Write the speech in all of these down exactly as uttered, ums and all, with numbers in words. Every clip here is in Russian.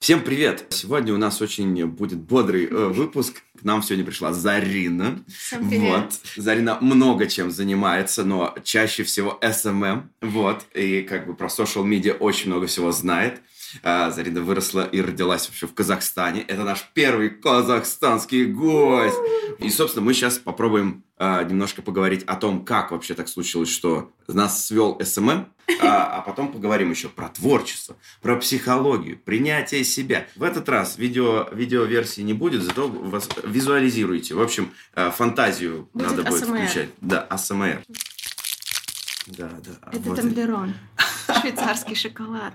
Всем привет! Сегодня у нас очень будет бодрый э, выпуск. К нам сегодня пришла Зарина. Всем привет! Вот. Зарина много чем занимается, но чаще всего эс эм эм. Вот. И как бы про social media очень много всего знает. А, Зарина выросла и родилась вообще в Казахстане. Это наш первый казахстанский гость. И, собственно, мы сейчас попробуем а, немножко поговорить о том, как вообще так случилось, что нас свел эс эм эм. А, а потом поговорим еще про творчество, про психологию, принятие себя. В этот раз видео, видеоверсии не будет, зато вас визуализируйте. В общем, фантазию будет надо будет эй эс эм эр. включать. Да, эй эс эм эр. Да, да. Это вот. Томблерон. Швейцарский шоколад.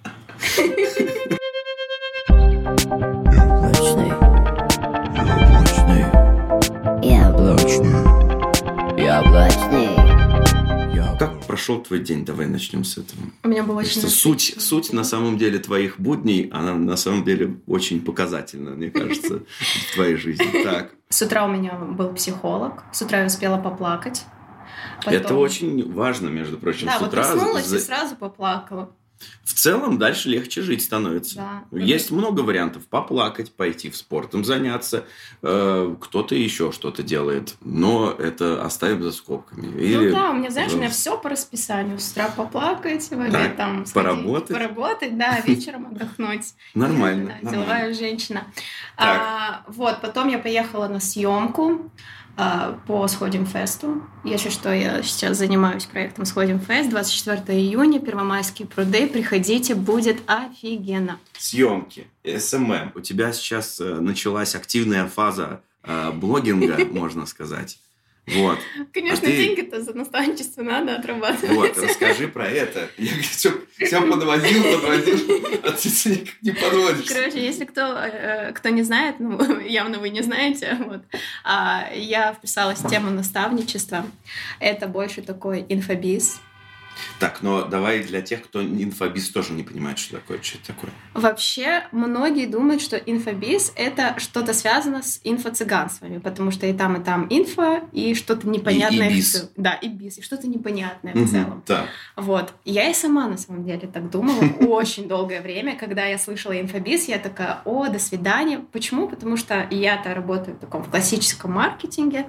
Яблочный. Яблочный. Яблочный. Как прошел твой день? Давай начнем с этого. У меня был очень Что суть, суть на самом деле твоих будней, она на самом деле очень показательна, мне кажется, в твоей жизни. Так. С утра у меня был психолог. С утра я успела поплакать. Потом... Это очень важно, между прочим, да, с вот утра. проснулась за... и сразу поплакала. В целом дальше легче жить становится. Да. Есть много вариантов. Поплакать, пойти в спортом заняться. Э, кто-то еще что-то делает. Но это оставим за скобками. Или... Ну да, у меня, знаешь, у меня все по расписанию. С утра поплакать, в обед там сходить, поработать. Поработать, да, вечером отдохнуть. Нормально. Да, деловая женщина. А, вот, потом я поехала на съемку по Сходим Фесту. Если что, я сейчас занимаюсь проектом Сходим Фест. двадцать четвёртого июня, Первомайские пруды. Приходите, будет офигенно. Съемки, эс эм эм. У тебя сейчас началась активная фаза э, блогинга, можно сказать. Вот. Конечно, а ты... деньги-то за наставничество надо отрабатывать. Вот, расскажи про это. Я все, все подводил, подводил, а ты никак не подводишь. Короче, если кто, кто не знает, ну, явно вы не знаете, вот, а, я вписалась в тему наставничества. Это больше такой инфобиз. Так, но давай для тех, кто инфобиз тоже не понимает, что такое, что это такое. Вообще, многие думают, что инфобиз — это что-то связано с инфо-цыганствами, потому что и там, и там инфо, и что-то непонятное. И, и биз. В... Да, и биз, и что-то непонятное угу, в целом. Да. Вот. Я и сама, на самом деле, так думала очень долгое время. Когда я слышала инфобиз, я такая: о, до свидания. Почему? Потому что я-то работаю в таком классическом маркетинге,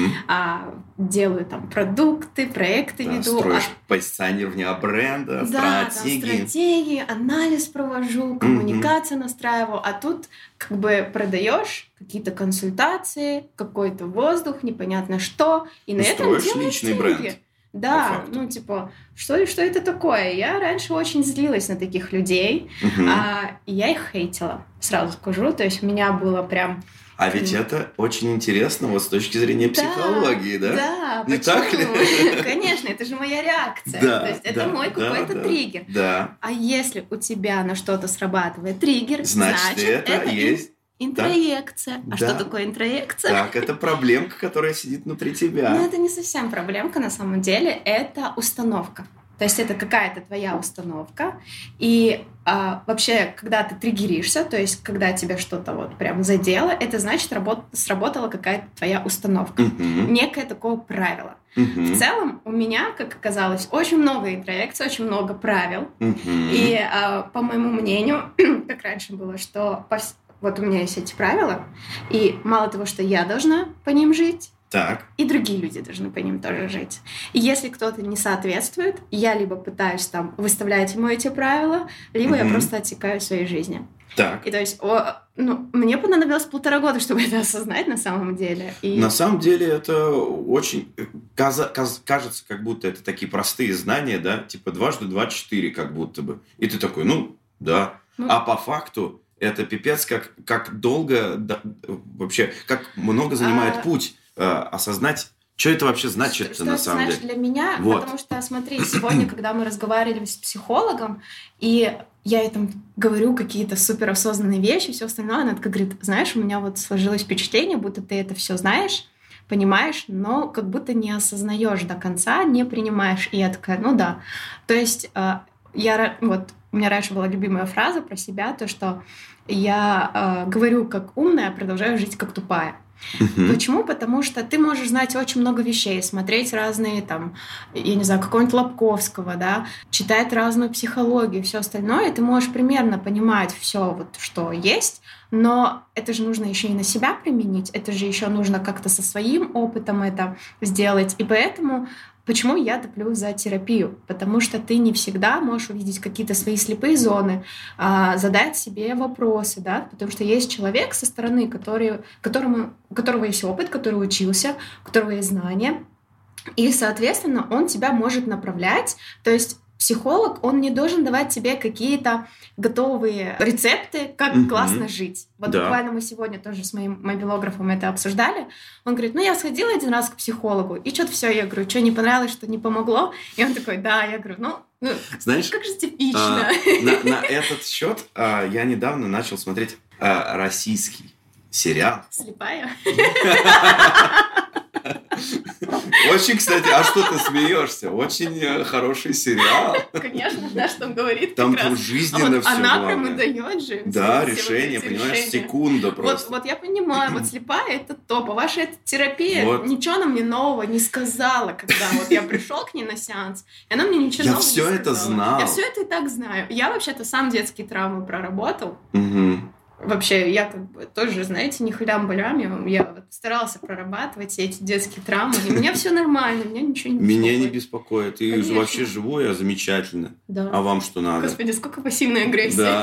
делаю там продукты, проекты веду. Строишь позиционирование бренда, да, стратегии. Да, стратегии, анализ провожу, коммуникацию mm-hmm. настраиваю, а тут как бы продаешь какие-то консультации, какой-то воздух, непонятно что, и на этом делаешь личный деньги. Бренд. Да, ну типа, что, что это такое? Я раньше очень злилась на таких людей, mm-hmm. а, и я их хейтила, сразу скажу, то есть у меня было прям... А ведь mm. это очень интересно вот с точки зрения психологии, да? Да, не почему? так ли? Конечно, это же моя реакция. Да, то есть да, это мой да, какой-то да, триггер. Да. А если у тебя на что-то срабатывает триггер, значит, значит это, это есть... интроекция. Да. А что такое интроекция? Так, это проблемка, которая сидит внутри тебя. Ну, это не совсем проблемка, на самом деле. Это установка. То есть это какая-то твоя установка. И а, вообще, когда ты триггеришься, то есть когда тебя что-то вот прям задело, это значит, работ... сработала какая-то твоя установка. Uh-huh. Некое такое правило. Uh-huh. В целом у меня, как оказалось, очень много интроекций, очень много правил. Uh-huh. И а, по моему мнению, как раньше было, что по... вот у меня есть эти правила, и мало того, что я должна по ним жить, так. и другие люди должны по ним тоже жить. И если кто-то не соответствует, я либо пытаюсь там выставлять ему эти правила, либо mm-hmm. я просто отсекаю в своей жизни. Так. И то есть, о, ну, мне понадобилось полтора года, чтобы это осознать на самом деле. И... На самом деле это очень... Каза... Каз... Кажется, как будто это такие простые знания, да? Типа дважды два — четыре, как будто бы. И ты такой, ну, да. Ну... А по факту это пипец, как, как долго... Да, вообще, как много занимает а... путь осознать, что это вообще значит что, на что самом это деле. Для меня, вот. Потому что, смотри, сегодня, когда мы разговаривали с психологом, и я ей там говорю какие-то суперосознанные вещи, все остальное, она такая говорит: знаешь, у меня вот сложилось впечатление, будто ты это все знаешь, понимаешь, но как будто не осознаешь до конца, не принимаешь. И я такая: ну да. То есть я вот у меня раньше была любимая фраза про себя, то что я говорю как умная, продолжаю жить как тупая. Мгм. Почему? Потому что ты можешь знать очень много вещей, смотреть разные, там, я не знаю, какого-нибудь Лобковского, да, читать разную психологию, все остальное, и ты можешь примерно понимать все, вот, что есть, но это же нужно еще и на себя применить, это же еще нужно как-то со своим опытом это сделать, и поэтому почему я топлю за терапию? Потому что ты не всегда можешь увидеть какие-то свои слепые зоны, а, задать себе вопросы, да, потому что есть человек со стороны, который, которому, у которого есть опыт, который учился, у которого есть знания, и, соответственно, он тебя может направлять, то есть психолог, он не должен давать тебе какие-то готовые рецепты, как Мгм. классно жить. Вот Да. буквально мы сегодня тоже с моим мобилографом это обсуждали. Он говорит, ну я сходила один раз к психологу, и что-то все, я говорю, что не понравилось, что не помогло? И он такой, да, я говорю, ну, ну Знаешь, как же а, типично. на, на этот счет а, я недавно начал смотреть а, российский сериал. Слепая. Очень, кстати, а что ты смеешься? Очень э, хороший сериал. Конечно, да, что он говорит Там как раз. прям А жизненно вот все она прям и главное. дает же. Да, все вот решение, эти понимаешь, решения. секунда Вот, просто. вот я понимаю, вот слепая это топ, а ваша эта терапия Вот. ничего она мне нового не сказала, когда вот я пришел к ней на сеанс, и она мне ничего Я нового всё не это сказала. знал. Я все это и так знаю. Я вообще-то сам детские травмы проработал. Мгм. Вообще, я как бы тоже, знаете, не хулям-булям, я вот старался прорабатывать все эти детские травмы, и у меня все нормально, меня ничего не Меня не беспокоит. беспокоит. И Конечно. вообще живой, а замечательно. Да. А вам что надо? Господи, сколько пассивной агрессии Да,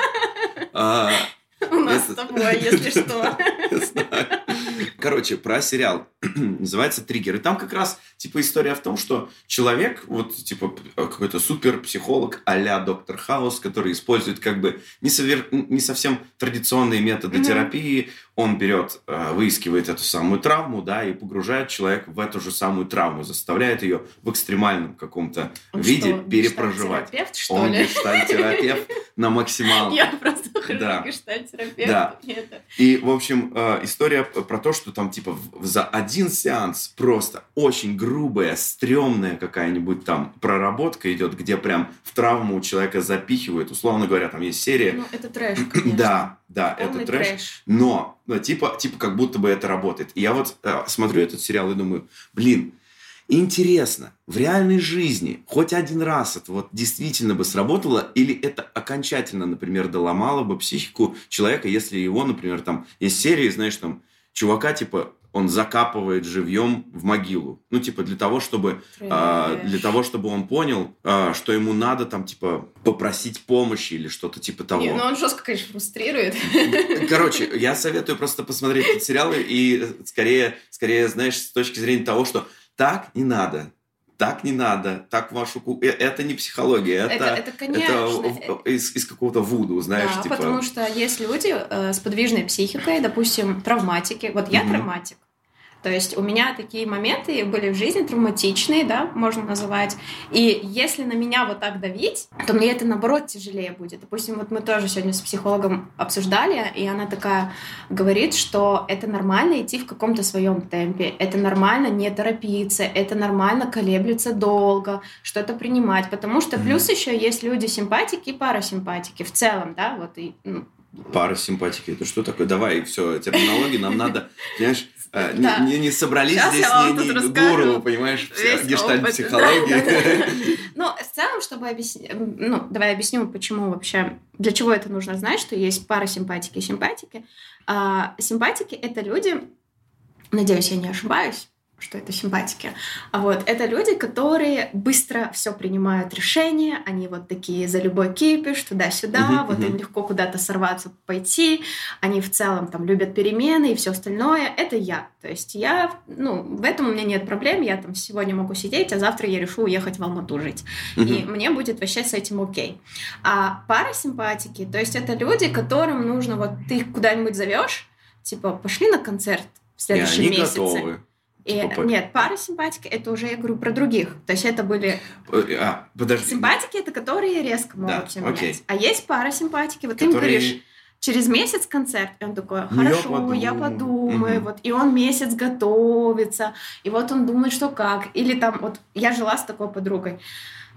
да. А, у нас это- с тобой, если что. я знаю. Короче, про сериал. Называется «Триггер». И там как раз, типа, история в том, что человек, вот, типа, какой-то суперпсихолог а-ля доктор Хаус, который использует, как бы, не, совер... не совсем традиционные методы Мгм. терапии. Он берет, э, выискивает эту самую травму, да, и погружает человека в эту же самую травму, заставляет ее в экстремальном каком-то Он виде что, перепроживать. гештальт-терапевт, что Он ли? гештальт-терапевт на максималке. Я просто хожу Да. к гештальт-терапевту. Да. и это- И, в общем, э, история п- про то, что там, типа, в- за один сеанс просто очень грубая, стрёмная какая-нибудь там проработка идет, где прям в травму у человека запихивают. Условно говоря, там есть серия. Ну, это трэш, конечно. Да, да, Полный это трэш. трэш. Но, ну, типа, типа, как будто бы это работает. И я вот э, смотрю этот сериал и думаю, блин, интересно, в реальной жизни хоть один раз это вот действительно бы сработало, или это окончательно, например, доломало бы психику человека, если его, например, там, есть серии, знаешь, там, чувака, типа, он закапывает живьем в могилу. Ну, типа, для того, чтобы, а, Трэш. для того, чтобы он понял, а, что ему надо, там, типа, попросить помощи или что-то типа того. Не, ну он жестко, конечно, фрустрирует. Короче, я советую просто посмотреть эти сериалы и скорее, скорее, знаешь, с точки зрения того, что так не надо, так не надо, так вашу... ку- э, Это не психология, это, Это, это, конечно. это в- из, из какого-то вуду, знаешь, Да, типа... потому что есть люди э, с подвижной психикой, допустим, травматики. Вот я Мгм. травматик. То есть у меня такие моменты были в жизни травматичные, да, можно называть. И если на меня вот так давить, то мне это, наоборот, тяжелее будет. Допустим, вот мы тоже сегодня с психологом обсуждали, и она такая говорит, что это нормально идти в каком-то своем темпе, это нормально не торопиться, это нормально колеблиться долго, что-то принимать, потому что Мгм. плюс еще есть люди-симпатики и парасимпатики в целом, да, вот и... ну, Парасимпатики, это что такое? Давай, все, терминологии нам надо, понимаешь, э, не- Да. не, не собрались Щас здесь я вам не, тут не расскажу гуру, понимаешь, весь гештальт-психологии. опыт. Да, да, да. Ну, в целом, чтобы объяснить, ну, давай объясню, почему вообще, для чего это нужно знать, что есть парасимпатики и симпатики. А, симпатики — это люди, надеюсь, я не ошибаюсь, что это симпатики. А вот это люди, которые быстро все принимают решения, они вот такие за любой кипиш, туда-сюда, Мгм, вот мгм. им легко куда-то сорваться, пойти, они в целом там любят перемены и все остальное. Это я. То есть я, ну, в этом у меня нет проблем, я там сегодня могу сидеть, а завтра я решу уехать в Алмату жить. И Мгм. мне будет вообще с этим окей. А парасимпатики, то есть это люди, которым нужно, вот ты их куда-нибудь зовешь, типа, пошли на концерт в И следующем они месяце. готовы. И, Типа, по- нет, парасимпатики — это уже, я говорю, про других. То есть это были... Э, А, подожди. Симпатики — это которые резко Да, могут все окей. менять. А есть парасимпатики, вот ты им Которые- говоришь, через месяц концерт, и он такой, Ну, я хорошо, я подумаю. подумаю, Мгм. вот, и он месяц готовится, и вот он думает, что как. Или там, вот, я жила с такой подругой,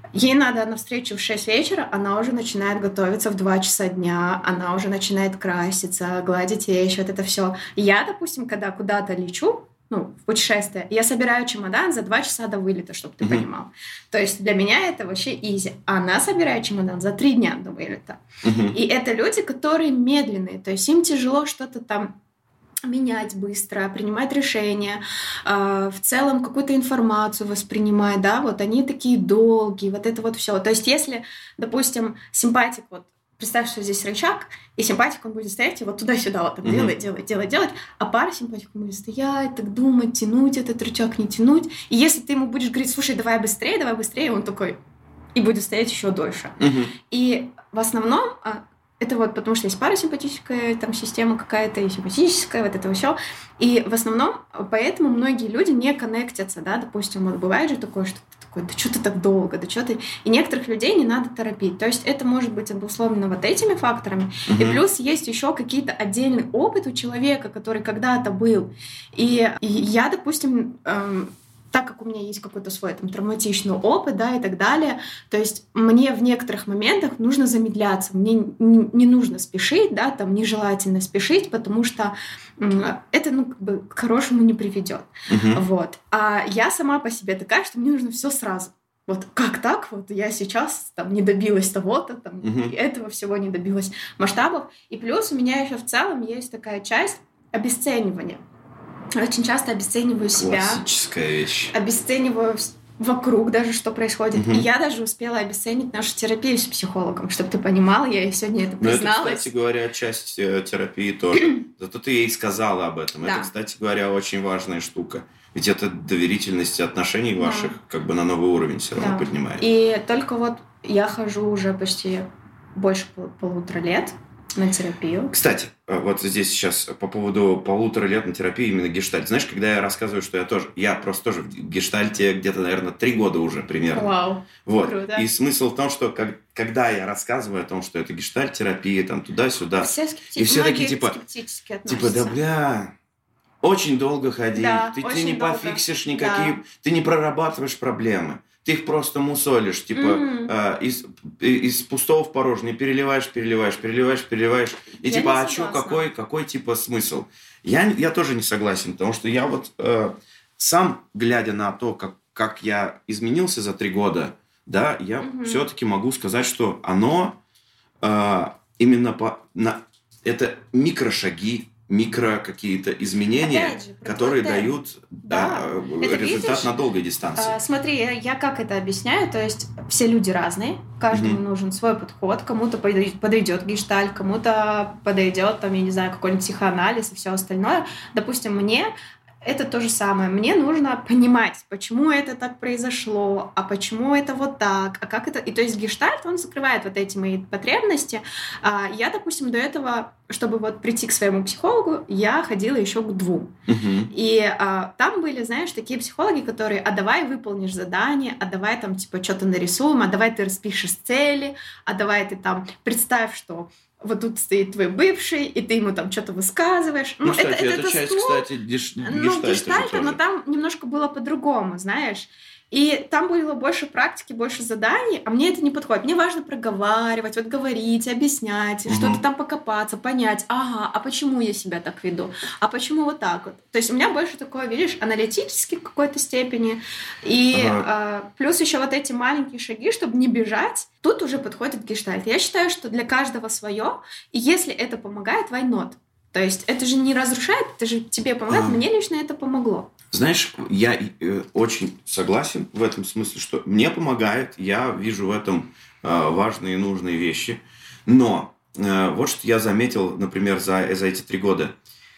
ей надо на встречу в шесть вечера, она уже начинает готовиться в два часа дня, она уже начинает краситься, гладить вещи, вот это все. Я, допустим, когда куда-то лечу, ну, в путешествие, я собираю чемодан за два часа до вылета, чтобы ты uh-huh. понимал. То есть для меня это вообще изи. Она собирает чемодан за три дня до вылета. Uh-huh. И это люди, которые медленные, то есть им тяжело что-то там менять быстро, принимать решения, э, в целом какую-то информацию воспринимать, да, вот они такие долгие, вот это вот все. То есть если, допустим, симпатик, вот представь, что здесь рычаг, и симпатик, он будет стоять и вот туда-сюда вот так mm-hmm. делать, делать, делать, делать, а пара симпатик будет стоять, так думать, тянуть этот рычаг, не тянуть. И если ты ему будешь говорить, слушай, давай быстрее, давай быстрее, он такой и будет стоять еще дольше. Mm-hmm. И в основном это вот потому, что есть парасимпатическая там система какая-то, и симпатическая, вот это все. И в основном поэтому многие люди не коннектятся, да, допустим, вот бывает же такое, что ты такой, да что ты так долго, да что ты... И некоторых людей не надо торопить. То есть это может быть обусловлено вот этими факторами. Uh-huh. И плюс есть еще какие-то отдельный опыт у человека, который когда-то был. И, и я, допустим... Эм, так как у меня есть какой-то свой там травматичный опыт, да, и так далее, то есть мне в некоторых моментах нужно замедляться, мне не, не нужно спешить, да, там нежелательно спешить, потому что это, ну, как бы к хорошему не приведет. Uh-huh. Вот. А я сама по себе такая, что мне нужно все сразу. Вот как так? Вот я сейчас там не добилась того-то, там, uh-huh. этого всего не добилась масштабов. И плюс у меня еще в целом есть такая часть обесценивания. Очень часто обесцениваю себя. Классическая вещь. Обесцениваю вокруг даже, что происходит. Угу. И я даже успела обесценить нашу терапию с психологом, чтобы ты понимал, я ей сегодня это призналась. Но это, кстати говоря, часть терапии тоже. Зато ты ей сказала об этом. Да. Это, кстати говоря, очень важная штука. Ведь это доверительность отношений ваших да. как бы на новый уровень все равно да. поднимает. И только вот я хожу уже почти больше пол- полутора лет на терапию. Кстати, вот здесь сейчас по поводу полутора лет на терапии именно гештальт. Знаешь, когда я рассказываю, что я тоже, я просто тоже в гештальте где-то, наверное, три года уже примерно. Вау, вот. Круто. И смысл в том, что как, когда я рассказываю о том, что это гештальт-терапия, там туда-сюда, все скепти... и все такие типа, типа, да бля, очень долго ходить, да, ты, ты не долго. Пофиксишь никакие, да. ты не прорабатываешь проблемы. Ты их просто мусолишь, типа, mm-hmm. э, из, из пустого в порожнее, переливаешь, переливаешь, переливаешь, переливаешь. И я типа, а что, какой, какой типа смысл? Я, я тоже не согласен, потому что я вот э, сам, глядя на то, как, как я изменился за три года, да, я mm-hmm. все-таки могу сказать, что оно э, именно по... На, это микрошаги, микро какие-то изменения, же, которые дают да, да, результат видишь, на долгой дистанции. А, смотри, я как это объясняю, то есть все люди разные, каждому mm-hmm. нужен свой подход, кому-то подойдет, подойдет гештальт, кому-то подойдет, там, я не знаю, какой-нибудь психоанализ и все остальное. Допустим, мне это то же самое. Мне нужно понимать, почему это так произошло, а почему это вот так, а как это... И то есть гештальт, он закрывает вот эти мои потребности. А я, допустим, до этого, чтобы вот прийти к своему психологу, я ходила еще к двум. Uh-huh. И а, там были, знаешь, такие психологи, которые, а давай выполнишь задание, а давай там типа что-то нарисуем, а давай ты распишешь цели, а давай ты там представь, что... вот тут стоит твой бывший, и ты ему там что-то высказываешь. Ну, ну кстати, это, это, это часть, стул, кстати, геш... ну, гештальта, но там немножко было по-другому, знаешь. И там было больше практики, больше заданий, а мне это не подходит. Мне важно проговаривать, вот говорить, объяснять, угу. что-то там покопаться, понять, ага, а почему я себя так веду, а почему вот так вот. То есть у меня больше такое, видишь, аналитический в какой-то степени. И ага. а, плюс еще вот эти маленькие шаги, чтобы не бежать, тут уже подходит гештальт. Я считаю, что для каждого свое, и если это помогает, why not? То есть это же не разрушает, это же тебе помогает. А. Мне лично это помогло. Знаешь, я э, очень согласен в этом смысле, что мне помогает, я вижу в этом э, важные и нужные вещи. Но э, вот что я заметил, например, за, за эти три года.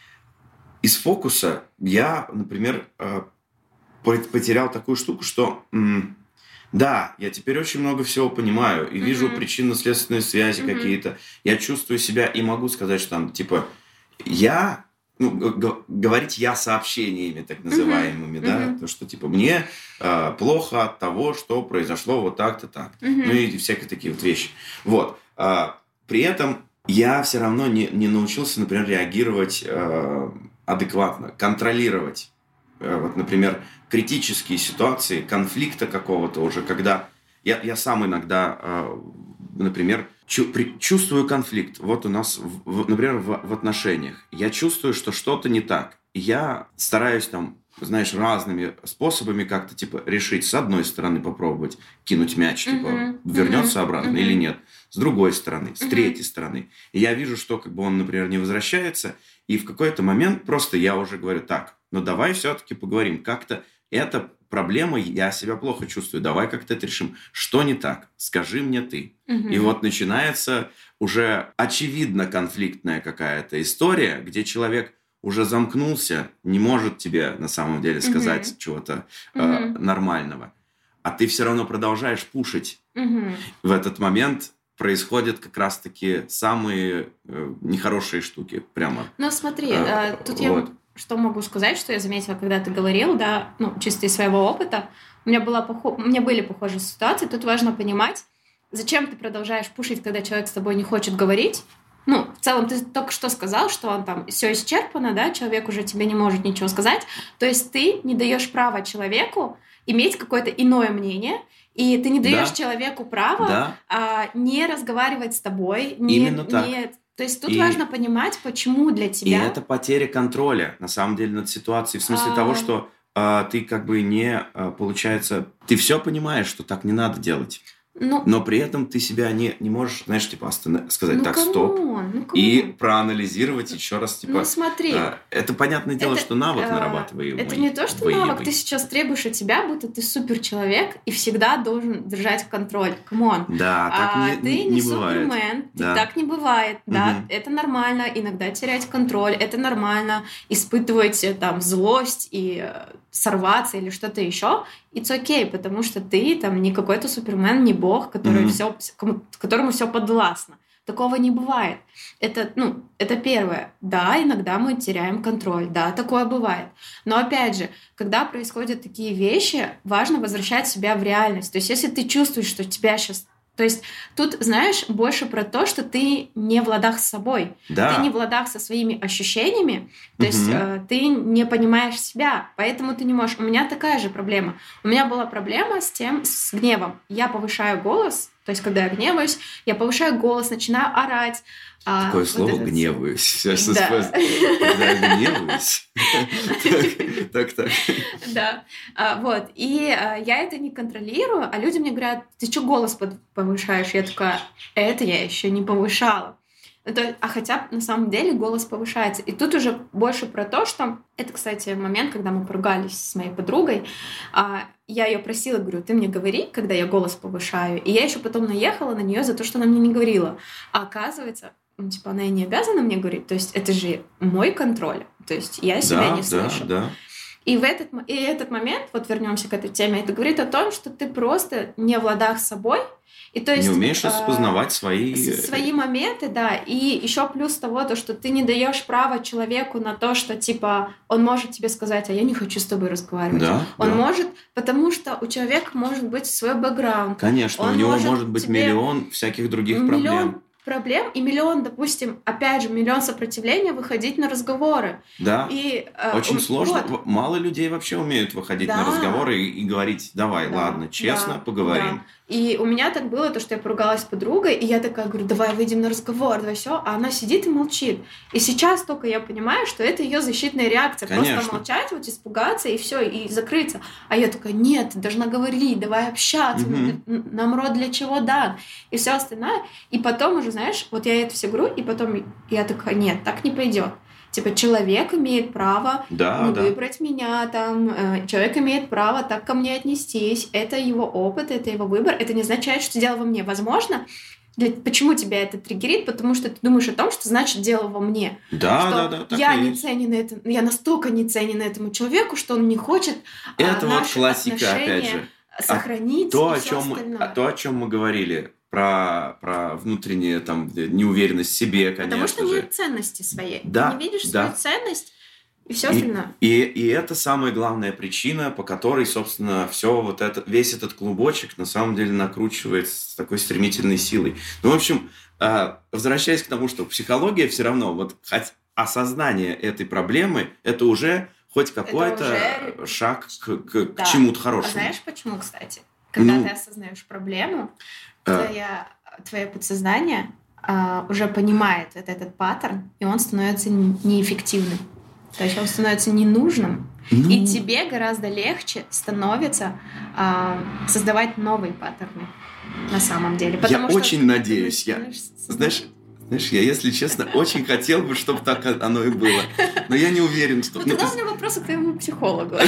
Из фокуса я, например, э, потерял такую штуку, что м- да, я теперь очень много всего понимаю и mm-hmm. вижу причинно-следственные связи mm-hmm. какие-то. Я чувствую себя и могу сказать, что там, типа, я... Ну, г- говорить я сообщениями, так называемыми, uh-huh. да, uh-huh. то, что, типа, мне э, плохо от того, что произошло вот так-то так. Uh-huh. Ну, и всякие такие вот вещи. Вот. А, при этом я все равно не, не научился, например, реагировать э, адекватно, контролировать. Э, вот, например, критические ситуации, конфликта какого-то уже, когда Я, я сам иногда, э, например, чу- при- чувствую конфликт. Вот у нас, в- в- например, в, в отношениях. Я чувствую, что что-то не так. И я стараюсь там, знаешь, разными способами как-то, типа, решить. С одной стороны попробовать кинуть мяч, типа, Мгм. вернется Мгм. обратно Мгм. или нет. С другой стороны, с Мгм. третьей стороны. И я вижу, что как бы он, например, не возвращается. И в какой-то момент просто я уже говорю, так, ну давай все-таки поговорим. Как-то эта проблема, я себя плохо чувствую. Давай как-то это решим. Что не так? Скажи мне ты. Мгм. И вот начинается уже очевидно конфликтная какая-то история, где человек уже замкнулся, не может тебе на самом деле сказать Мгм. чего-то э, Мгм. нормального. А ты все равно продолжаешь пушить. Мгм. В этот момент происходят как раз-таки самые э, нехорошие штуки. Прямо. Ну, смотри, А, э, тут я вот. что могу сказать, что я заметила, когда ты говорил, да, ну, чисто из своего опыта, у меня, была похо... у меня были похожие ситуации, тут важно понимать, зачем ты продолжаешь пушить, когда человек с тобой не хочет говорить. Ну, в целом, ты только что сказал, что он там все исчерпано, да, человек уже тебе не может ничего сказать. То есть ты не даешь права человеку иметь какое-то иное мнение, и ты не даешь Да. человеку права Да, а, не разговаривать с тобой. Не, Именно так. не- То есть тут И- важно понимать, почему для и тебя... это потеря контроля, на самом деле, над ситуацией. В смысле А. того, что а, ты как бы не, а, получается... Ты все понимаешь, что так не надо делать. Ну, Но при этом ты себя не, не можешь, знаешь, типа останов- сказать, ну, так, камон, стоп. ну, И камон. проанализировать еще раз, типа... Ну, смотри. а, это понятное дело, Это, что навык э, нарабатываемый. Это не то, что боевой. навык, ты сейчас требуешь от себя, будто ты супер человек и всегда должен держать контроль. Камон. Да, так А не, ты не, не, не бывает. супермен, ты- Да. так не бывает, да, Мгм. это нормально, иногда терять контроль, это нормально, испытывать э, там злость и э, сорваться или что-то еще, it's okay, потому что ты там не какой-то супермен, не бог, который Мгм. всё, кому- которому все подвластно. Такого не бывает. Это, ну, это первое. Да, иногда мы теряем контроль. Да, такое бывает. Но опять же, когда происходят такие вещи, важно возвращать себя в реальность. То есть, если ты чувствуешь, что тебя сейчас... То есть, тут, знаешь, больше про то, что ты не в ладах с собой. Да. Ты не в ладах со своими ощущениями. То есть, Мгм. э, ты не понимаешь себя. Поэтому ты не можешь... У меня такая же проблема. У меня была проблема с тем, с гневом. Я повышаю голос. То есть, когда я гневаюсь, я повышаю голос, начинаю орать. а, Такое вот слово это всё. гневаюсь. Сейчас Да. Когда я гневаюсь. Так, так, так. Да, А, вот. И а, я это не контролирую, а люди мне говорят, ты что голос под- повышаешь? Я такая, это я еще не повышала. Это- а хотя на самом деле голос повышается. И тут уже больше про то, что... Это, кстати, момент, когда мы поругались с моей подругой. А, я ее просила, говорю, ты мне говори, когда я голос повышаю. И я еще потом наехала на нее за то, что она мне не говорила. А оказывается, ну, типа, она и не обязана мне говорить. То есть это же мой контроль. То есть я себя Да, не да, слышу. да. И в этот, мо- и этот момент, вот вернемся к этой теме, это говорит о том, что ты просто не в ладах с собой. И то есть, Не умеешь а, распознавать свои... с- свои моменты, да. И еще плюс того, то, что ты не даешь права человеку на то, что типа он может тебе сказать, а я не хочу с тобой разговаривать. Да, Он да. может, потому что у человека может быть свой бэкграунд. Конечно, он у него может может быть тебе миллион всяких других миллион проблем. проблем и миллион, допустим, опять же, миллион сопротивления выходить на разговоры. Да. И, э, Очень у- сложно. вот. В- Мало людей вообще умеют выходить на Да. разговоры и, и говорить, давай, Да, ладно, честно, да, поговорим. да. И у меня так было, то, что я поругалась с подругой, и я такая говорю, давай выйдем на разговор, давай все, а она сидит и молчит. И сейчас только я понимаю, что это ее защитная реакция, Конечно. просто молчать, вот испугаться и все, и закрыться. А я такая, нет, ты должна говорить, давай общаться, Мгм. н- нам род для чего дан, и все остальное. И потом уже, знаешь, вот я это все говорю, и потом я такая, нет, так не пойдет. Типа, человек имеет право Да, не да. выбрать меня, там, э, человек имеет право так ко мне отнестись, это его опыт, это его выбор, это не означает, что дело во мне. Возможно, для- почему тебя это триггерит, потому что ты думаешь о том, что значит дело во мне. Да, что да, да, так я и не есть. ценен это, я настолько не ценен этому человеку, что он не хочет а, Это вот наши классика, опять отношения же. сохранить То, и о всё чем, мы, остальное. то, о чем мы говорили, про, про внутреннюю там, неуверенность в себе, конечно Потому что же. нет ценности своей. Да, Ты не видишь да. свою ценность и все И- остальное. И, и это самая главная причина, по которой, собственно, все вот это, весь этот клубочек на самом деле накручивается с такой стремительной силой. Ну, в общем, э, возвращаясь к тому, что психология все равно, вот хоть осознание этой проблемы, это уже хоть какой-то уже- шаг к, к- к Да. чему-то А хорошему. знаешь почему, кстати? когда Ну, ты осознаешь проблему, а, твоя, твое подсознание а, уже понимает вот этот паттерн, и он становится н- неэффективным. То есть он становится ненужным, и ну, тебе гораздо легче становится а, создавать новые паттерны на самом деле. я Потому что очень ты надеюсь. Я, начинаешь создавать- знаешь, знаешь, я, если честно, очень хотел бы, чтобы так оно и было. Но я не уверен, что... Ну, ну, тогда ты у меня вопросы к твоему психологу.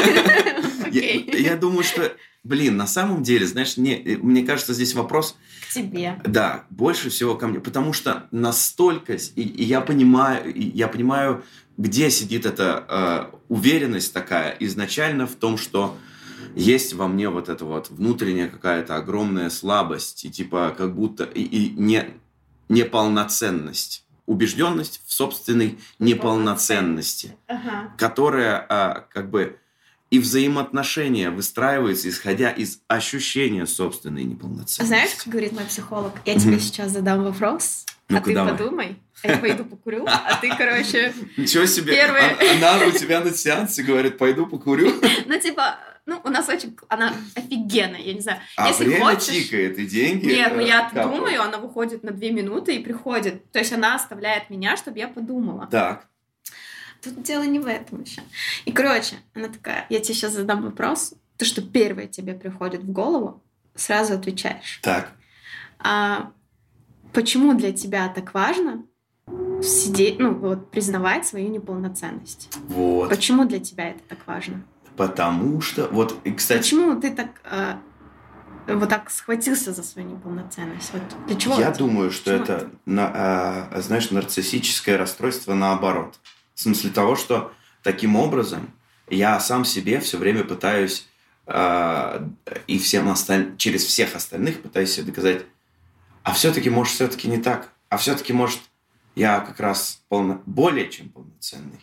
Я, Окей. я думаю, что, блин, на самом деле, знаешь, не, мне кажется, здесь вопрос, К тебе. да, больше всего ко мне, потому что настолько, и, и я понимаю, и я понимаю, где сидит эта э, уверенность такая изначально в том, что есть во мне вот эта вот внутренняя какая-то огромная слабость, и типа как будто и, и не, неполноценность, убежденность в собственной неполноценности, Ага. которая а, как бы и взаимоотношения выстраиваются, исходя из ощущения собственной неполноценности. Знаешь, как говорит мой психолог? Я тебе Мгм. сейчас задам вопрос, а Ну-ка, ты давай. подумай, а я пойду покурю, а ты, короче, Ничего себе! Первое. А- Она у тебя на сеансе говорит, пойду покурю. ну, типа, ну, у нас очень... Она офигенная, я не знаю. А Если время хочешь... тикает, и деньги Нет, ну э, я капают. думаю, она выходит на две минуты и приходит. То есть она оставляет меня, чтобы я подумала. Так, Тут дело не в этом еще. И, короче, она такая, я тебе сейчас задам вопрос. То, что первое тебе приходит в голову, сразу отвечаешь. так. А почему для тебя так важно сидеть, ну, вот, признавать свою неполноценность? Вот. Почему для тебя это так важно? Потому что... Вот, и, кстати, Почему ты так а, вот так схватился за свою неполноценность? Вот для чего? я это? думаю, что Почему это, на- а, знаешь, нарциссическое расстройство наоборот. В смысле того, что таким образом я сам себе все время пытаюсь а, и всем осталь... через всех остальных пытаюсь себе доказать, а все-таки, может, все-таки не так. А все-таки, может, я как раз полно... более чем полноценный.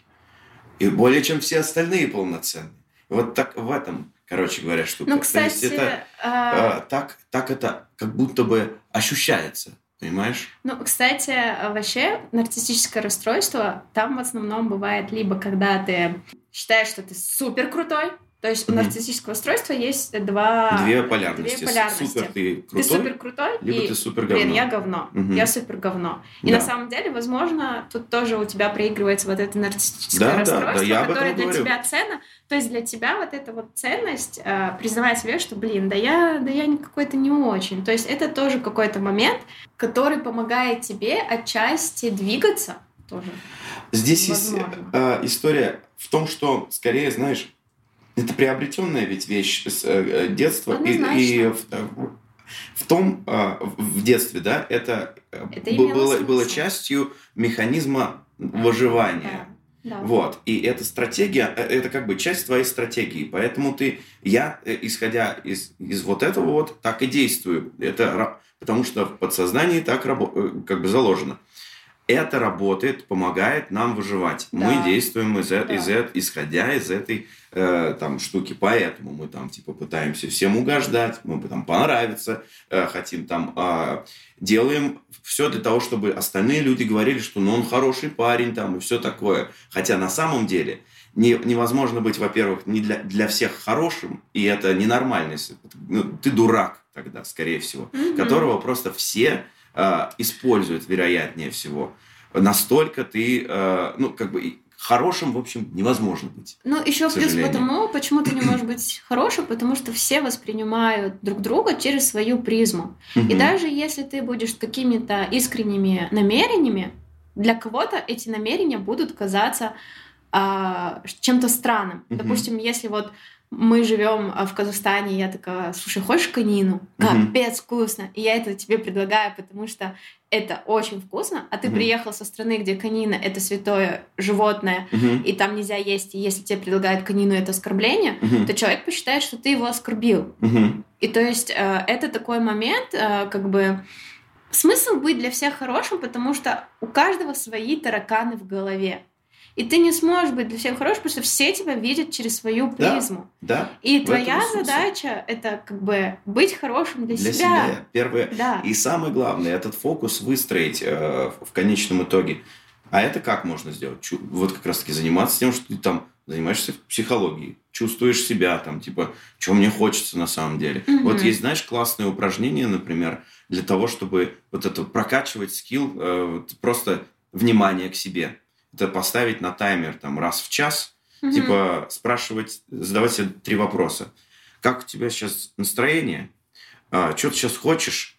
И более чем все остальные полноценные. И вот так в этом, короче говоря, штука. Ну, То есть кстати, это, а, а, так, так это как будто бы ощущается. Понимаешь? ну, кстати, вообще нарциссическое расстройство там в основном бывает либо когда ты считаешь, что ты супер крутой, то есть у Мгм. нарциссического расстройства есть два... Две полярности. две полярности. Супер ты Ты крутой, супер крутой, либо и, ты супер говно. блин, я говно, Мгм. я супер говно. И Да. на самом деле, возможно, тут тоже у тебя проигрывается вот это нарциссическое Да, да, расстройство, да, я об этом которое для говорю. тебя ценно. То есть для тебя вот эта вот ценность, э, признавать себе, что, блин, да я, да я какой-то не очень. То есть это тоже какой-то момент, который помогает тебе отчасти двигаться тоже. Здесь есть Возможно. э, история в том, что, скорее, знаешь, это приобретенная ведь вещь с э, детства. И, Однозначно. и в, э, в том, э, в детстве, да, это, э, Это б- имело было, смысл. было частью механизма выживания. Да, да. Вот. И эта стратегия, э, это как бы часть твоей стратегии. Поэтому ты, я, э, исходя из, из вот этого вот, так и действую. Это, ра- потому что в подсознании так рабо- э, как бы заложено. Это работает, помогает нам выживать. Да. Мы действуем из, э- Да. из э- исходя из этой э, там, штуки. Поэтому мы там типа пытаемся всем угождать, мы там понравиться, э, хотим там э, делаем все для того, чтобы остальные люди говорили, что ну он хороший парень там и все такое. Хотя на самом деле не, невозможно быть, во-первых, не для, для всех хорошим, и это ненормально. Если- ну, ты дурак тогда, скорее всего, Мгм. которого просто все э, используют, вероятнее всего. Настолько ты, э, ну, как бы, и хорошим, в общем, невозможно быть. Ну, еще к плюс к сожалению. этому, почему ты не можешь быть хорошим, потому что все воспринимают друг друга через свою призму. И Мгм. даже если ты будешь какими-то искренними намерениями, для кого-то эти намерения будут казаться а, чем-то странным. Мгм. Допустим, если вот мы живем в Казахстане, и я такая, слушай, хочешь конину? Мгм. Капец вкусно. И я это тебе предлагаю, потому что это очень вкусно, а ты Мгм. приехал со страны, где конина — это святое животное, Мгм. и там нельзя есть, и если тебе предлагают конину, это оскорбление, Мгм. то человек посчитает, что ты его оскорбил. Мгм. И то есть э, это такой момент, э, как бы смысл быть для всех хорошим, потому что у каждого свои тараканы в голове. И ты не сможешь быть для всех хорошим, потому что все тебя видят через свою Да. призму. Да, И в этом твоя и смысл. задача — это как бы быть хорошим для, для себя. себя. Первое. Да. И самое главное, этот фокус выстроить э, в конечном итоге. А это как можно сделать? Чу- Вот как раз-таки заниматься тем, что ты там занимаешься психологией, чувствуешь себя, там, типа, чего мне хочется на самом деле. Мгм. Вот есть, знаешь, классные упражнения, например, для того, чтобы вот это прокачивать скилл, э, вот просто внимание к себе. Это поставить на таймер там раз в час, Мгм. типа спрашивать, задавать себе три вопроса. Как у тебя сейчас настроение? А, что ты сейчас хочешь?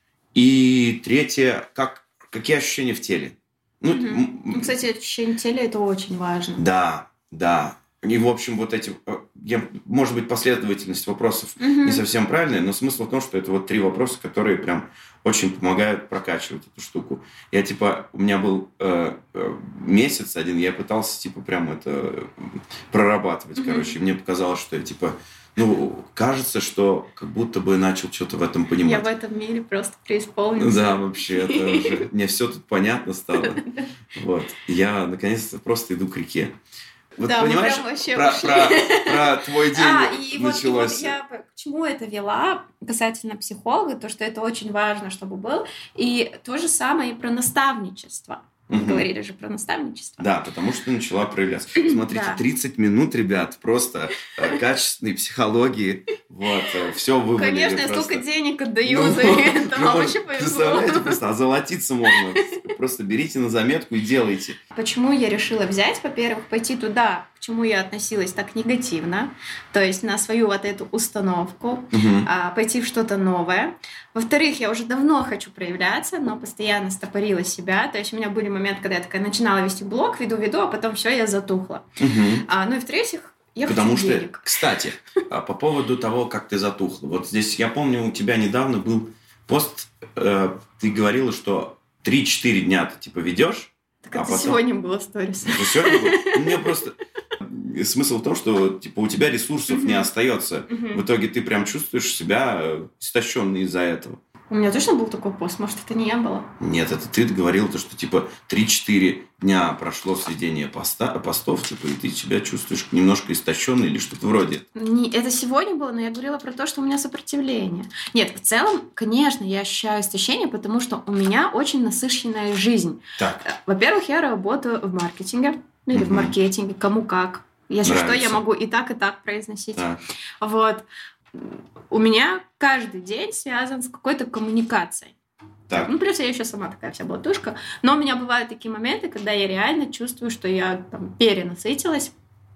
И третье, как, какие ощущения в теле? Ну, Мгм. м- Ну, м- кстати, ощущение тела — это очень важно. да, да. И, в общем, вот эти... э, Я, может быть, последовательность вопросов Мгм. не совсем правильная, но смысл в том, что это вот три вопроса, которые прям очень помогают прокачивать эту штуку. Я, типа, у меня был э, э, месяц один, я пытался, типа, прям это э, прорабатывать, Мгм. короче. И мне показалось, что я, типа... Ну, кажется, что как будто бы начал что-то в этом понимать. Я в этом мире просто преисполнился. Да, вообще, это уже... Мне все тут понятно стало. Вот. Я, наконец-то, просто иду к реке. Вот Да, мы понимаешь, прям вообще про, ушли. про- про твой день А, и вот, и вот началось. я к чему это вела касательно психолога, то, что это очень важно, чтобы был. И то же самое и про наставничество. Мы Мгм. говорили же про наставничество. Да, потому что начала проявляться. Смотрите, Да. тридцать минут, ребят, просто э, качественной психологии. Вот, все вывалили. Конечно, я просто. столько денег отдаю Ну, за это, ну, вам вот вообще повезло. представляете, просто озолотиться можно. Просто берите на заметку и делайте. Почему я решила взять, во-первых, пойти туда, к чему я относилась так негативно, то есть на свою вот эту установку, Мгм. а, пойти в что-то новое. Во-вторых, я уже давно хочу проявляться, но постоянно стопорила себя. То есть у меня были моменты, когда я такая начинала вести блог, веду-веду, а потом все, я затухла. Мгм. А, ну и в-третьих, я Потому хочу что, денег. кстати, а, по поводу того, как ты затухла. Вот здесь, я помню, у тебя недавно был пост, э, ты говорила, что три-четыре дня ты типа ведешь. Так а это потом- сегодня было сторис. Это сегодня было? У меня просто смысл в том, что типа у тебя ресурсов Мгм. не остается. Мгм. В итоге ты прям чувствуешь себя э, истощенной из-за этого. У меня точно был такой пост, может, это не я была? Нет, это ты говорил, то, что типа три-четыре дня прошло сведение поста, постов, типа, и ты себя чувствуешь немножко истощенной или что-то вроде. Не, это сегодня было, но я говорила про то, что у меня сопротивление. Нет, в целом, конечно, я ощущаю истощение, потому что у меня очень насыщенная жизнь. Так, Э, Во-первых, я работаю в маркетинге, ну или в Мгм. маркетинге, кому как. Если что, я Нравится. могу и так, и так произносить. так. Вот. У меня каждый день связан с какой-то коммуникацией. Так. Ну, плюс я еще сама такая вся болтушка. Но у меня бывают такие моменты, когда я реально чувствую, что я там перенасытилась.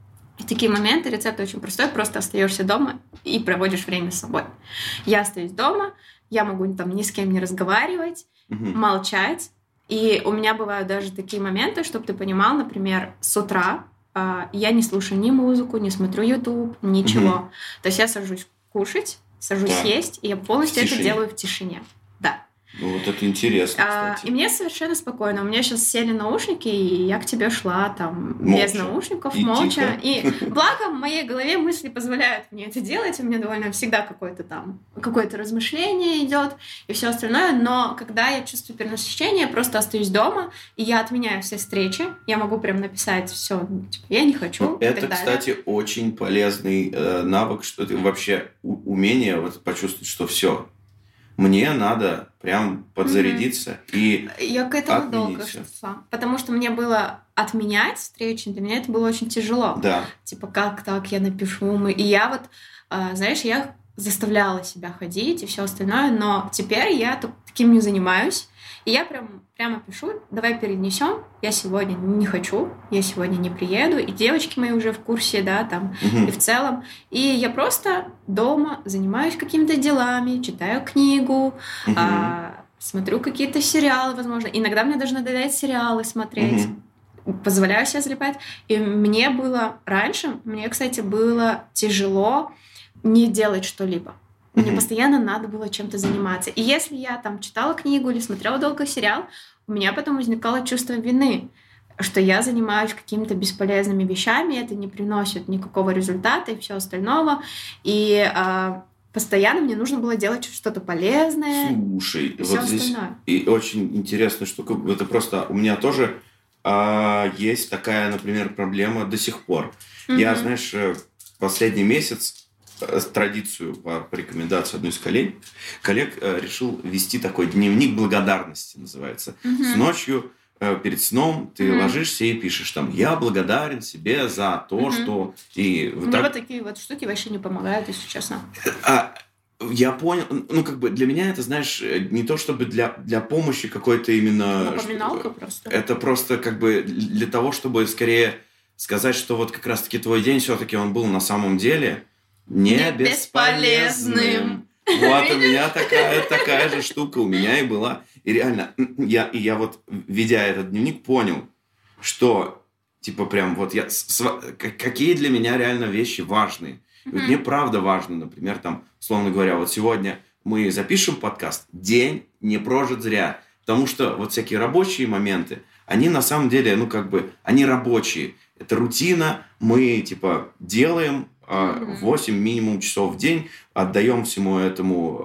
И такие моменты, рецепт очень простой, просто остаешься дома и проводишь время с собой. Я остаюсь дома, я могу там ни с кем не разговаривать, Мгм. молчать. И у меня бывают даже такие моменты, чтобы ты понимал, например, с утра а, я не слушаю ни музыку, не смотрю YouTube, ничего. Мгм. То есть я сажусь кушать, сажусь Так. есть, и я полностью В это тишине. делаю в тишине. Да. Ну, вот это интересно, А, кстати. и мне совершенно спокойно. У меня сейчас сели наушники, и я к тебе шла там Молча. без наушников, И молча. тихо. И благо в моей голове мысли позволяют мне это делать. У меня довольно всегда какое-то там какое-то размышление идет и все остальное. Но когда я чувствую перенасыщение, я просто остаюсь дома, и я отменяю все встречи. Я могу прям написать все, типа, я не хочу. Ну, и это, так далее. кстати, очень полезный э, навык, что ты вообще у- умение вот почувствовать, что все, мне надо прям подзарядиться и Я к этому Отменить долго всё. шла. Потому что мне было отменять встречи, для меня это было очень тяжело. да, Типа, как так, я напишу. Мы... И я вот, а, знаешь, я заставляла себя ходить и все остальное, но теперь я т- таким не занимаюсь. И я прям прямо пишу, давай перенесем, я сегодня не хочу, я сегодня не приеду, и девочки мои уже в курсе, да, там, Мгм. и в целом. И я просто дома занимаюсь какими-то делами, читаю книгу, Мгм. а, смотрю какие-то сериалы, возможно. Иногда мне даже надоедает сериалы смотреть. Мгм. Позволяю себе залипать. И мне было раньше, мне, кстати, было тяжело не делать что-либо. Мне Мгм. постоянно надо было чем-то заниматься. И если я там читала книгу или смотрела долго сериал, у меня потом возникало чувство вины, что я занимаюсь какими-то бесполезными вещами, это не приносит никакого результата и все остального. И а, постоянно мне нужно было делать что-то полезное Слушай, и все вот здесь остальное. и очень интересная штука, это просто у меня тоже а, есть такая, например, проблема до сих пор. Я, Мгм. знаешь, э, последний месяц э, традицию по, по рекомендации одной из коллег, коллег э, решил вести такой дневник благодарности, называется. Мгм. С ночью э, перед сном ты Мгм. ложишься и пишешь там «Я благодарен себе за то, Мгм. что...» И вот Мне так... вот такие вот штуки вообще не помогают, если честно. А, я понял, ну, как бы для меня это, знаешь, не то чтобы для, для помощи какой-то именно... Напоминалка что- просто. Это просто как бы для того, чтобы скорее сказать, что вот как раз-таки твой день все-таки он был на самом деле не, Не бесполезным. бесполезным. Вот у меня такая, такая же штука у меня и была. И реально, я, и я вот, ведя этот дневник, понял, что, типа, прям вот я... сва- к- Какие для меня реально вещи важные. И вот Мгм. мне правда важно, например, там, условно говоря, вот сегодня мы запишем подкаст, день не прожит зря. Потому что вот всякие рабочие моменты, они на самом деле, ну, как бы, они рабочие. Это рутина, мы, типа, делаем э, Мгм. восемь минимум часов в день, отдаем всему этому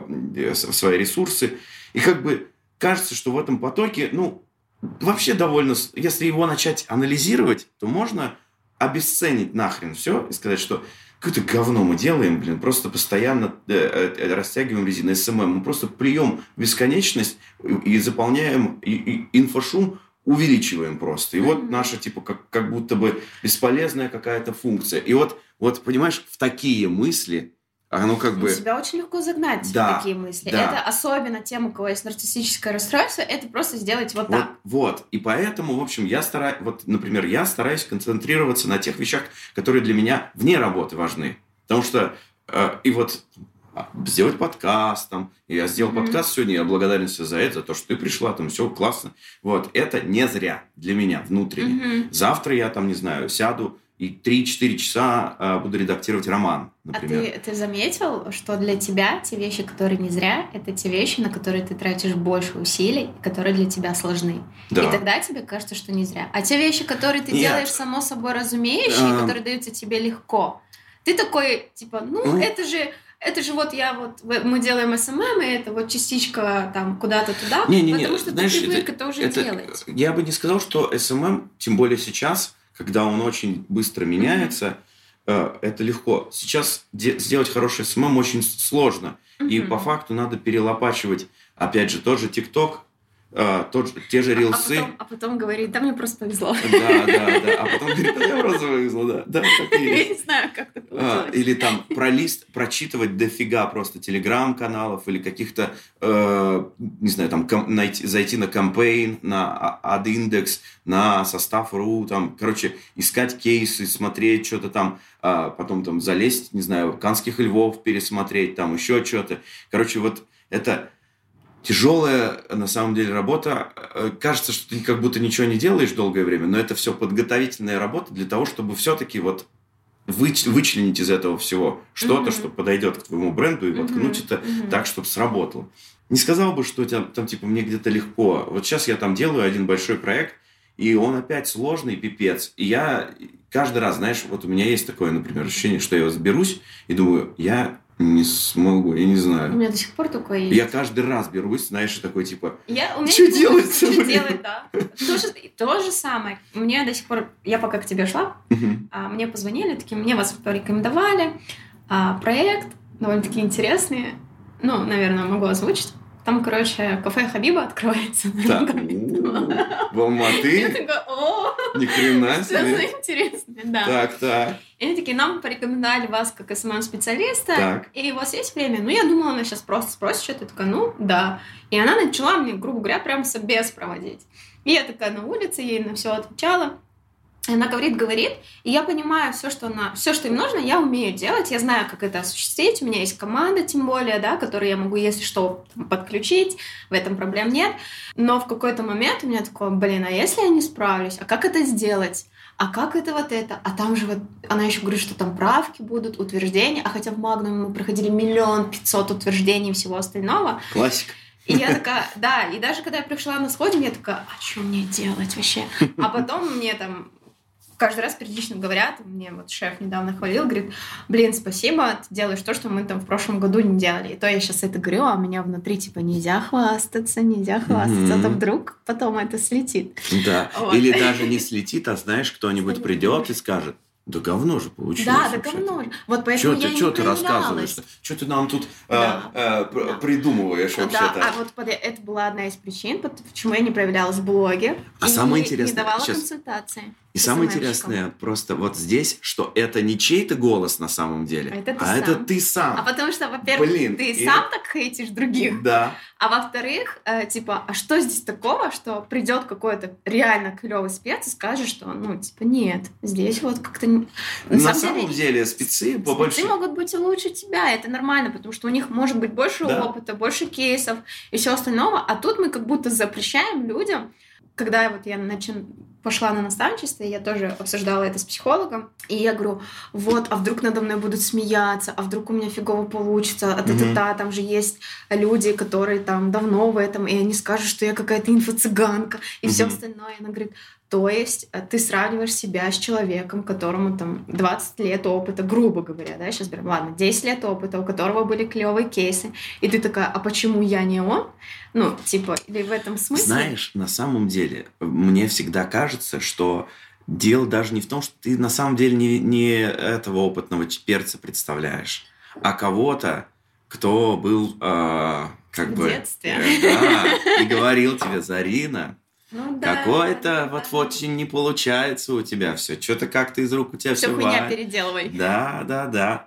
э, с- свои ресурсы. И как бы кажется, что в этом потоке, ну, вообще довольно... с- Если его начать анализировать, то можно обесценить нахрен все и сказать, что какое-то говно мы делаем, блин, просто постоянно э, э, растягиваем резину эс эм эм, мы просто плюем в бесконечность и, и заполняем и, и инфошум, увеличиваем просто. И вот Мгм. наша, типа, как, как будто бы бесполезная какая-то функция. И вот, вот, понимаешь, в такие мысли, оно как Ну, бы... себя очень легко загнать в Да, такие мысли. да. Это особенно тем, у кого есть нарциссическое расстройство, это просто сделать вот Вот, так. вот. И поэтому, в общем, я стараюсь, вот, например, я стараюсь концентрироваться на тех вещах, которые для меня вне работы важны. Потому что, э, и вот а, сделать подкаст, там, и я сделал Мгм. подкаст сегодня, я благодарен тебе за это, за то, что ты пришла, там, все классно. Вот, это не зря для меня внутренне. Мгм. Завтра я, там, не знаю, сяду и три-четыре часа э, буду редактировать роман, А например. ты, ты заметил, что для тебя те вещи, которые не зря, это те вещи, на которые ты тратишь больше усилий, и которые для тебя сложны. Да. И тогда тебе кажется, что не зря. А те вещи, которые ты Нет. делаешь само собой разумеющие, А. которые даются тебе легко, ты такой, типа, ну, Ну. это же... Это же вот я вот, в- мы делаем эс эм эм, и это вот частичка там куда-то туда, Не-не-не, потому что знаешь, ты привык это- это, уже это- делать. Я бы не сказал, что эс эм эм, тем более сейчас, когда он очень быстро меняется, э, это легко. Сейчас де- сделать хороший эс эм эм очень с- сложно. И Мгм. по факту надо перелопачивать, опять же, тот же ТикТок, э, тот же, те же А рилсы. потом, а потом говорит, да мне просто повезло. Да, да, да. А потом говорит, да я просто повезло, да. Да, так и есть. Я не знаю, как это А, получилось. Или там пролист, прочитывать дофига просто телеграм-каналов или каких-то, э, не знаю, там ком- найти, зайти на кампейн, на AdIndex, на состав.ру, там, короче, искать кейсы, смотреть что-то там, а потом там залезть, не знаю, «Канских львов» пересмотреть, там еще что-то. Короче, вот это тяжелая, на самом деле, работа. Э, Кажется, что ты как будто ничего не делаешь долгое время, но это все подготовительная работа для того, чтобы все-таки вот выч- вычленить из этого всего что-то, Мгм. что подойдет к твоему бренду и воткнуть Мгм, это мгм. так, чтобы сработало. Не сказал бы, что там, там, типа, мне где-то легко. Вот сейчас я там делаю один большой проект, и он опять сложный, пипец. И я каждый раз, знаешь, вот у меня есть такое, например, ощущение, что я берусь и думаю, я не смогу, я не У знаю. меня до сих пор такое есть. Я каждый раз берусь, знаешь, и такой, типа, Я, у меня Чё есть- делать-то, Чё блин? делать, да. То же, то же самое. Мне до сих пор... Я пока к тебе шла, «Мгм, а, мне позвонили, такие, мне вас порекомендовали. А, проект довольно-таки интересный. Ну, наверное, могу озвучить. Там, короче, кафе Хабиба открывается. так, у-у-у, в Я Алматы, такая, о, ни хрена что за себе. интересное, да. Так, так, И они такие, нам порекомендовали вас как эс эм эм-специалиста, так. и у вас есть время? Ну, я думала, она сейчас просто спросит что-то. Я такая, ну, да. И она начала мне, грубо говоря, прям собес проводить. И я такая на улице, ей на все отвечала. И она говорит, говорит, и я понимаю все, что она, все, что им нужно, я умею делать, я знаю, как это осуществить, у меня есть команда, тем более, да, которую я могу, если что, там, подключить, в этом проблем нет. Но в какой-то момент у меня такое, блин, а если я не справлюсь, а как это сделать? А как это вот это? А там же вот, она еще говорит, что там правки будут, утверждения, а хотя в Магнуме мы проходили миллион пятьсот утверждений и всего остального. Классика. И я такая, да, и даже когда я пришла на сходе, я такая, а что мне делать вообще? А потом мне там каждый раз периодично говорят, мне вот шеф недавно хвалил, говорит, блин, спасибо, ты делаешь то, что мы там в прошлом году не делали. И то я сейчас это говорю, а у меня внутри типа нельзя хвастаться, нельзя хвастаться, а то Мгм. вдруг потом это слетит. Да. Вот. Или даже не слетит, а знаешь, кто-нибудь Что-нибудь придет и придет. скажет, Да говно же получилось. Да, да вообще-то. говно же. Вот поэтому Чё я ты, и чё не ты проявлялась. рассказываешь? Что ты нам тут Да, э, э, да. придумываешь Да, вообще-то? а вот под- это была одна из причин, под- почему я не проявлялась в блоге А и самое не интересное, давала сейчас- консультации. И с самое СММщиком. интересное просто вот здесь, что это не чей-то голос на самом деле, А это ты а сам. это ты сам. А потому что, во-первых, Блин, ты и- сам так хейтишь других, Да. а во-вторых, э, типа, а что здесь такого, что придет какой-то реально клевый спец и скажет, что, ну, типа, нет, здесь вот как-то... не- На самом деле спецы Спецы побольше... могут быть и лучше тебя, это нормально, потому что у них может быть больше Да. опыта, больше кейсов и все остального, а тут мы как будто запрещаем людям. Когда вот я начин... пошла на наставничество, я тоже обсуждала это с психологом, и я говорю, вот, а вдруг надо мной будут смеяться, а вдруг у меня фигово получится, а та-та-та, там же есть люди, которые там давно в этом, и они скажут, что я какая-то инфо-цыганка, и все Мгм. остальное. Она говорит, то есть э, ты сравниваешь себя с человеком, которому там двадцать лет опыта, грубо говоря, да, сейчас берем, ладно, десять лет опыта, у которого были клевые кейсы, и ты такая, а почему я не он? Ну, типа, или в этом смысле? Знаешь, на самом деле, мне всегда кажется, что дело даже не в том, что ты на самом деле не, не этого опытного перца представляешь, а кого-то, кто был э, как В бы... детстве. э, да, и говорил тебе, Зарина, Ну, да, какое-то да, вот да. очень не получается у тебя все, что-то как-то из рук у тебя Всё все хуйня переделывай. Да, да, да.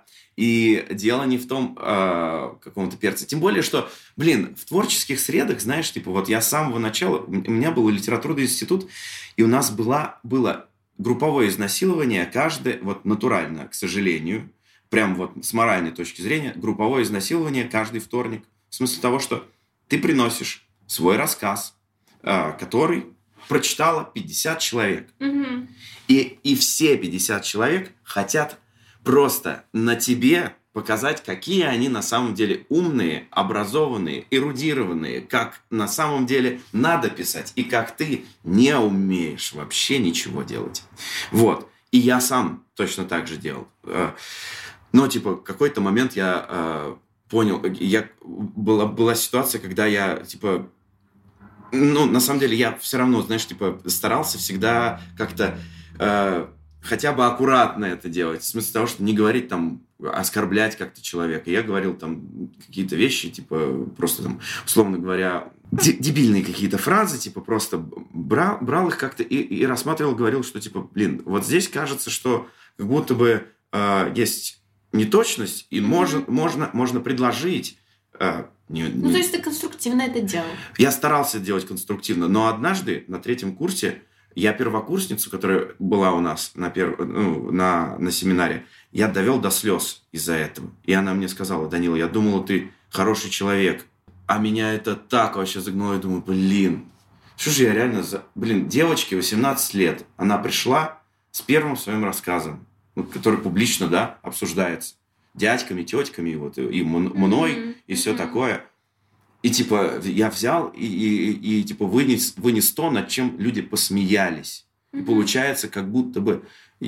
И дело не в том э, каком-то перце. Тем более, что, блин, в творческих средах, знаешь, типа вот я с самого начала, у меня был литературный институт, и у нас была, было групповое изнасилование, каждое, вот натурально, к сожалению, прям вот с моральной точки зрения, групповое изнасилование каждый вторник. В смысле того, что ты приносишь свой рассказ, э, который прочитало пятьдесят человек. Мгм. И, и все пятьдесят человек хотят просто на тебе показать, какие они на самом деле умные, образованные, эрудированные, как на самом деле надо писать, и как ты не умеешь вообще ничего делать. Вот. И я сам точно так же делал. Э, Но, типа, в какой-то момент я э, понял, я, была, была ситуация, когда я, типа, ну, на самом деле, я все равно, знаешь, типа, старался всегда как-то э, хотя бы аккуратно это делать. В смысле того, что не говорить там, оскорблять как-то человека. Я говорил там какие-то вещи, типа, просто там, условно говоря, де- дебильные какие-то фразы, типа, просто брал, брал их как-то и, и рассматривал, говорил, что, типа, блин, вот здесь кажется, что как будто бы э, есть неточность, и можно, можно, можно предложить... э, не- Ну, не- то есть ты конструктивно это делал. я старался делать конструктивно, но однажды на третьем курсе я первокурсницу, которая была у нас на, перв... ну, на, на семинаре, я довел до слез из-за этого. И она мне сказала: Данила, я думала, ты хороший человек. А меня это так вообще загнало. Я думаю, блин, что же я реально... За... Блин, девочке восемнадцать лет. Она пришла с первым своим рассказом, вот, который публично, да, обсуждается. Дядьками, тетками, вот, и мон- мной, Мгм, и все мгм. такое. И, типа, я взял и, и, и, и, типа, вынес, вынес то, над чем люди посмеялись. И Мгм. получается, как будто бы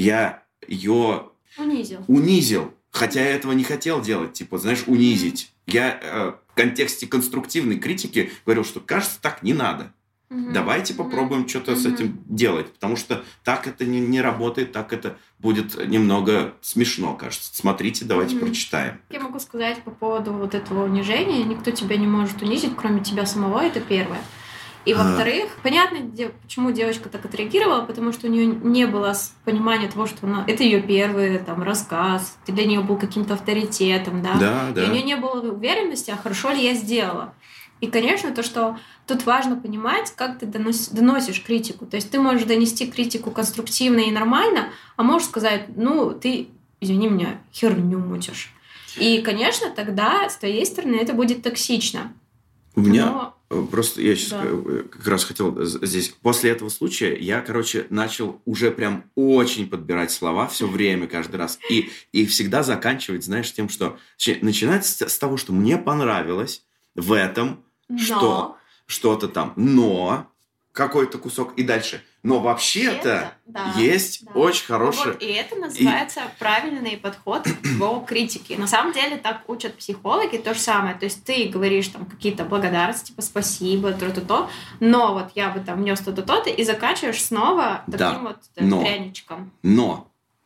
я ее Унизил. унизил. Хотя я этого не хотел делать, типа, знаешь, унизить. Я э, в контексте конструктивной критики говорил, что, кажется, так не надо. Мгм. Давайте Мгм. попробуем что-то с Мгм. этим делать. Потому что так это не, не работает, так это будет немного смешно, кажется. Смотрите, давайте Мгм. прочитаем. Я могу сказать по поводу вот этого унижения. Никто тебя не может унизить, кроме тебя самого, это первое. И Ага. во-вторых, понятно, де- почему девочка так отреагировала, потому что у нее не было с- понимания того, что она, это ее первый там, рассказ, ты для нее был каким-то авторитетом, да? Да, И да. у нее не было уверенности, а хорошо ли я сделала. И, конечно, то, что тут важно понимать, как ты донос- доносишь критику. То есть ты можешь донести критику конструктивно и нормально, а можешь сказать, ну, ты, извини меня, херню мутишь. И, конечно, тогда с твоей стороны это будет токсично. У меня Но- э, просто, я сейчас Да. как раз хотел з- здесь, после этого случая я, короче, начал уже прям очень подбирать слова все время, каждый раз. И, и всегда заканчивать, знаешь, тем, что... точнее, начинать с, с того, что мне понравилось в этом Но что, что-то там, но какой-то кусок и дальше. Но вообще-то это- да, есть да. очень хороший... Вот, и это называется правильный подход к критике. На самом деле так учат психологи, то же самое. То есть ты говоришь там какие-то благодарности, типа спасибо, то-то-то, но вот я бы там внес то-то, то-то, и заканчиваешь снова Да, таким вот э, но. пряничком. Но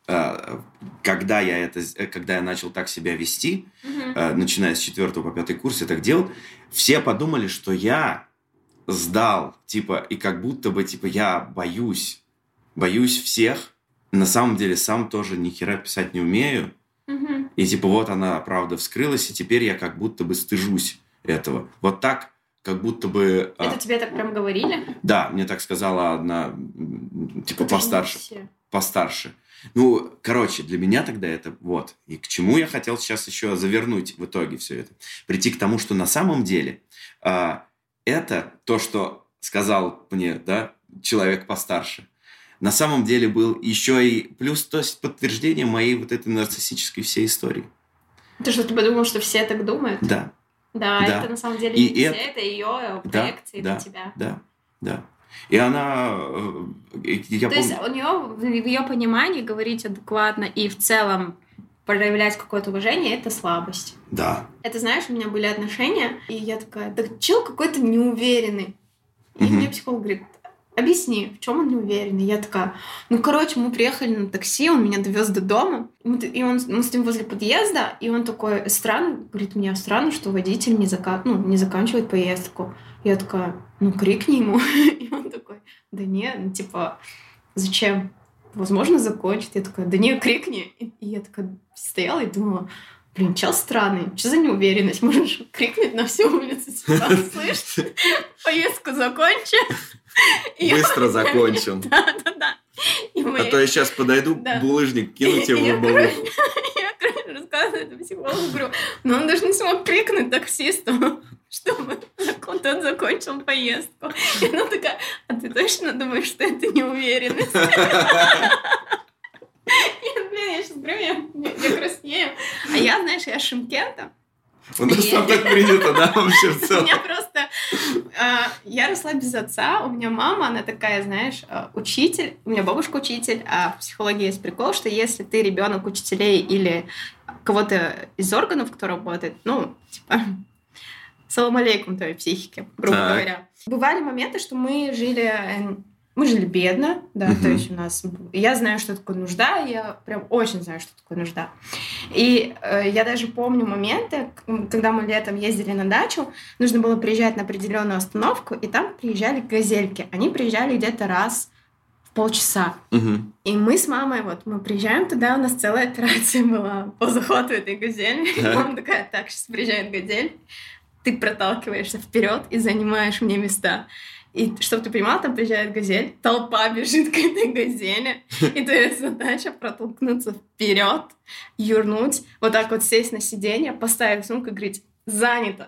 когда я, это, когда я начал так себя вести, Мгм. начиная с четвертого по пятый курс, я так делал, все подумали, что я сдал, типа, и как будто бы, типа, я боюсь, боюсь всех. На самом деле сам тоже ни хера писать не умею. Мгм. И, типа, вот она, правда, вскрылась, и теперь я как будто бы стыжусь этого. Вот так, как будто бы... а, Это тебе так прям говорили? Да, мне так сказала одна, м, типа, Это же не постарше. все. Постарше. Ну, короче, для меня тогда это вот. И к чему я хотел сейчас еще завернуть в итоге все это? Прийти к тому, что на самом деле а, это то, что сказал мне, да, человек постарше, на самом деле был еще и плюс, то есть подтверждение моей вот этой нарциссической всей истории. Ты что, ты подумал, что все так думают? Да, Да, Да. это на самом деле И не все, это- это ее да, проекции да, на тебя. да, да. И она, э, и я То помню... есть у нее в ее понимании говорить адекватно и в целом проявлять какое-то уважение — это слабость. Да. Это, знаешь, у меня были отношения, и я такая, да чел какой-то неуверенный. И Мгм. мне психолог говорит, объясни, в чем он неуверенный. Я такая, ну, короче, мы приехали на такси, он меня довез до дома, и мы, и он, мы стоим возле подъезда, и он такой, странно, говорит, мне странно, что водитель не, зака... ну, не заканчивает поездку. Я такая, ну, крикни ему. И он такой, да не, ну, типа, зачем? Возможно, закончит. Я такая, да не, крикни. И и я такая стояла и думала, блин, чел странный, что за неуверенность? Можешь крикнуть на всю улицу, типа, слышь, поездку закончи. И я- Быстро закончил. Да-да-да. И мы- А то я сейчас подойду, Да. булыжник кину И- тебе и я, в голову. короче, я, короче, рассказываю это психологу, говорю, но он даже не смог крикнуть таксисту, чтобы тот закончил поездку. И она такая, а ты точно думаешь, что это неуверенность? И, блин, я сейчас говорю, я, я, я краснею. А я, знаешь, я Шымкента. У нас там так принято, да, вообще в У целом. меня просто... э, я росла без отца, у меня мама, она такая, знаешь, э, учитель, у меня бабушка учитель, а в психологии есть прикол, что если ты ребенок учителей или кого-то из органов, кто работает, ну, типа, салам алейкум твоей психике, грубо Так. говоря. Бывали моменты, что мы жили... э, Мы жили бедно, да, Мгм. то есть у нас... Я знаю, что такое нужда, я прям очень знаю, что такое нужда. И э, я даже помню моменты, к- когда мы летом ездили на дачу, нужно было приезжать на определенную остановку, и там приезжали газельки. Они приезжали где-то раз в полчаса. Мгм. И мы с мамой, вот, мы приезжаем туда, у нас целая операция была по захвату этой газели. И Так. мама такая, так, сейчас приезжает газель, ты проталкиваешься вперед и занимаешь мне места. И чтобы ты понимал, там приезжает газель, толпа бежит к этой газели, и твоя задача протолкнуться вперед, юрнуть, вот так вот сесть на сиденье, поставить сумку и говорить «занято».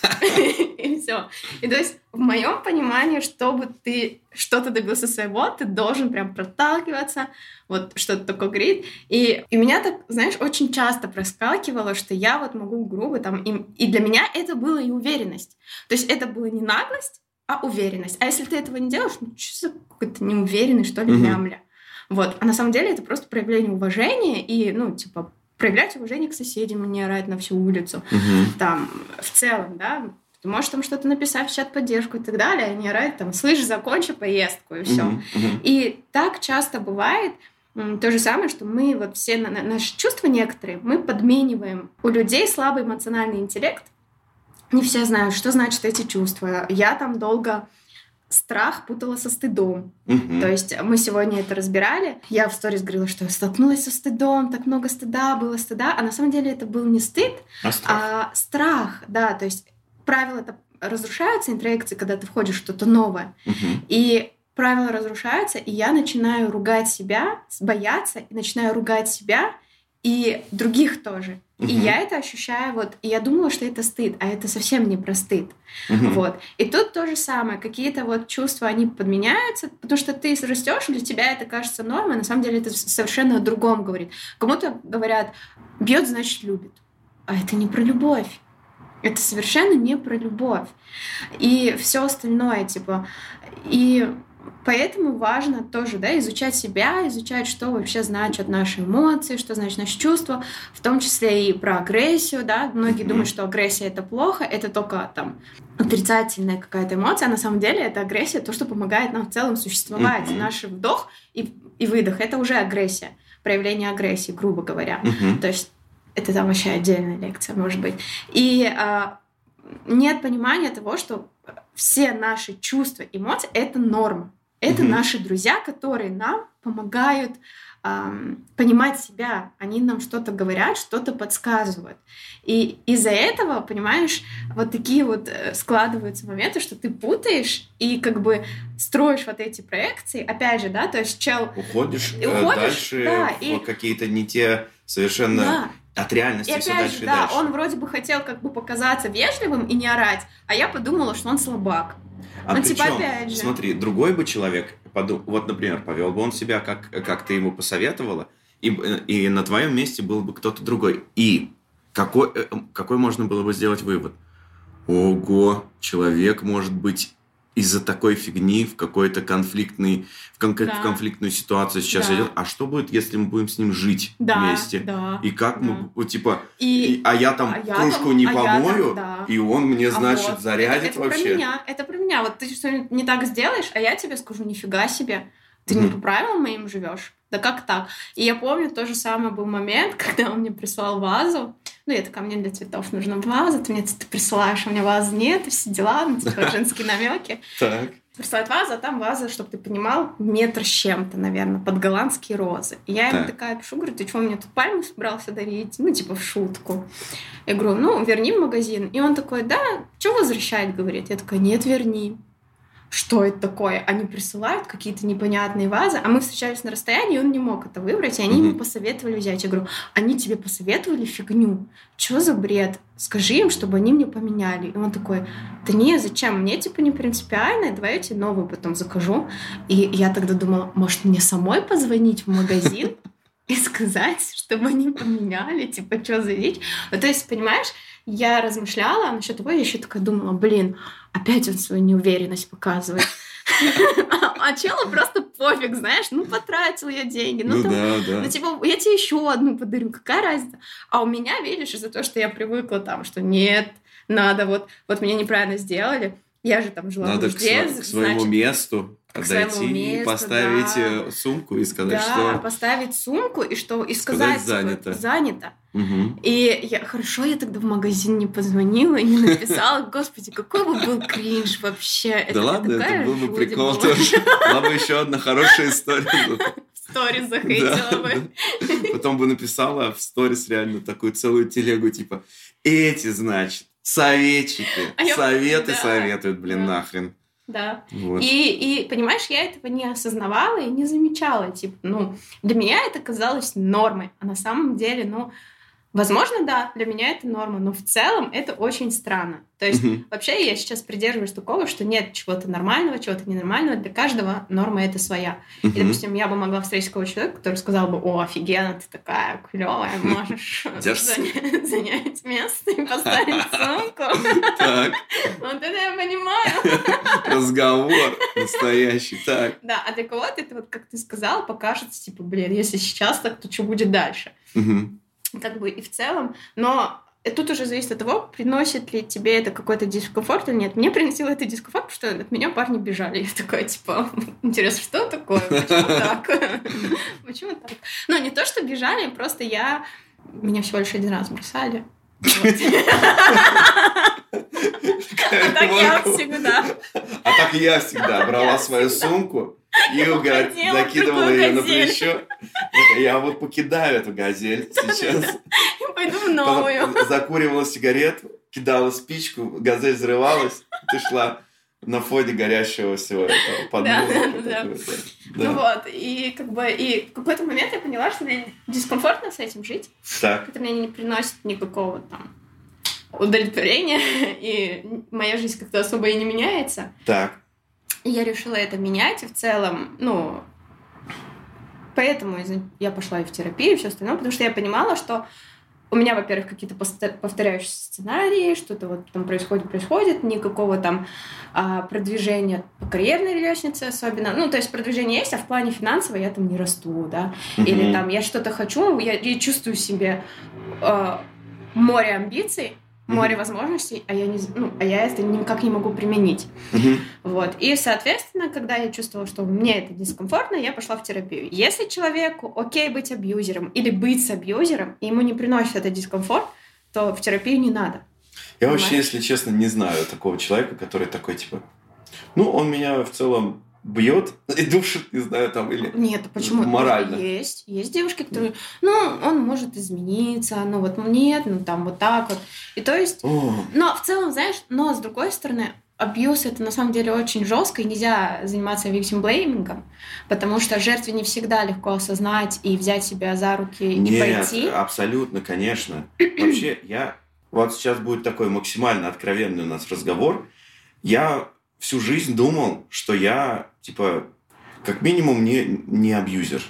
И все. И то есть в моем понимании, чтобы ты что-то добился своего, ты должен прям проталкиваться, вот что-то такое говорить. И, и меня так, знаешь, очень часто проскакивало, что я вот могу грубо там... И, и для меня это было и уверенность. То есть это была не наглость, а уверенность. А если ты этого не делаешь, ну что за какой-то неуверенный, что ли, Мгм. мямля. Вот. А на самом деле это просто проявление уважения и, ну, типа, проявлять уважение к соседям и не орать на всю улицу. Мгм. Там, в целом, да, ты можешь там что-то написать в чат поддержку и так далее, а не орать там, слышь, закончи поездку, и все. Мгм. Мгм. И так часто бывает м, то же самое, что мы вот все на- на- наши чувства некоторые, мы подмениваем. У людей слабый эмоциональный интеллект. Не все знают, что значит эти чувства. Я там долго страх путала со стыдом. Мгм. То есть мы сегодня это разбирали. Я в сторис говорила, что я столкнулась со стыдом, так много стыда, было стыда. А на самом деле это был не стыд, А страх? а страх. Да, то есть правила-то разрушаются, интроекции, когда ты входишь в что-то новое. Мгм. И правила разрушаются, и я начинаю ругать себя, бояться, и начинаю ругать себя и других тоже. И Мгм. я это ощущаю, вот, и я думала, что это стыд, а это совсем не про стыд. Мгм. Вот. И тут то же самое. Какие-то вот чувства, они подменяются, потому что ты растешь, для тебя это кажется нормой, на самом деле это совершенно о другом говорит. Кому-то говорят, бьет, значит, любит. А это не про любовь. Это совершенно не про любовь. И все остальное, типа. И поэтому важно тоже, да, изучать себя, изучать, что вообще значат наши эмоции, что значит наши чувства, в том числе и про агрессию, да. Многие Мгм. думают, что агрессия — это плохо, это только там отрицательная какая-то эмоция, а на самом деле это агрессия, то, что помогает нам в целом существовать. Мгм. Наш вдох и, и выдох — это уже агрессия. проявление агрессии, грубо говоря. Мгм. То есть это там вообще отдельная лекция, может быть. И а, нет понимания того, что все наши чувства, эмоции — это норма. Это Мгм. наши друзья, которые нам помогают ам, понимать себя. Они нам что-то говорят, что-то подсказывают. И из-за этого, понимаешь, вот такие вот э, складываются моменты, что ты путаешь и как бы строишь вот эти проекции. Опять же, да, то есть чел... Уходишь, И э, уходишь, дальше да, в и- какие-то не те совершенно Да. от реальности И все опять дальше же, и да, дальше. он вроде бы хотел как бы показаться вежливым и не орать, а я подумала, что он слабак. А ну, типа, причем, опять же. смотри, другой бы человек, подум- вот, например, повел бы он себя, как, как ты ему посоветовала, и, и на твоем месте был бы кто-то другой. И какой, э, какой можно было бы сделать вывод? Ого, человек может быть из-за такой фигни в какой-то конфликтный, в, кон- Да. в конфликтную ситуацию сейчас Да. идет. А что будет, если мы будем с ним жить Да, вместе? да, И как да. мы, вот, типа, И- и- а я там а я кружку там- не а я там, помою, да. и он мне, А значит, вот, зарядит это, это вообще. про меня, это про меня. Вот ты что-нибудь не так сделаешь, а я тебе скажу, нифига себе, ты не Мгм. по правилам моим живешь. Да как так? И я помню, то же самое был момент, когда он мне прислал вазу. Ну, я такая, мне для цветов нужна ваза, ты мне ты присылаешь, а у меня вазы нет, и все дела, ну, типа женские намеки. Так. Присылает вазу, а там ваза, чтобы ты понимал, метр с чем-то, наверное, под голландские розы. И я ему Так. такая пишу, говорю, ты что, мне тут пальму собрался дарить? Ну, типа в шутку. Я говорю, ну, верни в магазин. И он такой, да, что возвращать, говорит. Я такая, нет, верни. Что это такое? Они присылают какие-то непонятные вазы, а мы встречались на расстоянии, и он не мог это выбрать, и они Мгм. ему посоветовали взять. Я говорю, они тебе посоветовали фигню? Что за бред? Скажи им, чтобы они мне поменяли. И он такой, да не, зачем? Мне типа не принципиально, давай я тебе новую потом закажу. И я тогда думала, может, мне самой позвонить в магазин и сказать, чтобы они поменяли, типа, что за вещь? Ну, то есть, понимаешь, я размышляла насчет того, я еще такая думала, блин, опять он свою неуверенность показывает. А челу просто пофиг, знаешь, ну потратил я деньги, ну Ну там, да, да. ну типа я тебе еще одну подарю, какая разница? А у меня, видишь, из-за того, что я привыкла там, что нет, надо вот, вот мне неправильно сделали, я же там жила в Надо к, нужде, сво- к своему значит, месту к своему подойти, месту, поставить да. э, сумку и сказать, да, что... поставить сумку и что, и Сказать, сказать, типа, занято. занято. Мгм. И я, хорошо, я тогда в магазин не позвонила и не написала. Господи, какой бы был кринж вообще. Это Да ладно, такая это был бы жуть прикол была. тоже. Была бы еще одна хорошая история. В сторис захейтила бы. Да. Потом бы написала в сторис реально такую целую телегу, типа, эти, значит, советчики, А я- советы да, советуют, блин, да. нахрен. Да. Вот. И, и, понимаешь, я этого не осознавала и не замечала. Типа, ну, для меня это казалось нормой. А на самом деле, ну, возможно, да, для меня это норма, но в целом это очень странно. То есть, Мгм. вообще, я сейчас придерживаюсь такого, что нет чего-то нормального, чего-то ненормального. Для каждого норма это своя. И, Мгм. допустим, я бы могла встретить какого-то человека, который сказал бы, о, офигенно, ты такая клевая, можешь Дерзкая. заня- занять место и поставить сумку. Так, Вот это я понимаю. разговор настоящий. Так. Да, а для кого-то это, вот как ты сказала, покажется, типа, блин, если сейчас так, то что будет дальше? Мгм. Как бы и в целом, но тут уже зависит от того, приносит ли тебе это какой-то дискомфорт или нет. Мне приносило это дискомфорт, потому что от меня парни бежали. Я такая, типа, интересно, что такое? Почему так? Почему так? Ну, не то, что бежали, просто я... Меня всего лишь один раз бросали. Вот. А так я всегда. А так я всегда брала свою сумку и уга- Уходила в закидывала другую ее на газель. плечо. Я вот покидаю эту газель сейчас. И пойду в новую. Потом закуривала сигарету, кидала спичку, газель взрывалась, ты шла на фоне горящего всего этого под Да, музыку да, такую, да. Ну Да. вот, и как бы, и в какой-то момент я поняла, что мне дискомфортно с этим жить. Так. Это мне не приносит никакого там удовлетворения, и моя жизнь как-то особо и не меняется. Так. И я решила это менять, и в целом, ну, поэтому из- я пошла и в терапию, и все остальное, потому что я понимала, что у меня, во-первых, какие-то поста- повторяющиеся сценарии, что-то вот там происходит, происходит, никакого там а, продвижения по карьерной лестнице особенно. Ну, то есть продвижение есть, а в плане финансово я там не расту, да. Или Мгм. там я что-то хочу, я, я чувствую в себе э, море амбиций, море возможностей, а я, не, ну, а я это никак не могу применить. Mm-hmm. Вот. И, соответственно, когда я чувствовала, что мне это дискомфортно, я пошла в терапию. Если человеку окей быть абьюзером или быть с абьюзером, и ему не приносит это дискомфорт, то в терапию не надо. Я Понимаешь? вообще, если честно, не знаю такого человека, который такой, типа, ну, он меня в целом бьет и душит, не знаю, там, или Нет, почему? морально. Есть. Есть девушки, которые, ну, он может измениться, ну, вот, ну, нет, ну, там, вот так вот. И то есть, О. но в целом, знаешь, но с другой стороны, абьюз — это на самом деле очень жестко, и нельзя заниматься виктим-блеймингом, потому что жертве не всегда легко осознать и взять себя за руки и Нет, пойти. абсолютно, конечно. Вообще, я... Вот сейчас будет такой максимально откровенный у нас разговор. Я всю жизнь думал, что я, типа, как минимум не, не абьюзер.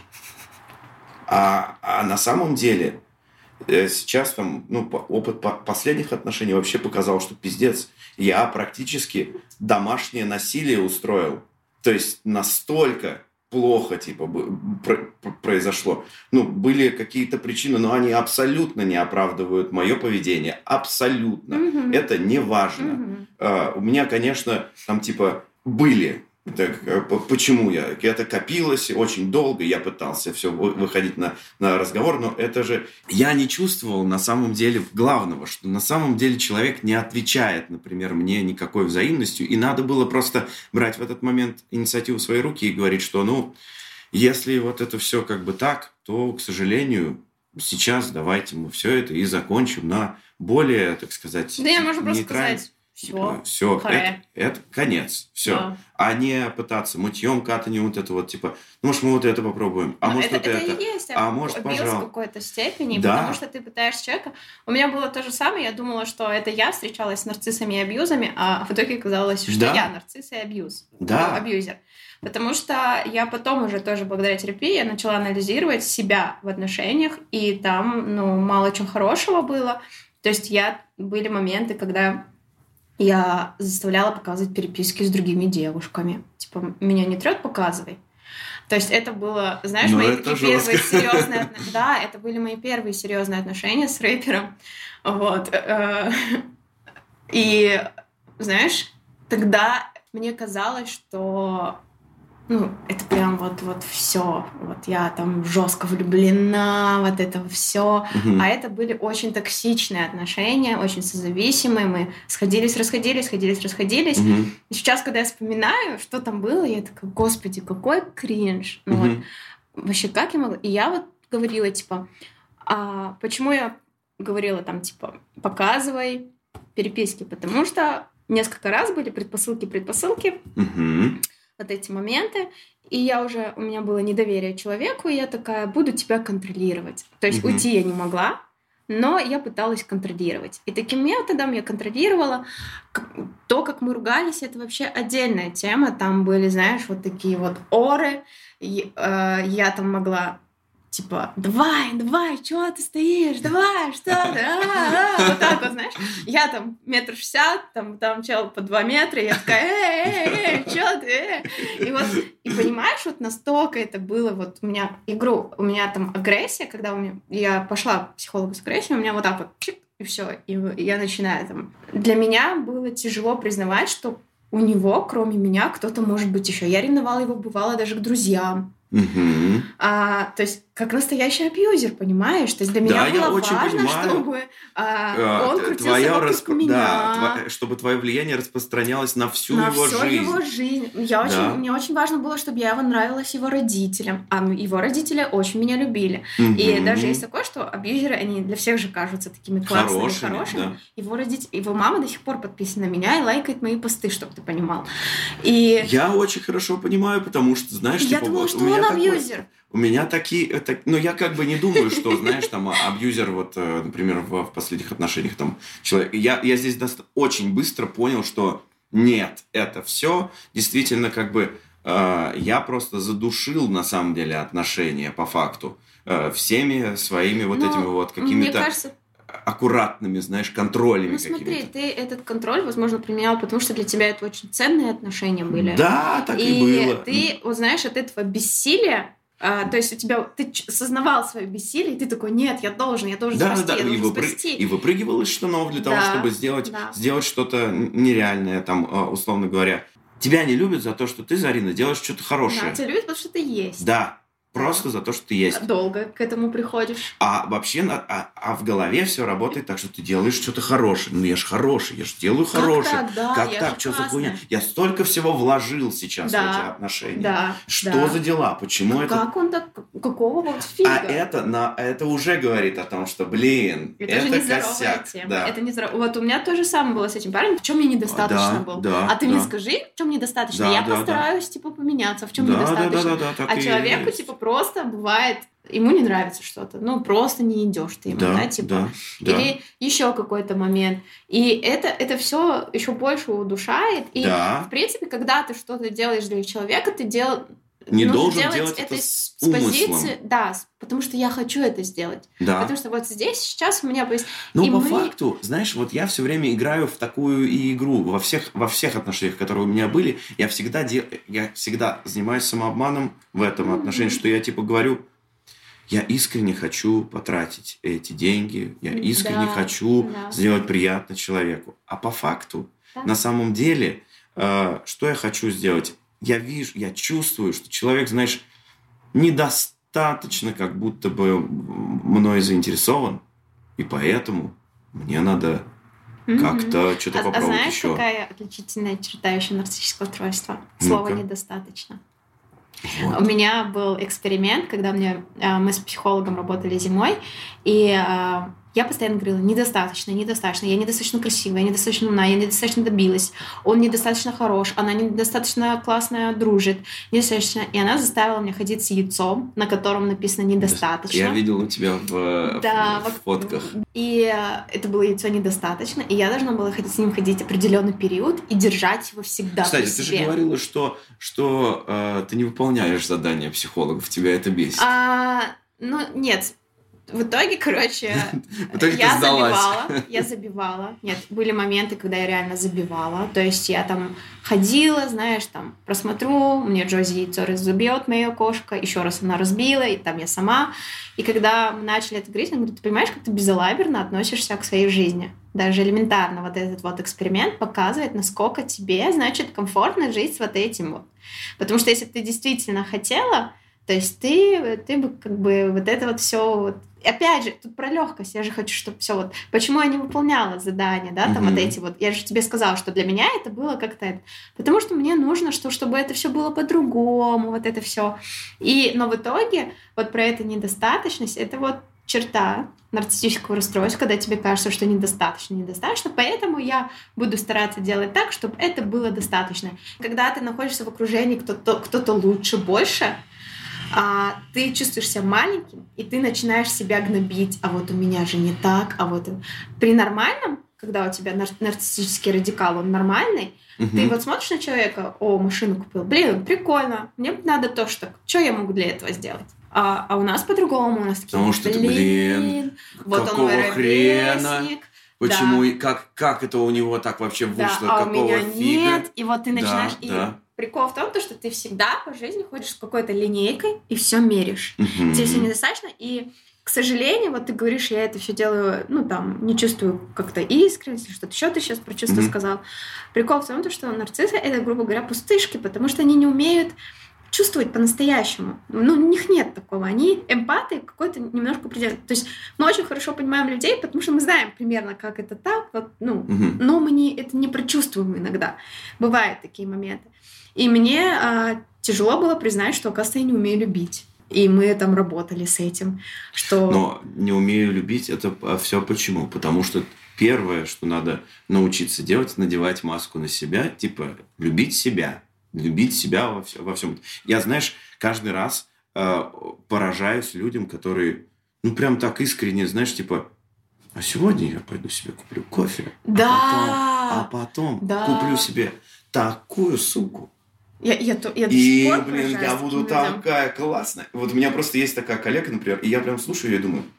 А, а на самом деле сейчас там, ну, опыт последних отношений вообще показал, что пиздец. Я практически домашнее насилие устроил. То есть настолько плохо, типа, произошло. Ну, были какие-то причины, но они абсолютно не оправдывают мое поведение. Абсолютно. Mm-hmm. Это не важно. Mm-hmm. Uh, у меня, конечно, там, типа, были... Так, почему я? Это копилось очень долго, я пытался все выходить на, на разговор, но это же... Я не чувствовал на самом деле главного, что на самом деле человек не отвечает, например, мне никакой взаимностью, и надо было просто брать в этот момент инициативу в свои руки и говорить, что, ну, если вот это все как бы так, то, к сожалению, сейчас давайте мы все это и закончим на более, так сказать, да я могу просто нейтральном... сказать... Все, все, это, это конец, все. Да. А не пытаться мытьем, катанием, вот это вот, типа, ну, может, мы вот это попробуем, а но может, это, вот это. это, и есть, а может, пожалуйста. В какой-то степени, да. Потому что ты пытаешься человека... У меня было то же самое, я думала, что это я встречалась с нарциссами и абьюзами, а в итоге оказалось, что да. я нарцисс и абьюз, да. ну, абьюзер. Потому что я потом уже тоже благодаря терапии я начала анализировать себя в отношениях, и там, ну, мало чего хорошего было. То есть я... были моменты, когда... я заставляла показывать переписки с другими девушками. Типа, меня не трёт, показывай. То есть это было, знаешь, но мои такие первые жестко. серьезные... Да, это были мои первые серьезные отношения с рэпером. Вот. И, знаешь, тогда мне казалось, что... Ну, это прям вот, вот все. Вот я там жестко влюблена, вот это все. Угу. А это были очень токсичные отношения, очень созависимые. Мы сходились, расходились, сходились, расходились. Угу. И сейчас, когда я вспоминаю, что там было, я такая, господи, какой кринж. Ну, угу. вот, вообще, как я могла? И я вот говорила, типа, а почему я говорила там, типа, показывай переписки? Потому что несколько раз были предпосылки-предпосылки. Угу. Вот эти моменты, и я уже, у меня было недоверие человеку, и я такая, буду тебя контролировать. То есть угу. уйти я не могла, но я пыталась контролировать. И таким методом я контролировала. То, как мы ругались, это вообще отдельная тема. Там были, знаешь, вот такие вот оры. И, э, я там могла... Типа, давай, давай, чего ты стоишь, давай, что ты, а-а-а, вот так вот, знаешь. Я там метр шестьдесят, там, там чел по два метра, и я такая, эй-эй-эй, чё ты, эй? И вот, и понимаешь, вот настолько это было, вот у меня игру, у меня там агрессия, когда у меня, я пошла к психологу с агрессией, у меня вот так вот, чик, и все, и я начинаю там. Для меня было тяжело признавать, что у него, кроме меня, кто-то может быть еще. Я ревновала его, бывало, даже к друзьям. Угу. А, то есть, как настоящий абьюзер, понимаешь? То есть, для да, меня было важно, понимаю. чтобы а, он крутился вокруг расп... меня. Да, тво... чтобы твое влияние распространялось на всю на его всю жизнь. его жизнь. Я да. очень, мне очень важно было, чтобы я его нравилась его родителям. А его родители очень меня любили. Угу. И даже есть такое, что абьюзеры, они для всех же кажутся такими классными, хорошими. хорошими. Да. Его, родители, его мама до сих пор подписана на меня и лайкает мои посты, чтобы ты понимал. И... Я очень хорошо понимаю, потому что, знаешь... Я типа, думала, вот, что он абьюзер. Такой... У меня такие... Это, ну, я как бы не думаю, что, знаешь, там, абьюзер, вот, например, в, в последних отношениях, там, человек... Я, я здесь доста... очень быстро понял, что нет, это все действительно, как бы, э, я просто задушил, на самом деле, отношения, по факту, э, всеми своими вот Но, этими вот какими-то... Мне кажется... аккуратными, знаешь, контролями ну, какими-то. Ну, смотри, ты этот контроль, возможно, применял, потому что для тебя это очень ценные отношения были. Да, так и, и было. И ты, вот знаешь, от этого бессилия А, то есть у тебя ты сознавал свое бессилие, и ты такой, нет, я должен, я должен да, спасти, да, я и, должен выпры... спасти. и выпрыгивал из штанов для того, Да, чтобы сделать, да. сделать что-то нереальное, там, условно говоря. Тебя не любят за то, что ты, Зарина, делаешь что-то хорошее. Да, тебя любят, потому что ты есть. Да. Просто за то, что ты есть. Долго к этому приходишь. А вообще, а, а в голове все работает так, что ты делаешь что-то хорошее. Ну, я ж хороший, я ж делаю как хорошее. Так, да, как я так? Что за хуйня? классная. Я столько всего вложил сейчас да, в эти отношения. Да, что да. за дела? Почему а это... Как он так? Какого вот фига? А это, на, это уже говорит о том, что, блин, это, это же нездоровая косяк. тема. Да. Это нездоровая. Вот у меня то же самое было с этим парнем. В чем мне недостаточно да, было? Да, а ты да. мне скажи, в чем недостаточно. Да, я да, постараюсь, да. типа, поменяться. В чем да, недостаточно. Да, да, да, да, а человеку, есть. типа, просто бывает, ему не нравится что-то. Ну, просто не идешь ты ему, да, да типа. Да, Или да. еще какой-то момент. И это, это все еще больше удушает. И, да. в принципе, когда ты что-то делаешь для человека, ты делаешь... Не Нужно должен делать, делать это это с, с умыслом. позиции, да, потому что я хочу это сделать. Да. Потому что вот здесь сейчас у меня есть. Но и по мы... факту, знаешь, вот я все время играю в такую и игру во всех во всех отношениях, которые у меня были. Я всегда дел... я всегда занимаюсь самообманом в этом mm-hmm. отношении, что я типа говорю, я искренне хочу потратить эти деньги, я искренне да, хочу да. сделать приятно человеку, а по факту, да. на самом деле, э, что я хочу сделать? Я вижу, я чувствую, что человек, знаешь, недостаточно как будто бы мной заинтересован, и поэтому мне надо mm-hmm. как-то что-то а, попробовать а знаешь, еще. какая отличительная черта еще нарциссического расстройства? Слово Ну-ка. «недостаточно». Вот. У меня был эксперимент, когда мне, мы с психологом работали зимой, и я постоянно говорила, недостаточно, недостаточно, я недостаточно красивая, я недостаточно умна, я недостаточно добилась, он недостаточно хорош, она недостаточно классно дружит, недостаточно. И она заставила меня ходить с яйцом, на котором написано «недостаточно». Я видел у тебя в, да, в, в фотках. И это было яйцо «недостаточно», и я должна была ходить, с ним ходить определенный период и держать его всегда Кстати, при ты себе. же говорила, что, что э, ты не выполняешь задания психологов, тебя это бесит. А, ну, нет. В итоге, короче, В итоге я ты сдалась. забивала, я забивала. Нет, были моменты, когда я реально забивала. То есть я там ходила, знаешь, там просмотрю, мне Джози яйцо разобьет, моя кошка, еще раз она разбила, и там я сама. И когда мы начали это говорить, он говорит, ты понимаешь, как ты безалаберно относишься к своей жизни? Даже элементарно вот этот вот эксперимент показывает, насколько тебе, значит, комфортно жить с вот этим вот. Потому что если ты действительно хотела, то есть ты, ты бы как бы вот это вот все вот... Опять же, тут про легкость. Я же хочу, чтобы все вот... Почему я не выполняла задания, да, там mm-hmm. вот эти вот... Я же тебе сказала, что для меня это было как-то... Это... Потому что мне нужно, что, чтобы это все было по-другому, вот это все. И, но в итоге вот про эту недостаточность, это вот черта нарциссического расстройства, когда тебе кажется, что недостаточно, недостаточно, поэтому я буду стараться делать так, чтобы это было достаточно. Когда ты находишься в окружении кто-то, кто-то лучше, больше, а ты чувствуешь себя маленьким, и ты начинаешь себя гнобить, а вот у меня же не так, а вот... При нормальном, когда у тебя нар- нарциссический радикал, он нормальный, угу. ты вот смотришь на человека, о, машину купил, блин, прикольно, мне надо то, что... Что я могу для этого сделать? А, а у нас по-другому, у нас такие, Потому что, блин, блин, вот какого он мой хрена? ровесник. Почему, Да. и как, как это у него так вообще вышло? Да, а у Какого меня фига? нет. И вот ты начинаешь... Да, и да. прикол в том, что ты всегда по жизни ходишь с какой-то линейкой и все меришь. Мгм. Тебе все недостаточно. И, к сожалению, вот ты говоришь, я это все делаю, ну, там, не чувствую как-то искренности, что-то еще ты сейчас про чувства Мгм. сказал. Прикол в том, что нарциссы — это, грубо говоря, пустышки, потому что они не умеют чувствовать по-настоящему. Ну, у них нет такого. Они эмпаты какой-то немножко предел. То есть мы очень хорошо понимаем людей, потому что мы знаем примерно, как это так, вот, ну, Мгм. но мы не, это не прочувствуем иногда. Бывают такие моменты. И мне а, тяжело было признать, что, оказывается, я не умею любить. И мы там работали с этим. Что... Но не умею любить, это все почему? Потому что первое, что надо научиться делать, надевать маску на себя, типа любить себя. Любить себя во, вс- во всем. Я, знаешь, каждый раз э, поражаюсь людям, которые, ну, прям так искренне, знаешь, типа, а сегодня я пойду себе куплю кофе, Да! а потом, а потом Да. куплю себе такую суку. Я, я, то- я до И, сих пор блин, я поражаюсь буду таким людям. такая классная. Вот у меня просто есть такая коллега, например, и я прям слушаю ее и думаю,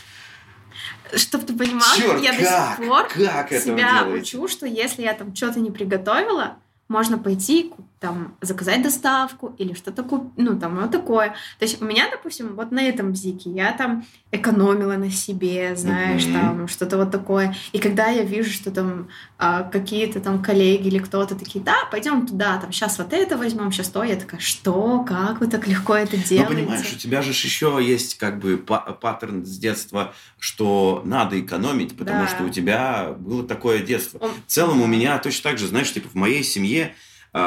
Чтоб ты понимал, Чёрт, я как? до сих пор Как это вы себя делаете? учу, что если я там что-то не приготовила, можно пойти там заказать доставку или что-то купить, ну, там, вот такое. То есть у меня, допустим, вот на этом бзике я там экономила на себе, знаешь, mm-hmm. там, что-то вот такое. И когда я вижу, что там а, какие-то там коллеги или кто-то такие, да, пойдем туда, там, сейчас вот это возьмем, сейчас то, я такая, что, как вы так легко это делаете? Ну, понимаешь, у тебя же еще есть как бы паттерн с детства, что надо экономить, потому да. что у тебя было такое детство. Он... В целом у меня точно так же, знаешь, типа в моей семье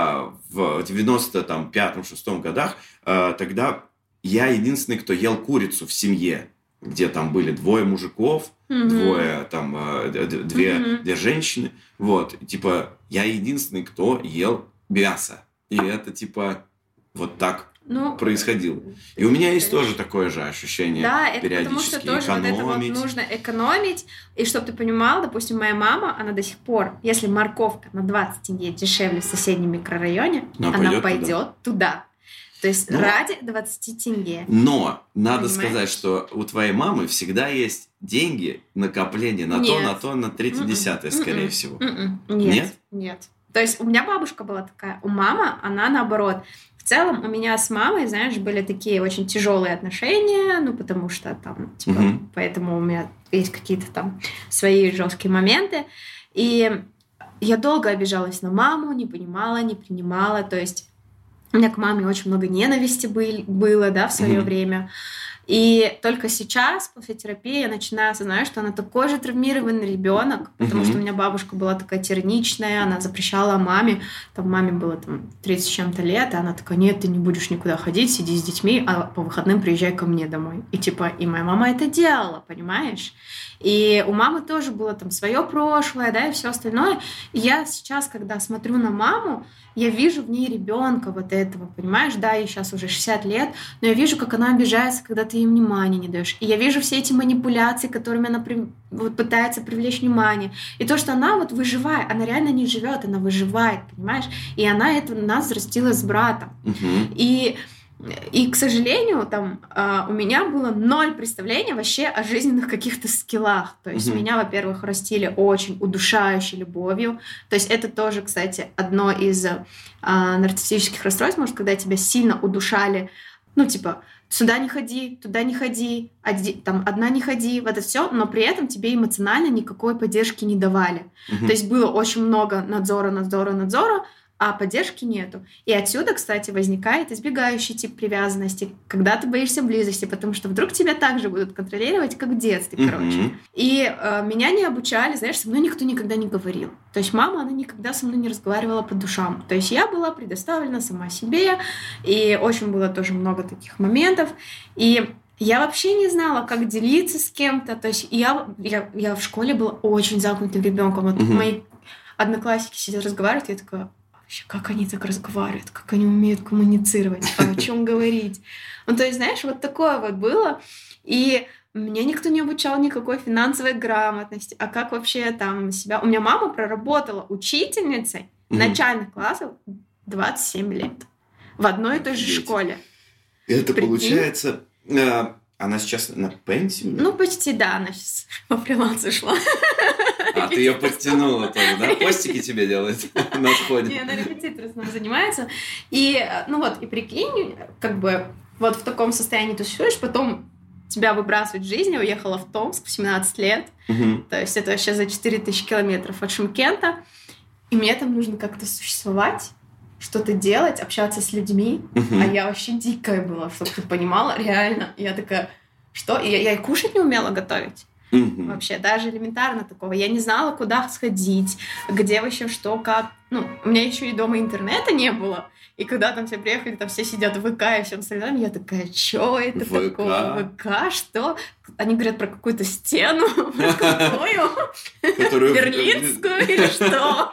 в девяносто пятом-шестом годах, тогда я единственный, кто ел курицу в семье, где там были двое мужиков, mm-hmm. двое, там, две, mm-hmm. две женщины. Вот, типа, я единственный, кто ел мясо. И это, типа, вот так ну, происходило. И у меня есть тоже такое же ощущение. Да, это потому что тоже экономить. Вот это вот нужно экономить. И чтобы ты понимал, допустим, моя мама, она до сих пор, если морковка на двадцать тенге дешевле в соседнем микрорайоне, но она пойдет, пойдет туда. туда. То есть но, ради двадцать тенге. Но надо Понимаешь? сказать, что у твоей мамы всегда есть деньги, накопления на нет. то, на то, на третье, десятое, скорее Mm-mm. всего. Mm-mm. Нет, нет, нет. То есть у меня бабушка была такая, у мамы она наоборот. В целом у меня с мамой, знаешь, были такие очень тяжелые отношения, ну, потому что там, типа, mm-hmm. поэтому у меня есть какие-то там свои жесткие моменты. И я долго обижалась на маму, не понимала, не принимала. То есть у меня к маме очень много ненависти был, было, да, в свое mm-hmm. время. И только сейчас, после терапии, я начинаю осознавать, что она такой же травмированный ребенок, потому mm-hmm. что у меня бабушка была такая тираничная, она запрещала маме, там маме было там тридцать с чем-то лет, и она такая, нет, ты не будешь никуда ходить, сиди с детьми, а по выходным приезжай ко мне домой. И типа, и моя мама это делала, понимаешь? И у мамы тоже было там свое прошлое, да, и все остальное. И я сейчас, когда смотрю на маму, я вижу в ней ребенка вот этого, понимаешь? Да, ей сейчас уже шестьдесят лет, но я вижу, как она обижается, когда ты ей внимания не даешь. И я вижу все эти манипуляции, которыми она при... вот, пытается привлечь внимание. И то, что она вот выживает, она реально не живет, она выживает, понимаешь? И она это нас взрастила с братом. Uh-huh. И И, к сожалению, там э, у меня было ноль представления вообще о жизненных каких-то скиллах. То есть mm-hmm. меня, во-первых, растили очень удушающей любовью. То есть это тоже, кстати, одно из э, нарциссических расстройств, может, когда тебя сильно удушали, ну, типа, сюда не ходи, туда не ходи, оди, там, одна не ходи, вот это все, но при этом тебе эмоционально никакой поддержки не давали. Mm-hmm. То есть было очень много надзора, надзора, надзора, а поддержки нету. И отсюда, кстати, возникает избегающий тип привязанности, когда ты боишься близости, потому что вдруг тебя также будут контролировать, как в детстве, mm-hmm. короче. И э, меня не обучали, знаешь, со мной никто никогда не говорил. То есть мама, она никогда со мной не разговаривала по душам. То есть я была предоставлена сама себе, и очень было тоже много таких моментов. И я вообще не знала, как делиться с кем-то. То есть я, я, я в школе была очень замкнутым ребенком. Вот mm-hmm. мои одноклассники сидят, разговаривают, я такая... Как они так разговаривают, как они умеют коммуницировать, о чем говорить. Ну, то есть, знаешь, вот такое вот было. И меня никто не обучал никакой финансовой грамотности. А как вообще там себя... У меня мама проработала учительницей mm-hmm. начальных классов двадцать семь лет. В одной и той же школе. Это Прикинь? Получается... Э, она сейчас на пенсии? Ну, почти, да. Она сейчас по фрилансу шла. А ты ее подтянула тоже, да? Постики тебе делает на входе. Не, она репетитор с нами занимается. И, ну вот, и прикинь, как бы вот в таком состоянии ты существуешь, потом тебя выбрасывают в жизнь. Я уехала в Томск в семнадцать лет. Угу. То есть это вообще за четыре тысячи километров от Шымкента. И мне там нужно как-то существовать, что-то делать, общаться с людьми. Угу. А я вообще дикая была, чтобы ты понимала, реально. Я такая, что? И я, я и кушать не умела готовить. Mm-hmm. Вообще, даже элементарно такого. Я не знала, куда сходить, где вообще что, как. Ну, у меня еще и дома интернета не было. И когда там все приехали, там все сидят в ВК и всем остальном, я такая, что это ВК? такое? ВК? Что? Они говорят про какую-то стену. Какую? Берлинскую или что?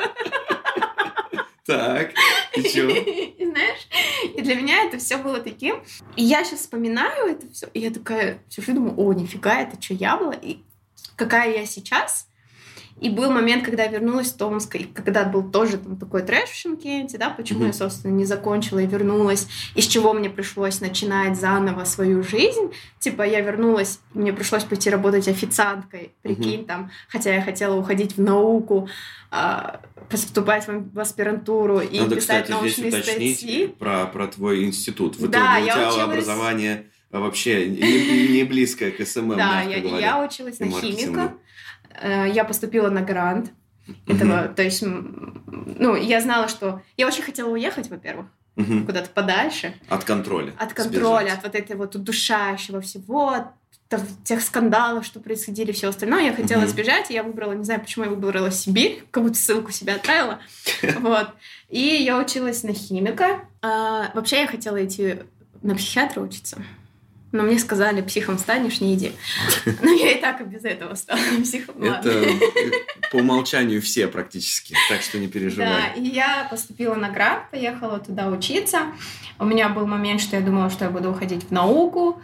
Так, и чё? И знаешь, и для меня это все было таким. И я сейчас вспоминаю это все, и я такая, сижу и думаю, о, нифига, это что я была? И какая я сейчас? И был момент, когда я вернулась в Томск, и когда был тоже там такой трэш в Шымкенте, да, почему mm-hmm. я, собственно, не закончила и вернулась, из чего мне пришлось начинать заново свою жизнь. Типа я вернулась, и мне пришлось пойти работать официанткой, прикинь, mm-hmm. там, хотя я хотела уходить в науку, поступать в аспирантуру и Надо, писать кстати, научные здесь уточнить статьи. Про, про твой институт. В итоге да, у я тебя училась... образование вообще не, не близкое к эс эм эм, Да, мягко я, говоря, я училась на химика. Я поступила на грант. Этого, uh-huh. то есть, ну, я знала, что... Я очень хотела уехать, во-первых, uh-huh. куда-то подальше. От контроля. От контроля, сбежать. От вот этого вот удушающего всего, тех скандалов, что происходили, все остальное. Я хотела uh-huh. сбежать, и я выбрала, не знаю, почему я выбрала Сибирь, как будто ссылку себя отправила. Вот. И я училась на химика. А, вообще я хотела идти на психиатра учиться. Но мне сказали, психом станешь, не иди. Но я и так и без этого стала психом. Это по умолчанию все практически, так что не переживай. Да, и я поступила на грант, поехала туда учиться. У меня был момент, что я думала, что я буду уходить в науку.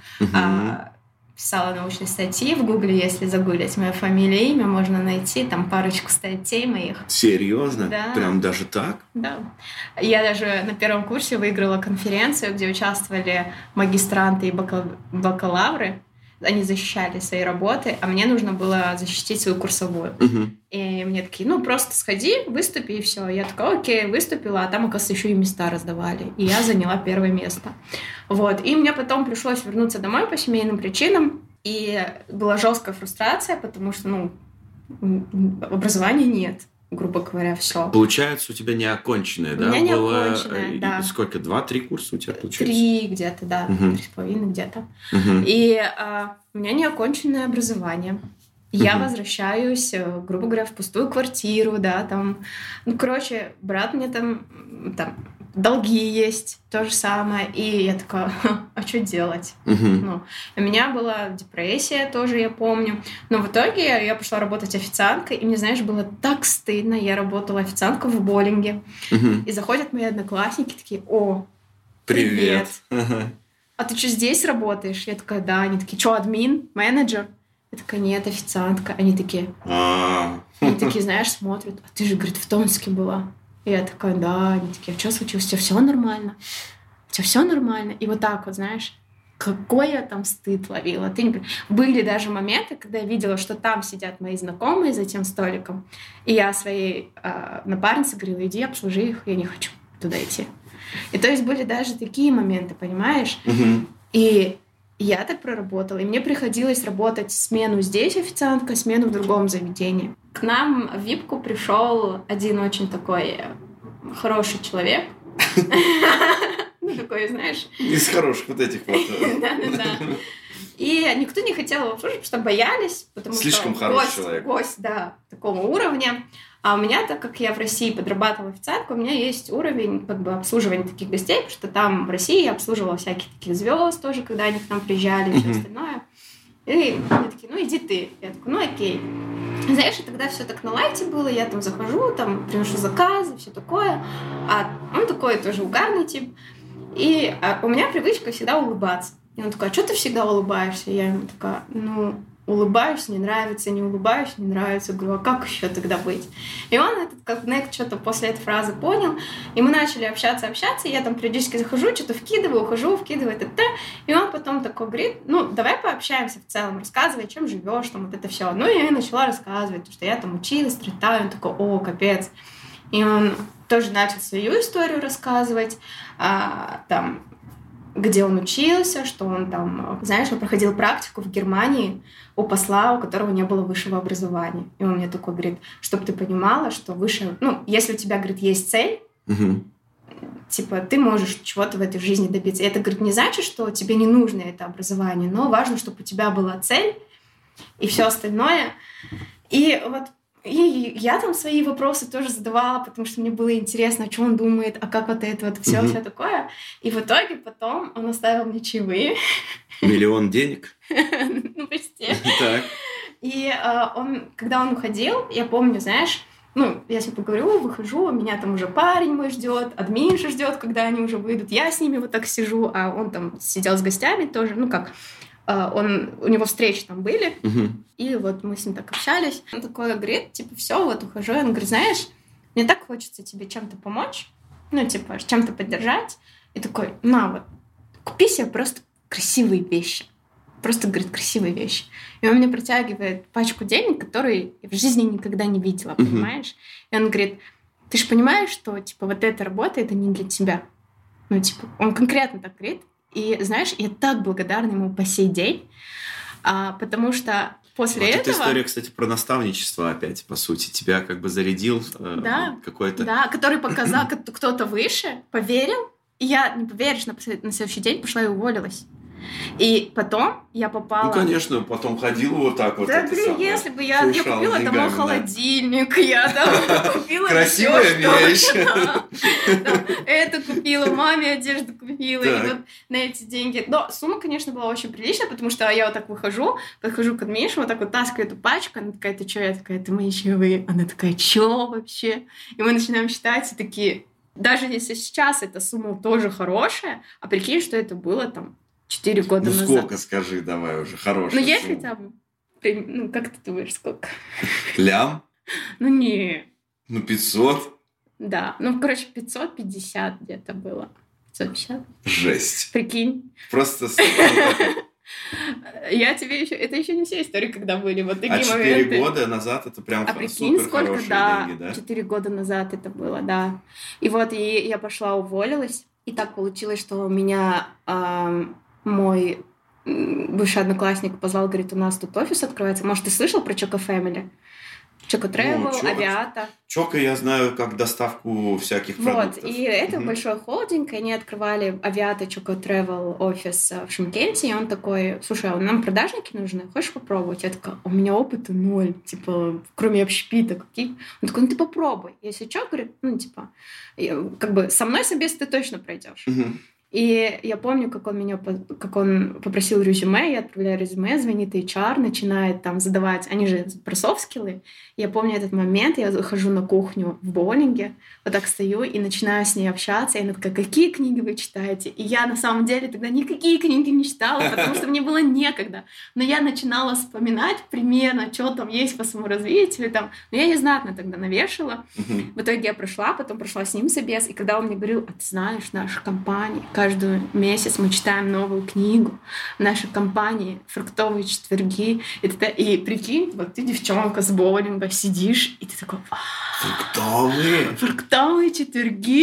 Писала научные статьи в Гугле, если загуглить мою фамилию и имя, можно найти там парочку статей моих. Серьезно? Да. Прям даже так? Да. Я даже на первом курсе выиграла конференцию, где участвовали магистранты и бакал... бакалавры. Они защищали свои работы, а мне нужно было защитить свою курсовую. Угу. И мне такие, ну, просто сходи, выступи, и все. Я такая, окей, выступила, а там, оказывается, еще и места раздавали. И я заняла первое место. Вот. И мне потом пришлось вернуться домой по семейным причинам. И была жесткая фрустрация, потому что, ну, образования нет, грубо говоря, все. Получается, у тебя неоконченное, да? У меня было... неоконченное, да. Сколько? Два-три курса у тебя получается? Три где-то, да. Угу. Три с половиной где-то. Угу. И а, у меня неоконченное образование. Я угу. возвращаюсь, грубо говоря, в пустую квартиру, да, там... Ну, короче, брат мне там... там долги есть, то же самое. И я такая, а что делать? Угу. Ну, у меня была депрессия тоже, я помню. Но в итоге я пошла работать официанткой, и мне, знаешь, было так стыдно. Я работала официанткой в боулинге. Угу. И заходят мои одноклассники, такие, о, привет. привет. А ты что, здесь работаешь? Я такая, да. Они такие, что, админ, менеджер? Я такая, нет, официантка. Они такие, они такие, знаешь, смотрят, а ты же, говорит, в Томске была. И я такая, да. Они такие, а что случилось? У тебя все нормально? У тебя все нормально? И вот так вот, знаешь, какой я там стыд ловила. Ты не... Были даже моменты, когда я видела, что там сидят мои знакомые за тем столиком, и я своей э, напарнице говорила, иди обслужи их, я не хочу туда идти. И то есть были даже такие моменты, понимаешь? Угу. И я так проработала, и мне приходилось работать смену здесь официанткой, смену в другом заведении. К нам в випку пришел один очень такой хороший человек. Ну, такой, знаешь... Из хороших вот этих вот. Да-да-да. И никто не хотел его слушать, потому что боялись, потому Слишком что хороший гость, человек. гость, да, такого уровня. А у меня, так как я в России подрабатывала официанткой, у меня есть уровень как бы обслуживания таких гостей, потому что там в России я обслуживала всяких таких звезд тоже, когда они к нам приезжали и все остальное. И они такие, ну иди ты. Я такая, ну окей. Знаешь, и тогда все так на лайте было, я там захожу, там приношу заказы, все такое. А он такой тоже угарный тип. И а у меня привычка всегда улыбаться. И он такой, а что ты всегда улыбаешься? И я ему такая, ну... улыбаюсь, не нравится, не улыбаюсь, не нравится. Говорю, а как еще тогда быть? И он этот коннект что-то после этой фразы понял, и мы начали общаться, общаться, и я там периодически захожу, что-то вкидываю, ухожу, вкидываю, т.т. И он потом такой говорит, ну, давай пообщаемся в целом, рассказывай, чем живешь, там, вот это все. Ну, и я начала рассказывать, что я там училась, стритаю, он такой, о, капец. И он тоже начал свою историю рассказывать, а, там, где он учился, что он там, знаешь, он проходил практику в Германии у посла, у которого не было высшего образования. И он мне такой говорит, чтобы ты понимала, что выше... Ну, если у тебя, говорит, есть цель, угу. типа, ты можешь чего-то в этой жизни добиться. И это, говорит, не значит, что тебе не нужно это образование, но важно, чтобы у тебя была цель и все остальное. И вот и я там свои вопросы тоже задавала, потому что мне было интересно, о чем он думает, а как вот это вот все, mm-hmm. все такое. И в итоге потом он оставил мне чаевые. Миллион денег? Ну, почти. Так. И он, когда он уходил, я помню, знаешь, ну, я себе поговорю, выхожу, меня там уже парень мой ждет, админша ждет, когда они уже выйдут. Я с ними вот так сижу, а он там сидел с гостями тоже, ну как, он, у него встречи там были, Мгм. и вот мы с ним так общались. Он такой говорит, типа, все, вот ухожу. Он говорит, знаешь, мне так хочется тебе чем-то помочь, ну, типа, чем-то поддержать. И такой, на вот, купи себе просто красивые вещи. Просто, говорит, красивые вещи. И он мне протягивает пачку денег, которые я в жизни никогда не видела, Мгм. понимаешь? И он говорит, ты же понимаешь, что, типа, вот эта работа, это не для тебя. Ну, типа, он конкретно так говорит. И, знаешь, я так благодарна ему по сей день, а, потому что после Вот этого... эта история, кстати, про наставничество опять, по сути. Тебя как бы зарядил э, Да, какой-то... Да, который показал, как кто-то выше, поверил. И я, не поверишь, на, послед- на следующий день пошла и уволилась. И потом я попала... Ну, конечно, потом ходил вот так вот. Да, это блин, самое, если бы я, я шуршал купила деньгами, домой да. холодильник, я там купила Красивая ещё что-то, вещь. да. Да, это купила, маме одежду купила. И Так. вот на эти деньги... Но сумма, конечно, была очень приличная, потому что я вот так выхожу, подхожу к администратору, вот так вот таскаю эту пачку, она такая, ты чё? Я такая, это мои чаевые. Она такая, чё вообще? И мы начинаем считать, и такие... Даже если сейчас эта сумма тоже хорошая, а прикинь, что это было там четыре года Ну, назад. сколько, скажи, давай уже, хорошая Ну, есть сумма. хотя бы... при- Ну, как ты думаешь, сколько? Лям? Ну, не. Ну, пятьсот? Да. Ну, короче, пятьсот пятьдесят где-то было. пятьсот пятьдесят. Жесть. Прикинь. Просто... с- ну, Я тебе еще... Это еще не все истории, когда были вот такие А четыре моменты. года назад это прям А хо- прикинь, супер сколько, хорошие да, деньги, да? четыре года назад это было, да. И вот и я пошла, уволилась, и так получилось, что у меня ам, мой м, бывший одноклассник позвал, говорит, у нас тут офис открывается. Может, ты слышал про Choco Family? Choco Travel, Choco- Авиата. Чока я знаю как доставку всяких Вот, продуктов. и это Мгм. большой холдинг, и они открывали Авиата Choco Travel офис э, в Шымкенте, и он такой, слушай, а нам продажники нужны, хочешь попробовать? Я такая, у меня опыта ноль, типа, кроме общепита каких. Он такой, ну ты попробуй. Если что, говорит, ну, типа, я- как бы со мной собес ты точно пройдешь. Мгм. И я помню, как он меня, по- как он попросил резюме, я отправляю резюме, звонит эйч ар, начинает там задавать, они же про софт-скиллы. Я помню этот момент, я захожу на кухню в боулинге, вот так стою и начинаю с ней общаться, и она такая, какие книги вы читаете? И я на самом деле тогда никакие книги не читала, потому что мне было некогда. Но я начинала вспоминать примерно, что там есть по саморазвитию, там. Но я не знатно тогда навешала. Мгм. В итоге я прошла, потом прошла с ним собес, и когда он мне говорил, а ты знаешь, в нашей компании каждый месяц мы читаем новую книгу, в нашей компании фруктовые четверги, и, ты, и прикинь, вот ты девчонка с боулинга, сидишь, и ты такой, «А, Фруктовые? фруктовые четверги,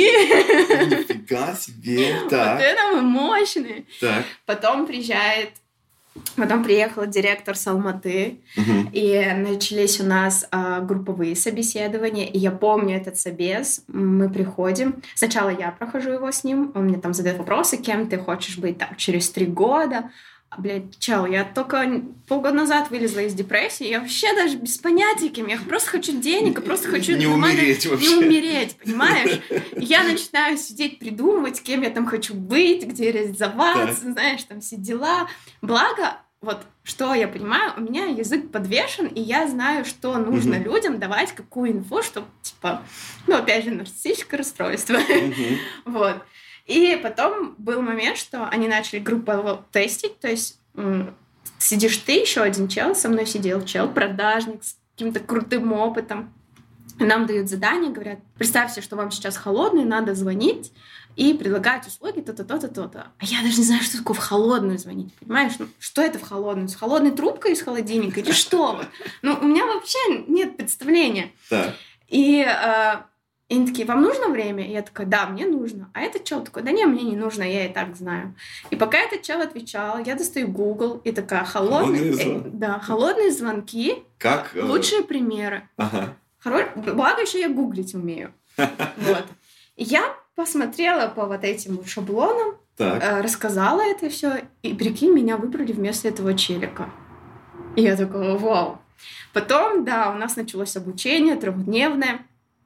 Нифига себе. вот Так, это мы мощные. так. Потом приезжает, потом приехал директор с Алматы, Мгм. и начались у нас а, групповые собеседования. И я помню этот собес. Мы приходим. Сначала я прохожу его с ним. Он мне там задает вопросы, кем ты хочешь быть там через три года. А, блядь, чел, я только полгода назад вылезла из депрессии. Я вообще даже без понятия, кем. Я просто хочу денег, и просто хочу Не нормально- умереть не вообще. умереть, понимаешь? И я начинаю сидеть, придумывать, кем я там хочу быть, где реализоваться, знаешь, там все дела. Благо, вот что я понимаю, у меня язык подвешен, и я знаю, что нужно Мгм. людям давать, какую инфу, чтобы, типа, ну, опять же, нарциссическое расстройство. Мгм. Вот. И потом был момент, что они начали группово тестить, то есть м, сидишь ты, еще один чел, со мной сидел чел, продажник с каким-то крутым опытом. И нам дают задание, говорят, представьте, что вам сейчас холодный, надо звонить и предлагать услуги то-то, то-то, то-то. А я даже не знаю, что такое в холодную звонить, понимаешь? Ну, что это в холодную? С холодной трубкой из холодильника или что? Ну, у меня вообще нет представления. Так. И э, и они такие, вам нужно время? И я такая, да, мне нужно. А этот чел такой, да не, мне не нужно, я и так знаю. И пока этот чел отвечал, я достаю Google и такая, холодные, Холодные э, звонки. да, холодные звонки, Как? э, лучшие примеры. Ага. Хоро- Благо еще я гуглить умею. Вот. И я посмотрела по вот этим вот шаблонам, Так. э, рассказала это все, и прикинь, меня выбрали вместо этого челика. И я такая, вау. Потом, да, у нас началось обучение трехдневное.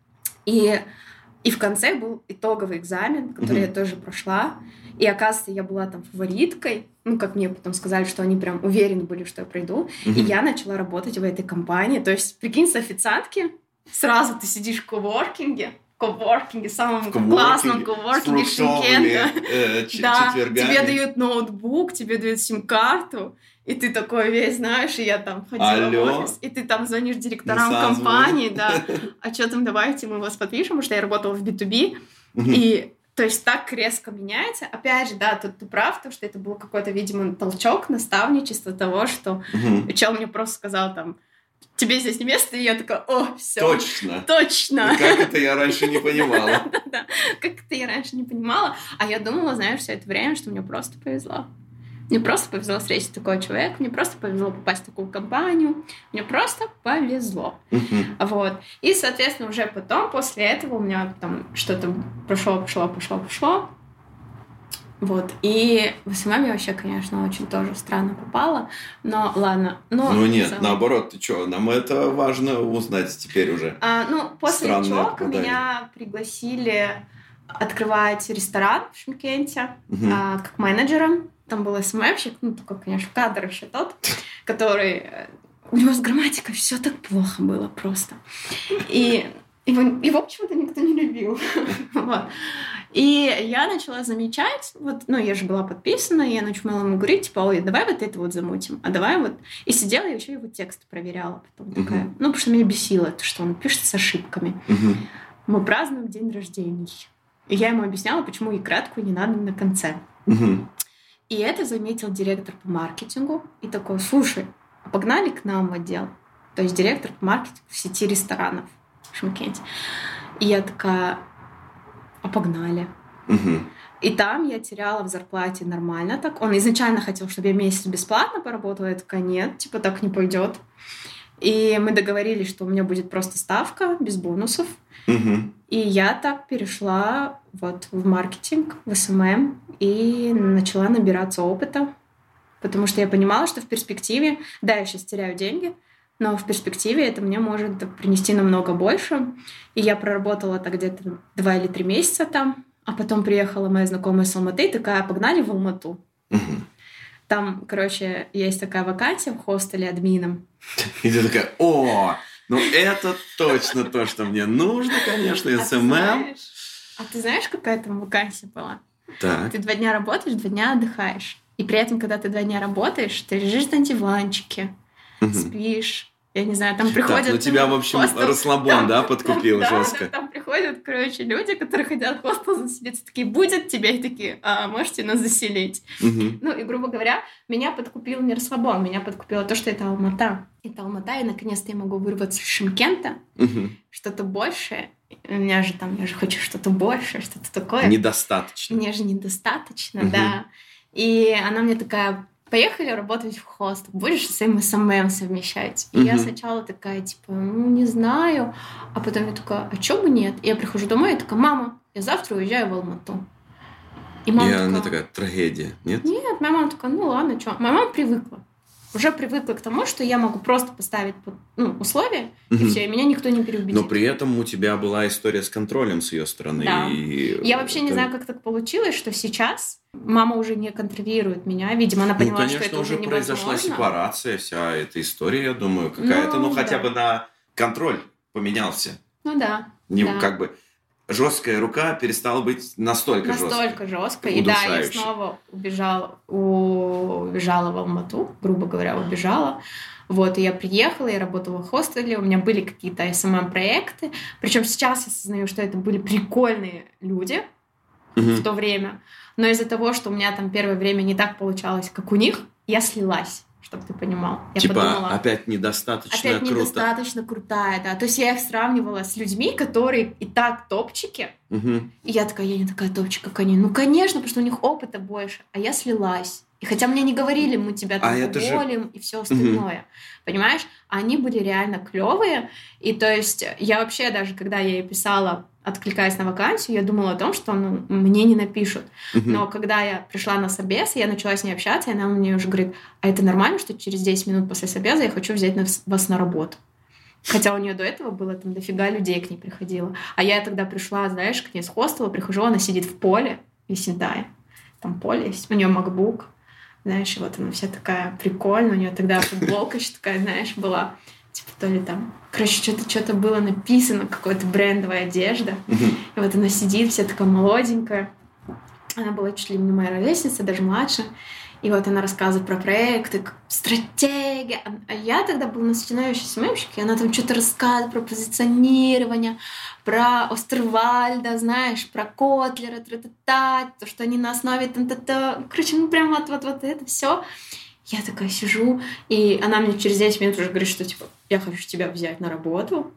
И, и в конце был итоговый экзамен, который Мгм. я тоже прошла. И, оказывается, я была там фавориткой. Ну, как мне потом сказали, что они прям уверены были, что я пройду. И Мгм. я начала работать в этой компании. То есть, прикинь, с официантки сразу ты сидишь в коворкинге, коворкинге, самом В коворкинге, классном коворкинге с фруктовыми, Шымкента. э, ч- Да, четвергами. тебе дают ноутбук, тебе дают сим-карту, и ты такой весь, знаешь, и я там ходила Алло. в офис, и ты там звонишь директорам Не сам компании, звонит. да, а что там, давайте мы вас подпишем, потому что я работала в би ту би, Мгм. и то есть так резко меняется. Опять же, да, тут ты прав, потому что это был какой-то, видимо, толчок, наставничество того, что Мгм. чел мне просто сказал там, тебе здесь не место, и я такая, о, все, Точно. точно. И как это я раньше не понимала. Да, как это я раньше не понимала. А я думала, знаешь, все это время, что мне просто повезло. Мне просто повезло встретить такого человека, мне просто повезло попасть в такую компанию, мне просто повезло. Мгм. Вот. И, соответственно, уже потом, после этого, у меня там что-то прошло, пошло, пошло, пошло. Вот. И в СММ я вообще, конечно, очень тоже странно попала. Но ладно. Но Ну в нет, целом- наоборот, ты что, нам это важно узнать теперь уже. А, ну, после Странное чока попадание. меня пригласили открывать ресторан в Шымкенте Мгм. а, как менеджером. Там был СММщик, ну, такой, конечно, кадр еще тот, который... э, У него с грамматикой все так плохо было просто. И его, его почему-то никто не любил. Вот. И я начала замечать, вот, ну, я же была подписана, и я начала ему говорить, типа, ой, давай вот это вот замутим, а давай вот... И сидела, и еще его текст проверяла потом такая. Мгм. Ну, потому что меня бесило это, что он пишет с ошибками. Мгм. Мы празднуем день рождения. И я ему объясняла, почему и кратку не надо на конце. Мгм. И это заметил директор по маркетингу. И такой, слушай, а погнали к нам в отдел. То есть директор по маркетингу в сети ресторанов в Шымкенте. И я такая, а погнали. Мгм. И там я теряла в зарплате нормально так. Он изначально хотел, чтобы я месяц бесплатно поработала. Я такая, нет, типа так не пойдет. И мы договорились, что у меня будет просто ставка без бонусов. Мгм. И я так перешла вот в маркетинг, в эс эм эм и начала набираться опыта, потому что я понимала, что в перспективе, да, я сейчас теряю деньги, но в перспективе это мне может принести намного больше. И я проработала так где-то два или три месяца там, а потом приехала моя знакомая с Алматы и такая, погнали в Алмату. Мгм. Там, короче, есть такая вакансия в хостеле админом. И ты такая, о, ну это точно то, что мне нужно, конечно, А ты эс эм эм. знаешь- А ты знаешь, какая там вакансия была? Так. Ты два дня работаешь, два дня отдыхаешь. И при этом, когда ты два дня работаешь, ты лежишь на диванчике, Мгм. спишь. Я не знаю, там приходят... Так, ну тебя, в общем, хостел- расслабон, там- да, подкупил да, жестко. да, там приходят, короче, люди, которые хотят в хостел заселиться, такие, будет тебя, и такие, а, можете нас заселить. Мгм. Ну, и, грубо говоря, меня подкупил не расслабон, меня подкупило то, что это Алмата. Это Алмата, и наконец-то я могу вырваться из Шымкента, Мгм. что-то большее. У меня же там, я же хочу что-то большее, что-то такое. Недостаточно. Мне же недостаточно, Мгм. да. И она мне такая, поехали работать в хостел, будешь с своим эс эм эм совмещать? И я Мгм. сначала такая, типа, ну, не знаю. А потом я такая, а чё бы нет? И я прихожу домой и такая, мама, я завтра уезжаю в Алмату. И И мама она такая, такая, трагедия, нет? нет, моя мама такая, ну ладно, что? Моя мама привыкла. Уже привыкла к тому, что я могу просто поставить под- ну, условия, и Мгм. все, и меня никто не переубедит. Но при этом у тебя была история с контролем с ее стороны. Да. и Я вообще не это- знаю, как так получилось, что сейчас мама уже не контролирует меня. Видимо, она Ну, поняла, конечно, что это уже уже произошла невозможно. сепарация, вся эта история, я думаю, какая-то, ну, Ну, хотя да. бы на контроль поменялся. Ну да. Не, да. как бы жесткая рука перестала быть настолько, Настолько жесткой. жестко. И да, я Удушающе. снова убежала, у- убежала в Алмату, грубо говоря, убежала. Вот, и я приехала, я работала в хостеле, у меня были какие-то эс эм эм-проекты. Причем сейчас я осознаю, что это были прикольные люди Мгм. в то время. Но из-за того, что у меня там первое время не так получалось, как у них, я слилась, чтобы ты понимал. Я Типа подумала, опять недостаточно опять круто. недостаточно крутая, да. То есть я их сравнивала с людьми, которые и так топчики. Мгм. И я такая, я не такая топчик, как они. Ну, конечно, потому что у них опыта больше. А я слилась. И хотя мне не говорили, мы тебя там А это же- уволим и все остальное. Понимаешь? Они были реально клевые. И то есть я вообще даже, когда я ей писала, откликаясь на вакансию, я думала о том, что ну, мне не напишут. Мгм. Но когда я пришла на собес, я начала с ней общаться, и она мне уже говорит, а это нормально, что через десять минут после собеса я хочу взять нас- вас на работу? Хотя у нее до этого было там дофига людей к ней приходило. А я тогда пришла, знаешь, к ней с хостела, прихожу, она сидит в поле в Ессентае. Там поле есть, у нее MacBook. Знаешь, и вот она вся такая прикольная. У нее тогда футболка еще такая, знаешь, была. типа то ли там... Короче, что-то, что-то было написано, какая-то брендовая одежда. Uh-huh. И вот она сидит, вся такая молоденькая. Она была чуть ли не моя ровесница, даже младше. И вот она рассказывает про проекты, стратегия. А я тогда был начинающий СММщик, и она там что-то рассказывает про позиционирование, про Остервальда, знаешь, про Котлера, тра-та-та, то, что они на основе там-та-та. Короче, ну прям вот-вот-вот это все. Я такая сижу, и она мне через десять минут уже говорит, что типа я хочу тебя взять на работу.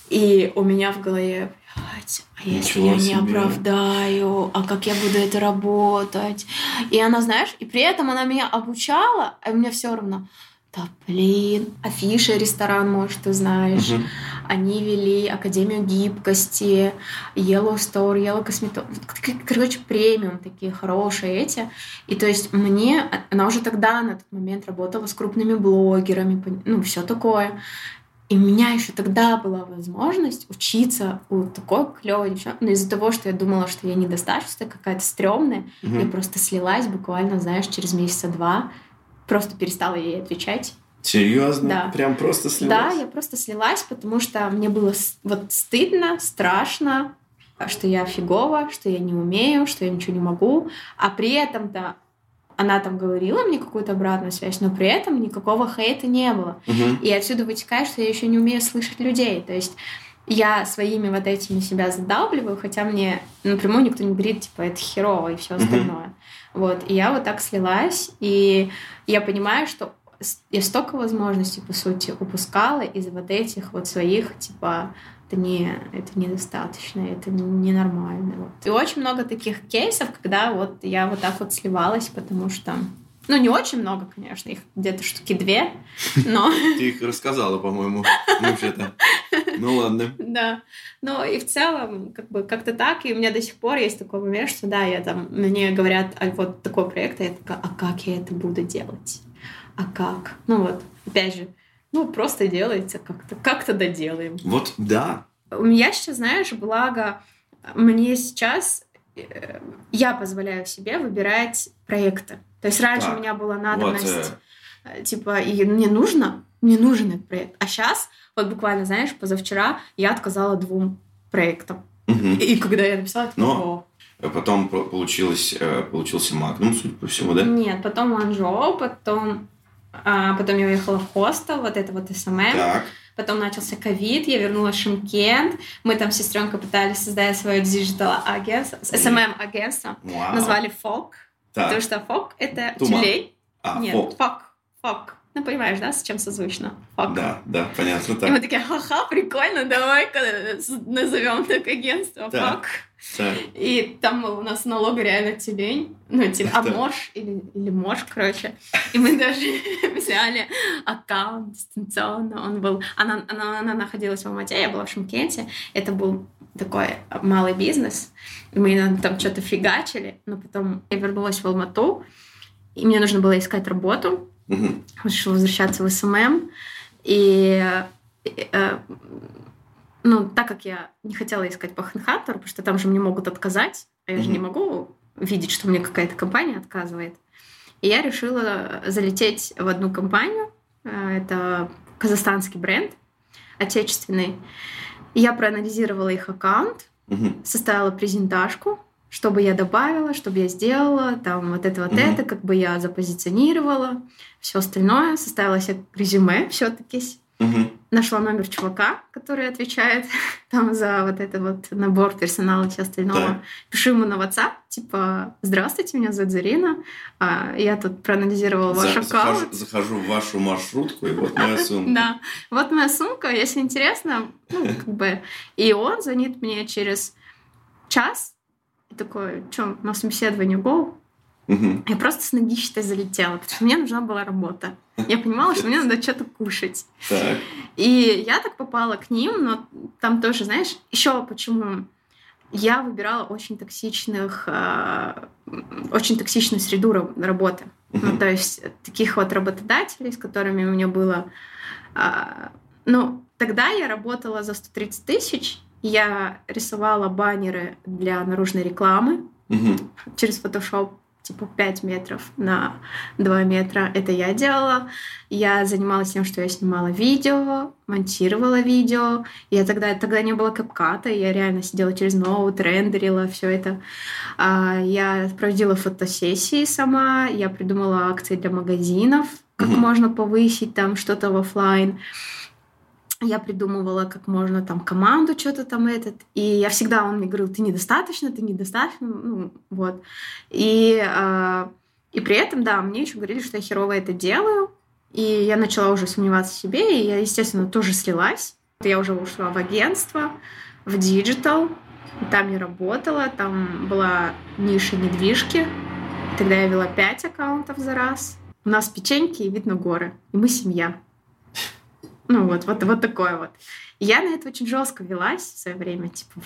И у меня в голове, блядь, а если я не оправдаю, а как я буду это работать? И она, знаешь, и при этом она меня обучала, а мне все равно, да блин, Афиша ресторан, может, ты знаешь, uh-huh. Они вели Академию гибкости, Yellow Store, Yellow Cosmetics, короче, премиум такие хорошие эти. И то есть мне, она уже тогда на тот момент работала с крупными блогерами, ну, все такое. И у меня еще тогда была возможность учиться у такой клёвой девчонки. Но из-за того, что я думала, что я недостаточно какая-то стрёмная, угу. Я просто слилась буквально, знаешь, через месяца два. Просто перестала ей отвечать. Серьезно? Да. Прям просто слилась? Да, я просто слилась, потому что мне было вот стыдно, страшно, что я фигово, что я не умею, что я ничего не могу. А при этом-то она там говорила мне какую-то обратную связь, но при этом никакого хейта не было. Uh-huh. И отсюда вытекает, что я еще не умею слышать людей. То есть я своими вот этими себя задалбливаю, хотя мне напрямую никто не говорит, типа, это херово и все остальное. Uh-huh. Вот. И я вот так слилась, и я понимаю, что я столько возможностей, по сути, упускала из-за вот этих вот своих, типа, это, не, это недостаточно, это ненормально. Вот. И очень много таких кейсов, когда вот я вот так вот сливалась, потому что... Ну, не очень много, конечно, их где-то штуки две, но... Ты их рассказала, по-моему, вообще-то. Ну, ладно. Да. Ну, и в целом, как бы, как-то так, и у меня до сих пор есть такой момент, что, да, я там... Мне говорят, а вот такой проект, а я такая, а как я это буду делать? А как? Ну, вот, опять же, ну, просто делается как-то, как-то доделаем. Вот, да. У меня сейчас, знаешь, благо, мне сейчас э, я позволяю себе выбирать проекты. То есть раньше так, у меня была надобность, вот, э... типа, и мне нужно, мне нужен этот проект. А сейчас, вот буквально, знаешь, позавчера я отказала двум проектам. Угу. И, и когда я написала, это Но... Потом получилось, получился Magnum, судя по всему, да? Нет, потом Ланжо, потом... А потом я уехала в хостел, вот это вот эс эм эм. Так. Потом начался ковид, я вернулась в Шымкент. Мы там с сестренкой пытались создать свое диджитал-агентство, эс эм эм-агентство. Вау. Назвали Фок. Так. Потому что Фок — это Туман. Тюлей. А, Нет, Фок. Фок. Фок. Ну, понимаешь, да, с чем созвучно? Фок. Да, да, понятно. Так. И мы такие, ха-ха, прикольно, давай-ка назовем так агентство Фок. Так. И там у нас налога реально тюлень, ну, типа, а морж или, или морж, короче. И мы даже взяли аккаунт дистанционно. Он был... Она, она, она находилась в Алмате, я была в Шымкенте. Это был такой малый бизнес. Мы там что-то фигачили, но потом я вернулась в Алмату, и мне нужно было искать работу. Mm-hmm. Решила возвращаться в эс эм эм. И... и ну, так как я не хотела искать по HeadHunter, потому что там же мне могут отказать, а я mm-hmm. же не могу видеть, что мне какая-то компания отказывает. И я решила залететь в одну компанию. Это казахстанский бренд, отечественный. И я проанализировала их аккаунт, mm-hmm. составила презентажку, что бы я добавила, что бы я сделала, там вот это вот mm-hmm. это, как бы я запозиционировала, все остальное, составила себе резюме все-таки. Угу. Нашла номер чувака, который отвечает там за вот это вот набор персонала и все остальное. Да. Пишу ему на WhatsApp, типа, здравствуйте, меня зовут Зарина, я тут проанализировала ваш За, аккаунт. Захожу, захожу в вашу маршрутку, и вот моя сумка. Да, вот моя сумка, если интересно, ну, как бы... И он звонит мне через час, и такой, что, на собеседование go? Угу. Я просто с ноги, считай, залетела, потому что мне нужна была работа. Я понимала, что мне надо что-то кушать. Так. И я так попала к ним, но там тоже, знаешь, еще почему я выбирала очень токсичных, очень токсичную среду работы. Uh-huh. Ну, то есть таких вот работодателей, с которыми у меня было... Ну, тогда я работала за сто тридцать тысяч, я рисовала баннеры для наружной рекламы uh-huh. через Photoshop. типа пять метров на два метра. Это я делала. Я занималась тем, что я снимала видео, монтировала видео. Я тогда, тогда не было капката, я реально сидела через ноут, рендерила все это. Я проводила фотосессии сама, я придумала акции для магазинов, как mm-hmm. можно повысить там что-то в офлайн. Я придумывала, как можно там команду что-то там этот. И я всегда, он мне говорил, ты недостаточно, ты недостаточно. Ну, вот. И, э, и при этом, да, мне еще говорили, что я херово это делаю. И я начала уже сомневаться в себе. И я, естественно, тоже слилась. Я уже ушла в агентство, в диджитал. Там я работала. Там была ниша недвижки. Тогда я вела пять аккаунтов за раз. У нас печеньки и вид на горы. И мы семья. Ну вот, вот, вот такое вот. И я на это очень жестко велась в свое время. Типа,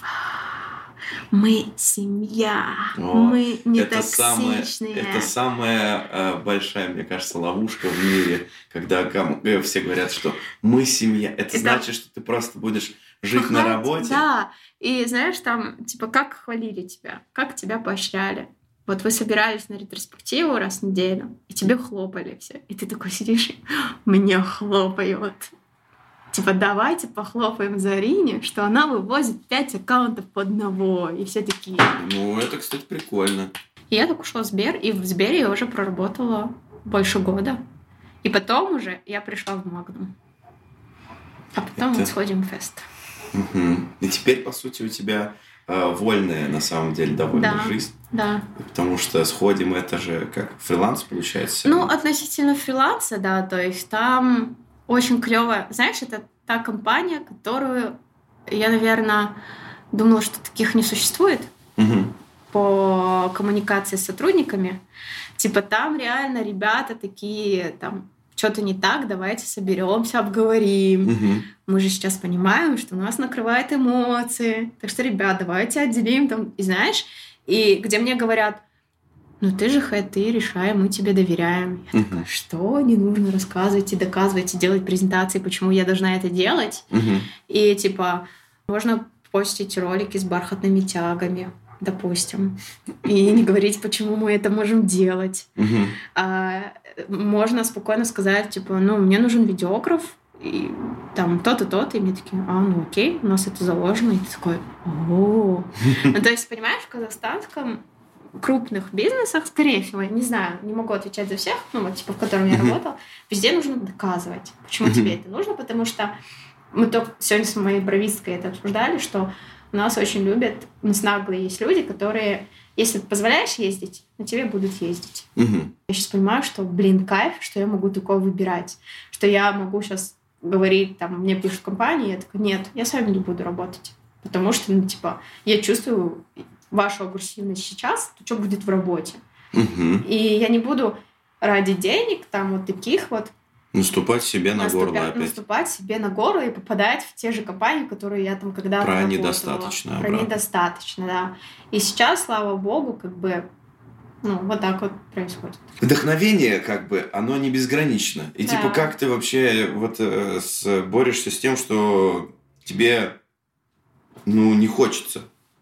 мы семья, О, мы не это токсичные. Самое, это самая э, большая, мне кажется, ловушка в мире, когда кому, э, все говорят, что мы семья. Это, это значит, что ты просто будешь жить Пахать, на работе. Да, и знаешь, там, типа, как хвалили тебя, как тебя поощряли. Вот вы собирались на ретроспективу раз в неделю, и тебе хлопали все. И ты такой сидишь, мне хлопают. Типа, давайте похлопаем Зарине, что она вывозит пять аккаунтов по одного. И все такие. Ну, это, кстати, прикольно. И я так ушла в Сбер, и в Сбере я уже проработала больше года. И потом уже я пришла в Магнум. А потом это... мы сходим в фест. Угу. И теперь, по сути, у тебя э, вольная, на самом деле, довольно да, жизнь. Да. Потому что сходим, это же как фриланс, получается. Ну, относительно фриланса, да. То есть там... Очень клево. Знаешь, это та компания, которую я, наверное, думала, что таких не существует угу. по коммуникации с сотрудниками. Типа там реально ребята такие, там, что-то не так, давайте соберемся, обговорим. Угу. Мы же сейчас понимаем, что нас накрывают эмоции. Так что, ребят, давайте отделим там. И знаешь, и где мне говорят, ну ты же хэт, ты решай, мы тебе доверяем. Я uh-huh. такая, что? Не нужно рассказывать и доказывать, и делать презентации, почему я должна это делать. Uh-huh. И типа, можно постить ролики с бархатными тягами, допустим, и не говорить, почему мы это можем делать. Uh-huh. А, можно спокойно сказать, типа, ну, мне нужен видеограф, и там то-то, то-то, и мне такие, а, ну окей, у нас это заложено. И ты такой, о. Ну, то есть, понимаешь, в казахстанском крупных бизнесах, скорее всего, я не знаю, не могу отвечать за всех, ну, вот, типа, в котором я работала, везде нужно доказывать, почему тебе это нужно, потому что мы только сегодня с моей бровисткой это обсуждали, что у нас очень любят, у нас наглые есть люди, которые, если ты позволяешь ездить, на тебе будут ездить. Uh-huh. Я сейчас понимаю, что, блин, кайф, что я могу такое выбирать, что я могу сейчас говорить, там, мне пишут компании, я такая, нет, я с вами не буду работать, потому что, ну, типа, я чувствую вашу агрессивность сейчас, то что будет в работе? Uh-huh. И я не буду ради денег, там, вот таких вот наступать себе на наступя... горло опять. Наступать себе на горло и попадать в те же компании, которые я там когда-то Про работала. недостаточно. Про обратно. недостаточно, да. И сейчас, слава богу, как бы, ну, вот так вот происходит. Вдохновение, как бы, оно не безгранично. И да. типа, как ты вообще вот э, с, борешься с тем, что тебе, ну, не хочется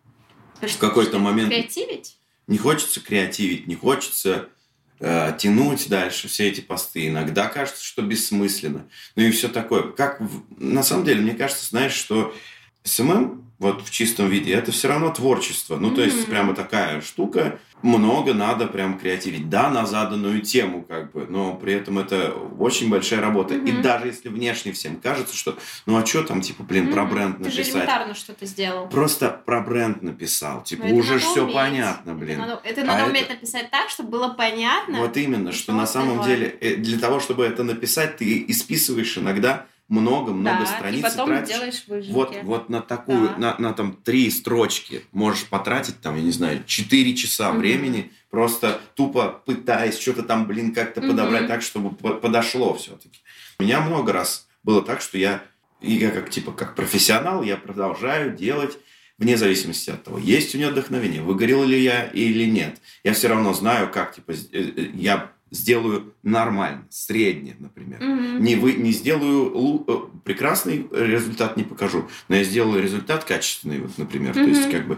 в какой-то момент... Креативить? Не хочется креативить, не хочется э, тянуть дальше все эти посты. Иногда кажется, что бессмысленно. Ну и все такое. Как в... На самом деле, мне кажется, знаешь, что эс эм эм вот в чистом виде, это все равно творчество. Ну, mm-hmm. то есть, прямо такая штука. Много надо прям креативить. Да, на заданную тему, как бы, но при этом это очень большая работа. Mm-hmm. И даже если внешне всем кажется, что ну а что там, типа, блин, mm-hmm. про бренд написать? Ты же элементарно что-то сделал. Просто про бренд написал. Типа, но уже все уметь. понятно, блин. Это надо, это надо а уметь это... написать так, чтобы было понятно. Вот именно, что на самом остальное. деле для того, чтобы это написать, ты исписываешь иногда много-много да, страниц и потом тратишь. делаешь выжимки. Вот, вот на такую, да. на, на там три строчки можешь потратить, там, я не знаю, четыре часа mm-hmm. времени, просто тупо пытаясь что-то там, блин, как-то mm-hmm. подобрать так, чтобы подошло все-таки. У меня много раз было так, что я, и я как, типа, как профессионал, я продолжаю делать вне зависимости от того, есть у меня вдохновение, выгорел ли я или нет. Я все равно знаю, как, типа, я сделаю нормально, средне, например. Mm-hmm. Не, вы, не сделаю лу, прекрасный результат, не покажу, но я сделаю результат качественный, вот, например. Mm-hmm. То есть, как бы,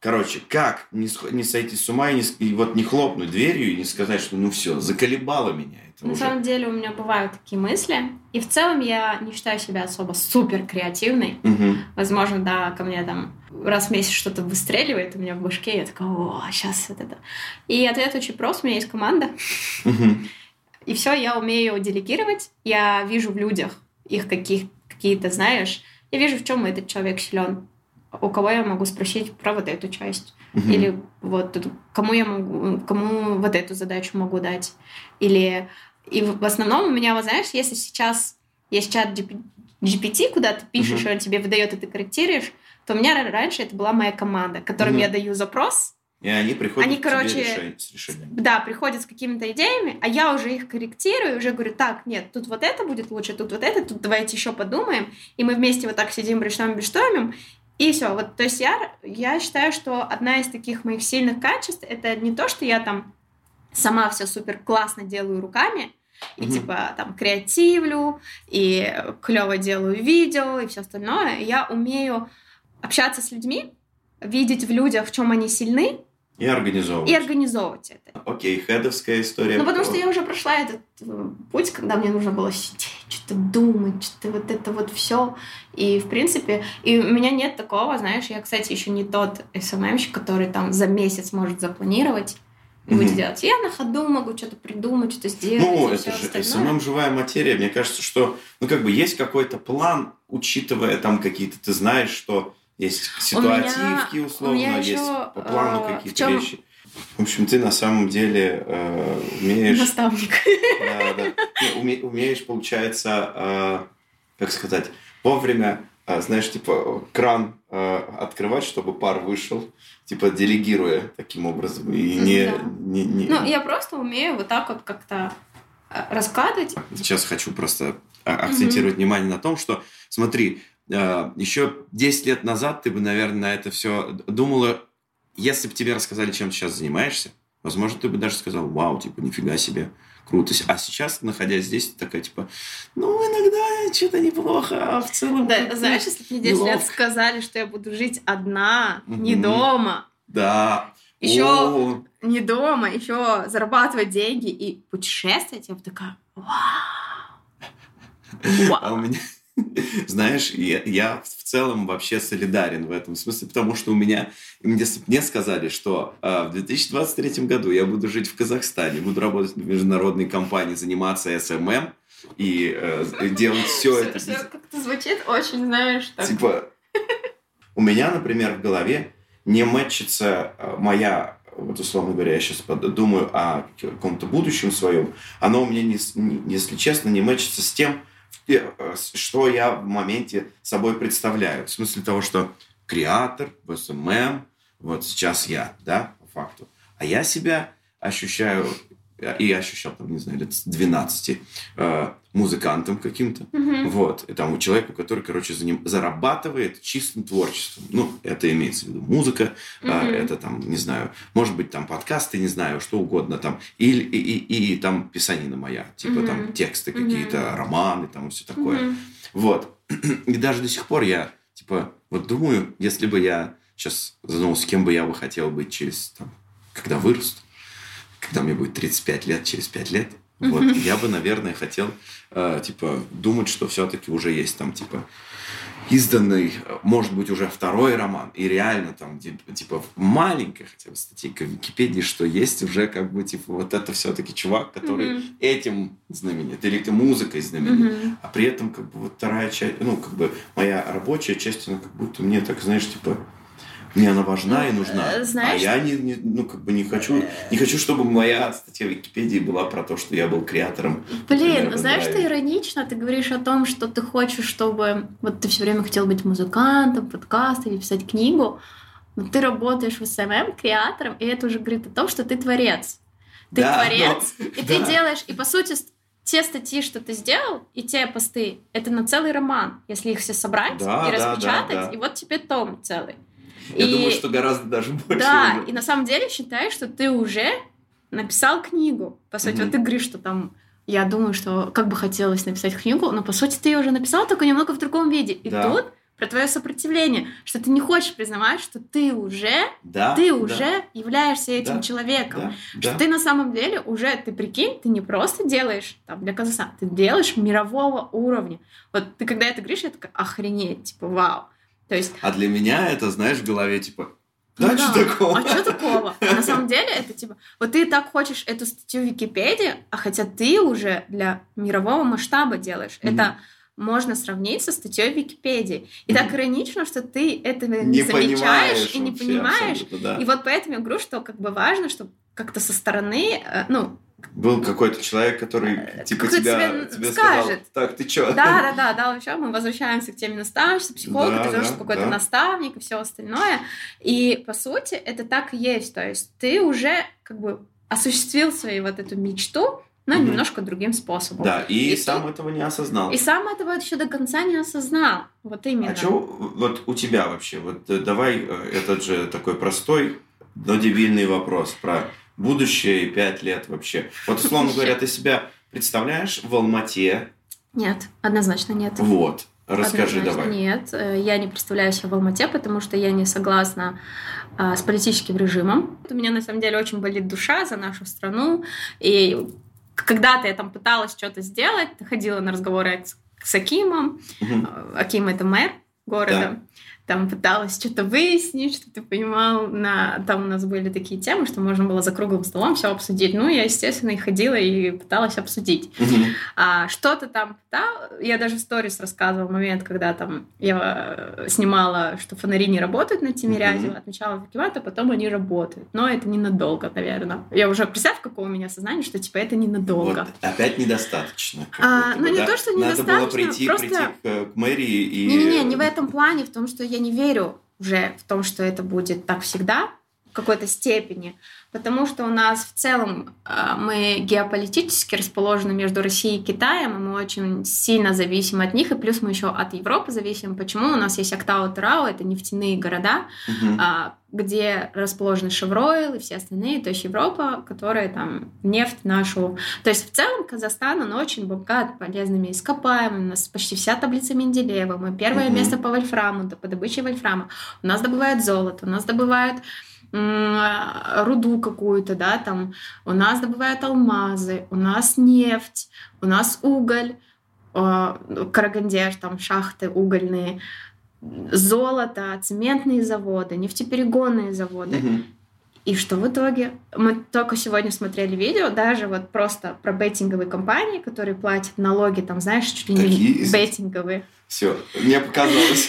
Короче, как не, не сойти с ума и, не, и вот не хлопнуть дверью и не сказать, что ну все, заколебало меня это На уже. самом деле у меня бывают такие мысли. И в целом я не считаю себя особо супер креативной. Угу. Возможно, да, ко мне там раз в месяц что-то выстреливает у меня в башке, я такая, о, сейчас вот это. И ответ очень прост, у меня есть команда. Угу. И все, я умею делегировать. Я вижу в людях их каких, какие-то, знаешь, я вижу, в чем этот человек силен. У кого я могу спросить про вот эту часть. Угу. Или вот кому я могу, кому вот эту задачу могу дать. Или и в основном у меня, вот знаешь, если сейчас есть чат джи пи ти, куда ты пишешь, угу. и он тебе выдает, и ты корректируешь, то у меня раньше это была моя команда, которым угу. я даю запрос. И они приходят они, к короче, тебе решение, с решением. Да, приходят с какими-то идеями, а я уже их корректирую, уже говорю, так, нет, тут вот это будет лучше, тут вот это, тут давайте еще подумаем. И мы вместе вот так сидим, брейнштормим, брейнштормим. И все. Вот, то есть я, я считаю, что одна из таких моих сильных качеств — это не то, что я там сама все супер классно делаю руками, и mm-hmm. типа там креативлю, и клево делаю видео, и все остальное. Я умею общаться с людьми, видеть в людях, в чем они сильны, и организовывать. И организовывать это. Окей, хедовская история. Ну, потому что я уже прошла этот путь, когда мне нужно было сидеть, что-то думать, что-то вот это вот все. И, в принципе, и у меня нет такого, знаешь, я, кстати, еще не тот эс эм эм-щик, который там за месяц может запланировать и будет mm-hmm. делать. Я на ходу могу что-то придумать, что-то сделать. Ну, это же эс эм эм живая материя. Мне кажется, что, ну, как бы есть какой-то план, учитывая там какие-то, ты знаешь, что есть ситуативки, меня, условно, есть еще, по плану э, какие-то чем... вещи. В общем, ты на самом деле э, умеешь... Наставник. Да, да. Ты уме, умеешь, получается, э, как сказать, вовремя, э, знаешь, типа, кран э, открывать, чтобы пар вышел, типа, делегируя таким образом. И не, да. не, не... Ну, я просто умею вот так вот как-то раскладывать. Сейчас хочу просто акцентировать mm-hmm. внимание на том, что, смотри, еще десять лет назад ты бы, наверное, на это все думала, если бы тебе рассказали, чем ты сейчас занимаешься, возможно, ты бы даже сказал, вау, типа, нифига себе, круто. А сейчас, находясь здесь, ты такая, типа, ну, иногда что-то неплохо, а в целом... Да, знаешь, если бы мне десять лет сказали, что я буду жить одна, mm-hmm. не дома. Да. Еще О-о-о. не дома, еще зарабатывать деньги и путешествовать, я бы такая, вау. Вау. А у меня... Знаешь, я, я в целом вообще солидарен в этом смысле, потому что у меня, если бы мне сказали, что э, в две тысячи двадцать третьем году я буду жить в Казахстане, буду работать в международной компании, заниматься эс эм эм и э, делать все это. Все как-то звучит очень, знаешь, так. Типа, у меня, например, в голове не мэчится моя, вот условно говоря, я сейчас думаю о каком-то будущем своем, оно у меня, не, не, если честно, не мэчится с тем, что я в моменте собой представляю. В смысле того, что креатор, в эс эм эм, вот сейчас я, да, по факту. А я себя ощущаю, и ощущал, там, не знаю, лет с двенадцати, э, музыкантом каким-то. Mm-hmm. Вот. И там у человека, который, короче, за ним зарабатывает чистым творчеством. Ну, это имеется в виду музыка, mm-hmm. э, это там, не знаю, может быть, там подкасты, не знаю, что угодно там. Или и, и, и там писанина моя, типа mm-hmm. там тексты mm-hmm. какие-то, романы, там все такое. Mm-hmm. Вот. И даже до сих пор я, типа, вот думаю, если бы я сейчас задумался, кем бы я бы хотел быть через, там, когда вырасту, когда мне будет тридцать пять лет, через пять лет, mm-hmm. вот, я бы, наверное, хотел, э, типа, думать, что все-таки уже есть там, типа, изданный, может быть, уже второй роман, и реально там, типа, маленькая хотя бы статейка в Википедии, что есть уже, как бы, типа, вот это все-таки чувак, который mm-hmm. этим знаменит, или этой музыкой знаменит, mm-hmm. а при этом, как бы, вот вторая часть, ну, как бы, моя рабочая часть, она как будто мне, так, знаешь, типа... Мне она важна ну, и нужна. Знаешь, а я не, не, ну, как бы не хочу, не хочу, чтобы моя статья в Википедии была про то, что я был креатором. Блин, например, знаешь, ты иронично, ты говоришь о том, что ты хочешь, чтобы... Вот ты все время хотел быть музыкантом, подкастом или писать книгу, но ты работаешь в эс эм эм креатором, и это уже говорит о том, что ты творец. Ты да, творец, но... и да. ты делаешь... И, по сути, те статьи, что ты сделал, и те посты, это на целый роман, если их все собрать да, и да, распечатать, да, да. и вот тебе том целый. Я и, думаю, что гораздо даже больше. Да, уже. И на самом деле считаю, что ты уже написал книгу. По сути, mm-hmm. вот ты говоришь, что там, я думаю, что как бы хотелось написать книгу, но по сути ты ее уже написал, только немного в другом виде. И да. тут про твое сопротивление, что ты не хочешь признавать, что ты уже, да, ты да. уже являешься этим да, человеком. Да, что да. ты на самом деле уже, ты прикинь, ты не просто делаешь там, для Казахстана, ты делаешь мирового уровня. Вот ты когда это говоришь, я такая, охренеть, типа, вау. То есть... А для меня это, знаешь, в голове, типа, да, ну, что да. такого? А что такого? А на самом деле это типа... Вот ты так хочешь эту статью в Википедии, а хотя ты уже для мирового масштаба делаешь. Mm-hmm. Это можно сравнить со статьей в Википедии. И mm-hmm. так иронично, что ты этого не, не замечаешь и не вообще, понимаешь. Да. И вот поэтому я говорю, что как бы важно, чтобы как-то со стороны... Ну, был какой-то человек, который типа тебя, тебе скажет. Сказал, так, ты чё? Да, да, да, да, вообще мы возвращаемся к теме наставничества, психолога, да, ты знаешь, да, что какой-то да. наставник и все остальное. И, по сути, это так и есть. То есть ты уже как бы осуществил свою вот эту мечту, но mm-hmm. немножко другим способом. Да, и, и сам ты... этого не осознал. И сам этого еще до конца не осознал. Вот именно. А что вот у тебя вообще? Вот давай этот же такой простой, но дебильный вопрос про... будущее и пять лет вообще. Вот, условно говоря, ты себя представляешь в Алмате? Нет, однозначно нет. Вот, расскажи однозначно давай. Нет, я не представляю себя в Алмате, потому что я не согласна а, с политическим режимом. У меня, на самом деле, очень болит душа за нашу страну. И когда-то я там пыталась что-то сделать, ходила на разговоры с Акимом. Угу. Аким — это мэр города. Да. Там пыталась что-то выяснить, что ты понимал. На... Там у нас были такие темы, что можно было за круглым столом все обсудить. Ну, я, естественно, и ходила и пыталась обсудить. Mm-hmm. А, что-то там пыталась... Я даже в сторис рассказывала момент, когда там я снимала, что фонари не работают на Тимирязево, mm-hmm. отмечала документы, а потом они работают. Но это ненадолго, наверное. Я уже, представь, какое у меня сознание, что типа это ненадолго. Вот, опять недостаточно. А, ну, не да? то, что недостаточно. Надо было прийти, просто... прийти к, к мэрии и... Не-не-не, не в этом плане, в том, что я не верю уже в том, что это будет так всегда в какой-то степени, потому что у нас в целом мы геополитически расположены между Россией и Китаем, и мы очень сильно зависим от них, и плюс мы еще от Европы зависим. Почему? У нас есть Актау-Тарау, это нефтяные города, угу. где расположены Шевройл и все остальные, то есть Европа, которая там нефть нашу... То есть в целом Казахстан, он очень богат полезными ископаемыми, у нас почти вся таблица Менделеева, мы первое угу. место по вольфраму, по добыче вольфрама. У нас добывают золото, у нас добывают руду какую-то, да, там у нас добывают алмазы, у нас нефть, у нас уголь, э, Карагандеш, там шахты угольные, золото, цементные заводы, нефтеперегонные заводы. Mm-hmm. И что в итоге? Мы только сегодня смотрели видео, даже вот просто про беттинговые компании, которые платят налоги, там, знаешь, чуть ли не беттинговые. Все, мне показалось.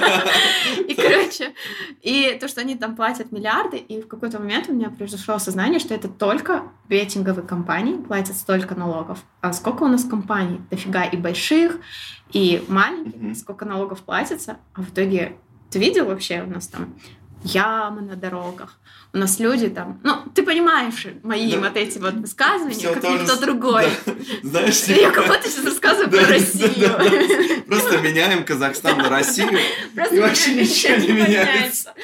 И, короче, и то, что они там платят миллиарды, и в какой-то момент у меня произошло осознание, что это только беттинговые компании платят столько налогов. А сколько у нас компаний? Дофига и больших, и маленьких, сколько налогов платится. А в итоге, ты видел вообще у нас там ямы на дорогах? У нас люди там... Ну, ты понимаешь мои да. вот эти вот высказывания, всё как никто с... другой. Да. Знаешь, я как будто сейчас рассказываю про Россию. Просто меняем Казахстан на Россию, и вообще ничего не меняется.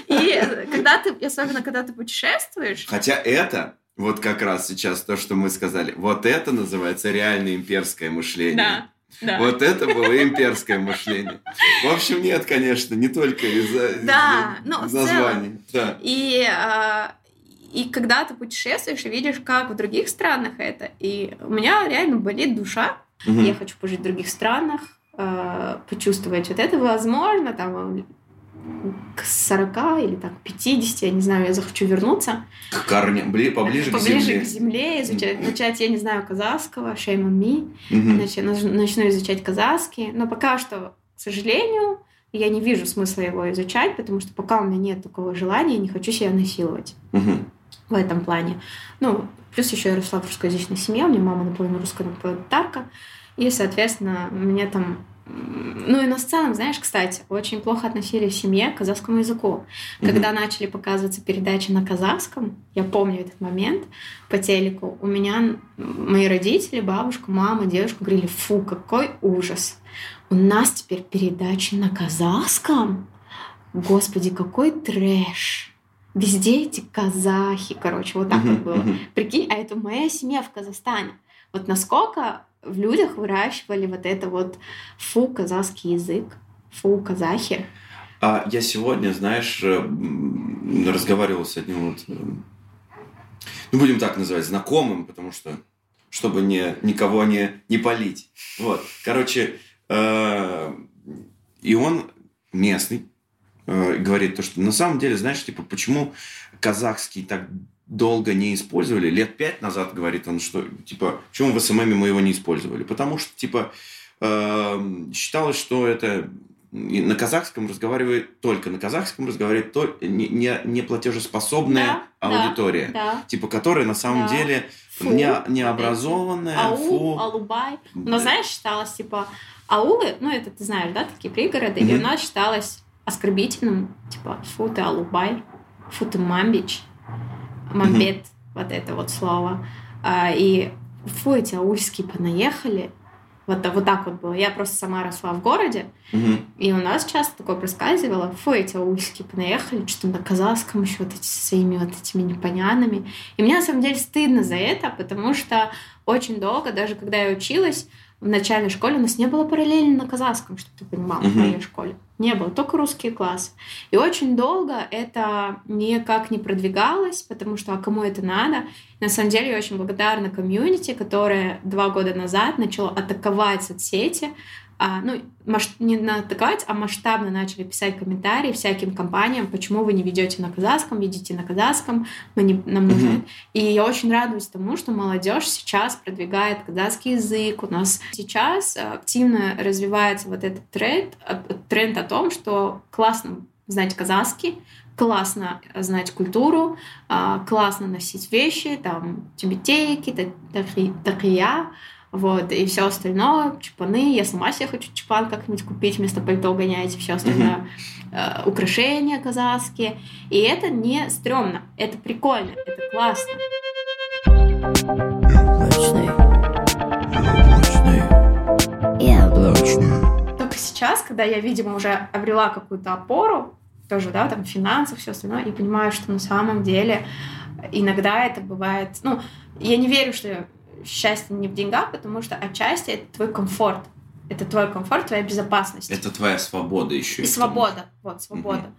И когда ты, особенно когда ты путешествуешь... Хотя это, вот как раз сейчас то, что мы сказали, вот это называется реально имперское мышление. Да. Да. Вот это было имперское мышление. В общем, нет, конечно, не только из-за, да, из-за ну, названий. Да. И, а, и когда ты путешествуешь и видишь, как в других странах это, и у меня реально болит душа. Угу. Я хочу пожить в других странах, а, почувствовать вот это, возможно, там к сорока или так, пятидесяти, я не знаю, я захочу вернуться. К корням, поближе, поближе к земле. Поближе к земле, изучать, начать, я не знаю, казахского, shame on me, угу. начну, начну изучать казахский, но пока что, к сожалению, я не вижу смысла его изучать, потому что пока у меня нет такого желания, я не хочу себя насиловать угу. в этом плане. Ну, плюс еще я росла в русскоязычной семье, у меня мама наполовину русская, наполовину татарка, и, соответственно, мне там... Ну и на сценах, знаешь, кстати, очень плохо относились в семье к казахскому языку. Mm-hmm. Когда начали показываться передачи на казахском, я помню этот момент по телеку, у меня мои родители, бабушка, мама, девушка говорили: фу, какой ужас. У нас теперь передачи на казахском? Господи, какой трэш. Везде эти казахи, короче, вот так mm-hmm. вот было. Mm-hmm. Прикинь, а это моя семья в Казахстане. Вот насколько в людях выращивали вот это вот фу, казахский язык. Фу, казахи. А я сегодня, знаешь, разговаривал с одним вот, ну, будем так называть, знакомым, потому что, чтобы не, никого не, не палить. Вот, короче, э, и он местный, э, говорит то, что на самом деле, знаешь, типа, почему казахский так долго не использовали? Лет пять назад, говорит он, что, типа, почему в СММе мы его не использовали? Потому что, типа, э, считалось, что это... И на казахском разговаривает только на казахском разговаривает только не, не, не платежеспособная Да, аудитория, да. типа которая на самом Да. деле Фу, не, необразованная. Ау, фу. алубай. Но знаешь, считалось, типа, аулы, ну, это ты знаешь, да, такие пригороды, Мгм. и у нас считалось оскорбительным, типа, фу ты алубай, фу ты мамбич, мамбет, вот это вот слово. А, и фу, эти аульские понаехали. Вот, вот так вот было. Я просто сама росла в городе, Мгм. и у нас часто такое проскальзывало. Фу, эти аульские понаехали, что на казахском еще вот эти со своими вот этими непонятными. И мне на самом деле стыдно за это, потому что очень долго, даже когда я училась в начальной школе, у нас не было параллели на казахском, чтобы ты понимала, в Мгм. моей школе. Не было, только русские классы. И очень долго это никак не продвигалось, потому что а кому это надо? На самом деле я очень благодарна комьюнити, которое два года назад начало атаковать соцсети, а, ну, маш... не атаковать, а масштабно начали писать комментарии всяким компаниям, почему вы не ведете на казахском, ведите на казахском, мы не... нам нужно. Мгм. И я очень радуюсь тому, что молодежь сейчас продвигает казахский язык. У нас сейчас активно развивается вот этот тренд, а, тренд о том, что классно знать казахский, классно знать культуру, а, классно носить вещи, там, тюбетейки, та- такия, вот, и все остальное, чапаны. Я сама себе хочу чапан как-нибудь купить, вместо пальто гонять, все остальное. Э, украшения казахские. И это не стрёмно, это прикольно, это классно. Яблочный. Яблочный. Яблочный. Только сейчас, когда я, видимо, уже обрела какую-то опору, тоже, да, там, финансов, все остальное, и понимаю, что на самом деле иногда это бывает... Ну, я не верю, что счастье не в деньгах, потому что отчасти это твой комфорт. Это твой комфорт, твоя безопасность. Это твоя свобода еще. И свобода. Вот, свобода.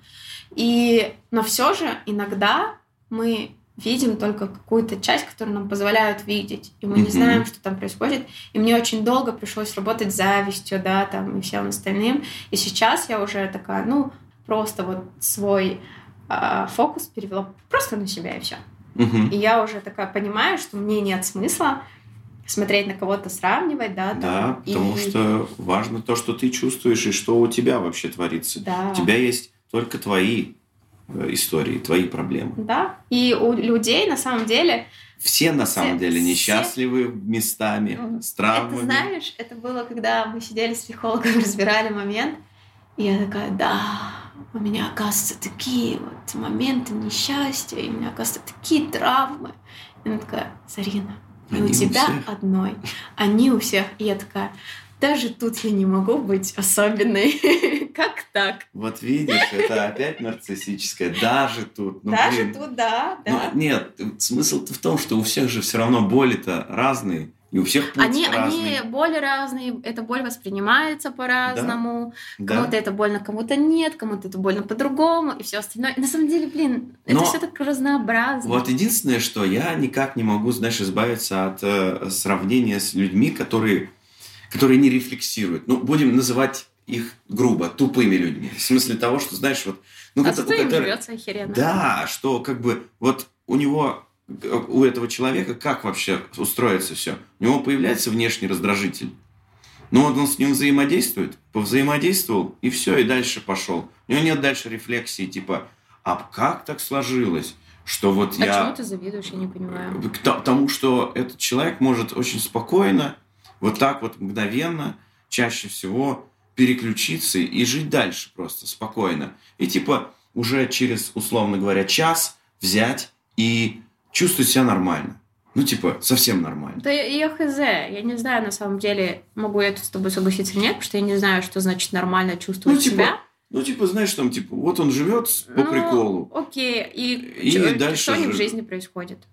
И, но все же иногда мы видим только какую-то часть, которую нам позволяют видеть. И мы не Мгм. знаем, что там происходит. И мне очень долго пришлось работать с завистью, да, там, и всем остальным. И сейчас я уже такая, ну, просто вот свой э, фокус перевела просто на себя, и все. Мгм. И я уже такая понимаю, что мне нет смысла смотреть на кого-то, сравнивать, да, там, Да, потому и- что важно то, что ты чувствуешь и что у тебя вообще творится. Да. У тебя есть только твои э, истории, твои проблемы. Да. И у людей на самом деле Все на самом Все- деле все- несчастливы местами, Мгм. с травмами. Это, знаешь, это было, когда мы сидели с психологом, разбирали момент, и я такая, да, у меня, оказывается, такие вот моменты несчастья, и у меня, оказывается, такие травмы. И она такая, Зарина, и Они у у тебя всех. одной, они у всех. И я такая, даже тут я не могу быть особенной. Как так? Вот видишь, это опять нарциссическое. Даже тут. Ну, Даже блин. тут, да, Ну, да. нет, смысл-то в том, что у всех же все равно боли-то разные. И у всех путь Они, разный. они боли разные, эта боль воспринимается по-разному. Да. Кому-то это больно, кому-то нет, кому-то это больно по-другому, и все остальное. И на самом деле, блин, Но это все так разнообразно. Вот единственное, что я никак не могу, знаешь, избавиться от э, сравнения с людьми, которые, которые не рефлексируют. Ну, будем называть их грубо, тупыми людьми. В смысле того, что, знаешь, вот... Ну, а это- зато у им которых- живется охеренно. Да, что как бы вот у него, у этого человека как вообще устроится все? У него появляется внешний раздражитель. Ну вот он с ним взаимодействует, повзаимодействовал, и все, и дальше пошел. У него нет дальше рефлексии, типа, а как так сложилось, что вот А я... чему ты завидуешь, я не понимаю. К то- тому, что этот человек может очень спокойно, вот так вот мгновенно, чаще всего переключиться и жить дальше просто спокойно. И типа уже через, условно говоря, час взять и чувствовать себя нормально. Ну, типа, совсем нормально. Да я хз, я не знаю, на самом деле, могу я тут с тобой согласиться или нет, потому что я не знаю, что значит нормально чувствовать Ну, типа, себя. Ну, типа, знаешь, там, типа, вот он живет по Ну, приколу. Окей, и, И чё- дальше что у них же- в жизни происходит?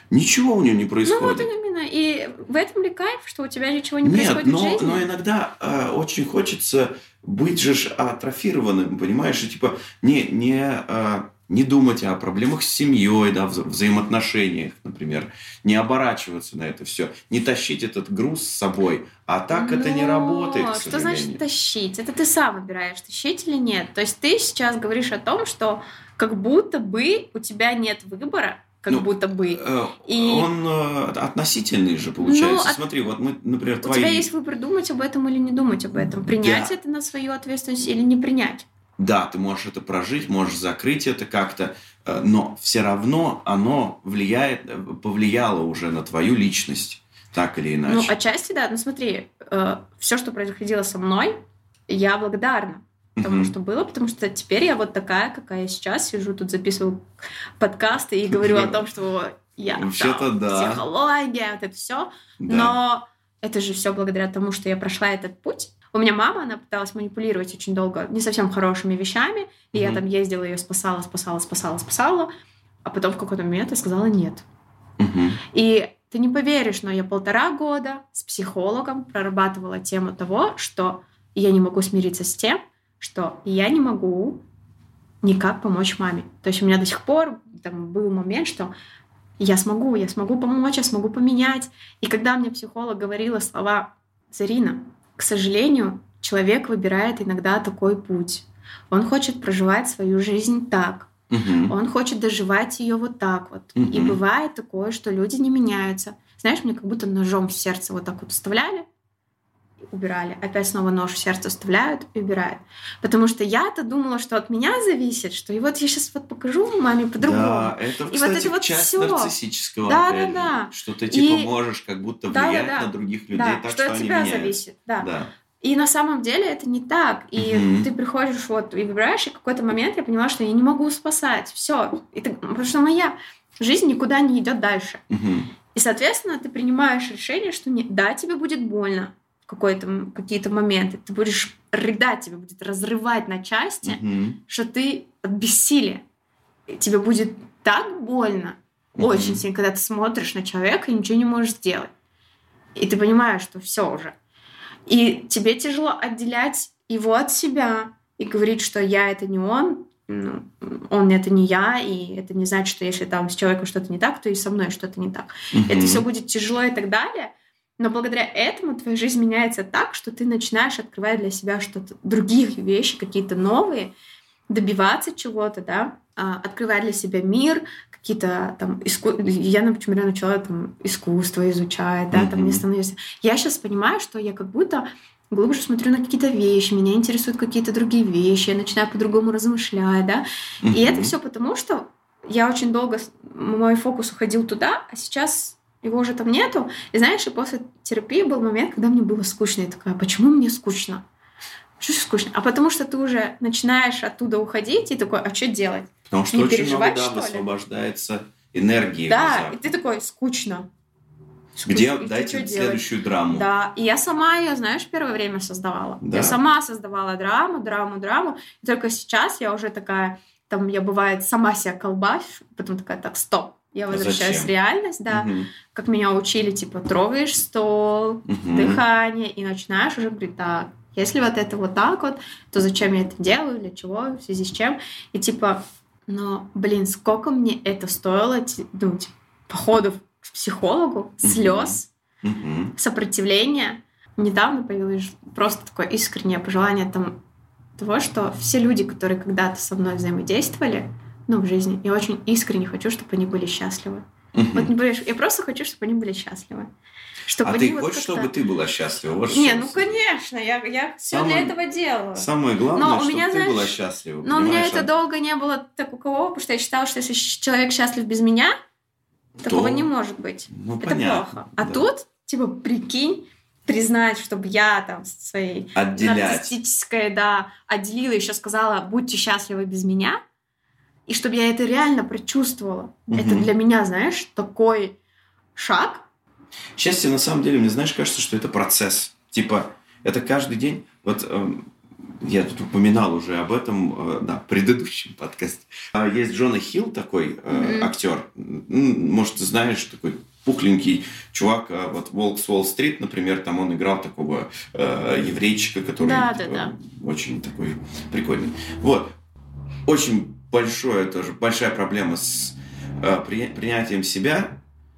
Ничего у нее не происходит. Ну вот именно. И в этом ли кайф, что у тебя ничего не Нет, происходит но, в жизни? но иногда э, очень хочется быть же ж атрофированным, понимаешь? И, типа не, не, э, не думать о проблемах с семьей, да, вза- взаимоотношениях, например. Не оборачиваться на это все. Не тащить этот груз с собой. А так это не Но работает, к что сожалению. значит тащить? Это ты сам выбираешь, тащить или нет. То есть ты сейчас говоришь о том, что как будто бы у тебя нет выбора, как Ну, будто бы. Э, И- Он э, относительный же получается. Ну, от- Смотри, вот мы, например, У твои... тебя есть выбор думать об этом или не думать об этом. Принять Да. это на свою ответственность или не принять. Да, ты можешь это прожить, можешь закрыть это как-то, э, но все равно оно влияет, э, повлияло уже на твою личность, так или иначе. Ну, отчасти, да. Ну, смотри, все, что происходило со мной, я благодарна тому, Мгм. что было, потому что теперь я вот такая, какая я сейчас. Сижу тут, записываю подкасты и говорю о том, что я Вообще-то там, да. психология, вот это все. Да. Но это же все благодаря тому, что я прошла этот путь. У меня мама, она пыталась манипулировать очень долго не совсем хорошими вещами, и я Мгм. там ездила, ее спасала, спасала, спасала, спасала, а потом в какой-то момент я сказала нет. Мгм. И ты не поверишь, но я полтора года с психологом прорабатывала тему того, что я не могу смириться с тем, что я не могу никак помочь маме. То есть у меня до сих пор там был момент, что я смогу, я смогу помочь, я смогу поменять. И когда мне психолог говорила слова: Зарина, к сожалению, человек выбирает иногда такой путь. Он хочет проживать свою жизнь так. Мгм. Он хочет доживать ее вот так вот. Мгм. И бывает такое, что люди не меняются. Знаешь, мне как будто ножом в сердце вот так вот вставляли, убирали. Опять снова нож в сердце вставляют и убирают. Потому что я-то думала, что от меня зависит, что и вот я сейчас вот покажу маме по-другому. Да, это, вот кстати, это вот часть всё. нарциссического, Да, опять да, же, да. что ты типа И- можешь как будто Да, да, влиять да. на других людей Да, так, что что, от они тебя меняются. зависит. Да. Да. И на самом деле это не так. И Мгм. ты приходишь вот и выбираешь, и в какой-то момент я поняла, что я не могу спасать. Все. Потому что моя жизнь никуда не идет дальше. Мгм. И, соответственно, ты принимаешь решение, что не, да, тебе будет больно в какой-то, какие-то моменты. Ты будешь рыдать, тебя будет разрывать на части, Мгм. что ты от бессилия. И тебе будет так больно, Мгм. очень сильно, когда ты смотришь на человека и ничего не можешь сделать. И ты понимаешь, что все уже. И тебе тяжело отделять его от себя и говорить, что я — это не он, ну, он — это не я, и это не значит, что если там с человеком что-то не так, то и со мной что-то не так. Мгм. Это все будет тяжело и так далее, но благодаря этому твоя жизнь меняется так, что ты начинаешь открывать для себя что-то, других вещи, какие-то новые, добиваться чего-то, да, а, открывать для себя мир, какие-то там иску... Я, например, начала там искусство изучать, да, там мне Мгм. становится... Я сейчас понимаю, что я как будто глубже смотрю на какие-то вещи, меня интересуют какие-то другие вещи, я начинаю по-другому размышлять, да, и это Мгм. все потому, что я очень долго... с- Мой фокус уходил туда, а сейчас его уже там нету. И знаешь, и после терапии был момент, когда мне было скучно. Я такая: почему мне скучно? Что ж скучно? А потому что ты уже начинаешь оттуда уходить и такой: а что делать? Потому что не очень переживать, много, да, что ли? высвобождается энергии. Да, внезапно. и ты такой: скучно. Где Скучно. И ты дайте чё делать? следующую драму. Да, и я сама ее, знаешь, первое время создавала. Да. Я сама создавала драму, драму, драму. И только сейчас я уже такая, там, я бывает сама себя колбашу, потом такая: так, стоп. Я А возвращаюсь зачем? в реальность, да. Мгм. Как меня учили, типа, трогаешь стол, Мгм. дыхание, и начинаешь уже говорить: так, если вот это вот так вот, то зачем я это делаю, для чего, в связи с чем? И типа, но, блин, сколько мне это стоило, ти- ну, типа, походов к психологу, слез, Мгм. сопротивления. Недавно появилось просто такое искреннее пожелание там, того, что все люди, которые когда-то со мной взаимодействовали, ну, в жизни, я очень искренне хочу, чтобы они были счастливы. Мгм. Вот не понимаешь, я просто хочу, чтобы они были счастливы. Чтобы А они ты вот хочешь, как-то- чтобы ты была счастлива? Вот Не, что. ну конечно, я, я все Самое- для этого делаю. Самое главное, Но у чтобы меня, ты знаешь, была счастлива. Но у меня понимаешь? это А долго не было такого, потому что я считала, что если щ- человек счастлив без меня, такого то- не может быть. Ну, Это понятно. плохо. А да. тут, типа, прикинь, признать, чтобы я там со своей Отделять. нарциссической, да, отделила, еще сказала: будьте счастливы без меня, и чтобы я это реально прочувствовала. Мгм. Это для меня, знаешь, такой шаг. Счастье, на самом деле, мне, знаешь, кажется, что это процесс. Типа, это каждый день. Вот эм, я тут упоминал уже об этом, да, в предыдущем подкасте. Есть Джона Хилл такой mm-hmm. актер. Может, ты знаешь, такой пухленький чувак. Вот «Волк с Уолл-стрит», например, там он играл такого э, еврейчика, который да, такой, да, да. очень такой прикольный. Вот. Очень большое тоже, большая проблема с э, при, принятием себя.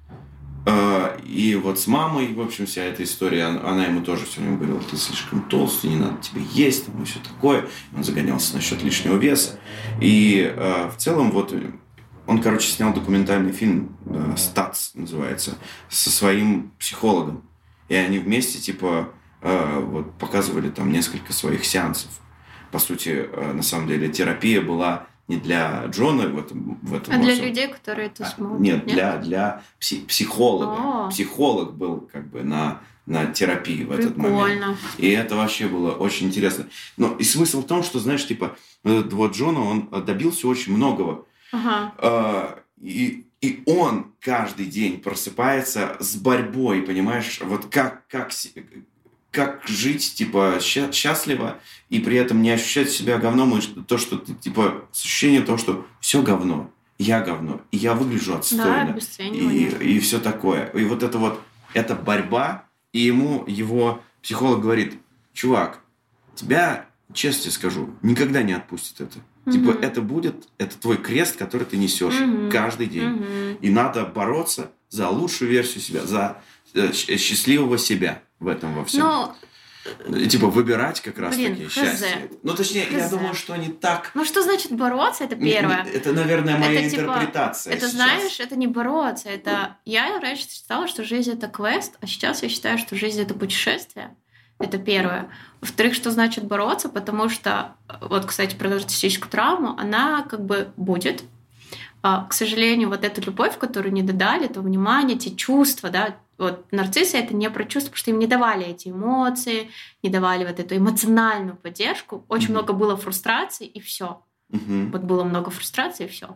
Э, и вот с мамой, в общем, вся эта история, она, она ему тоже все время говорила: ты слишком толстый, не надо тебе есть, там, и все такое. Он загонялся насчет лишнего веса. И э, в целом вот он, короче, снял документальный фильм, э, «Статс» называется, со своим психологом. И они вместе, типа, э, вот, показывали там несколько своих сеансов. По сути, э, на самом деле, терапия была не для Джона в этом, в этом а для всем. людей, которые это смотрят? Нет, нет, для, для пси- психолога. О. Психолог был как бы на, на терапии в этот Прикольно. момент. И это вообще было очень интересно. Но и смысл в том, что, знаешь, типа, вот Джона, он добился очень многого. Ага. А, и, и он каждый день просыпается с борьбой, понимаешь? Вот как, как, как жить, типа, ща- счастливо и при этом не ощущать себя говном, и то, что ты, типа, ощущение того, что все говно, я говно, и я выгляжу отстойно, Да, и, и все такое. И вот это вот, эта борьба, и ему его психолог говорит: чувак, тебя, честно тебе скажу, никогда не отпустит это. Mm-hmm. Типа, это будет, это твой крест, который ты несешь mm-hmm. каждый день. Mm-hmm. И надо бороться за лучшую версию себя, за э, счастливого себя в этом во всем. Но... И, типа, выбирать как раз-таки Блин, счастье. Ну, точнее, хз. Я думаю, что не так. Ну, что значит бороться? Это первое. Это, наверное, моя это, интерпретация типа, это, сейчас. знаешь, это не бороться. Это... Я раньше считала, что жизнь — это квест, а сейчас я считаю, что жизнь — это путешествие. Это первое. Во-вторых, что значит бороться? Потому что, вот, кстати, про нарциссическую травму, она как бы будет. К сожалению, вот эту любовь, которую не додали, то внимание, те чувства, да, вот нарциссы — это не про чувства, потому что им не давали эти эмоции, не давали вот эту эмоциональную поддержку. Очень mm-hmm. много было фрустраций, и все. Mm-hmm. Вот было много фрустраций, и все.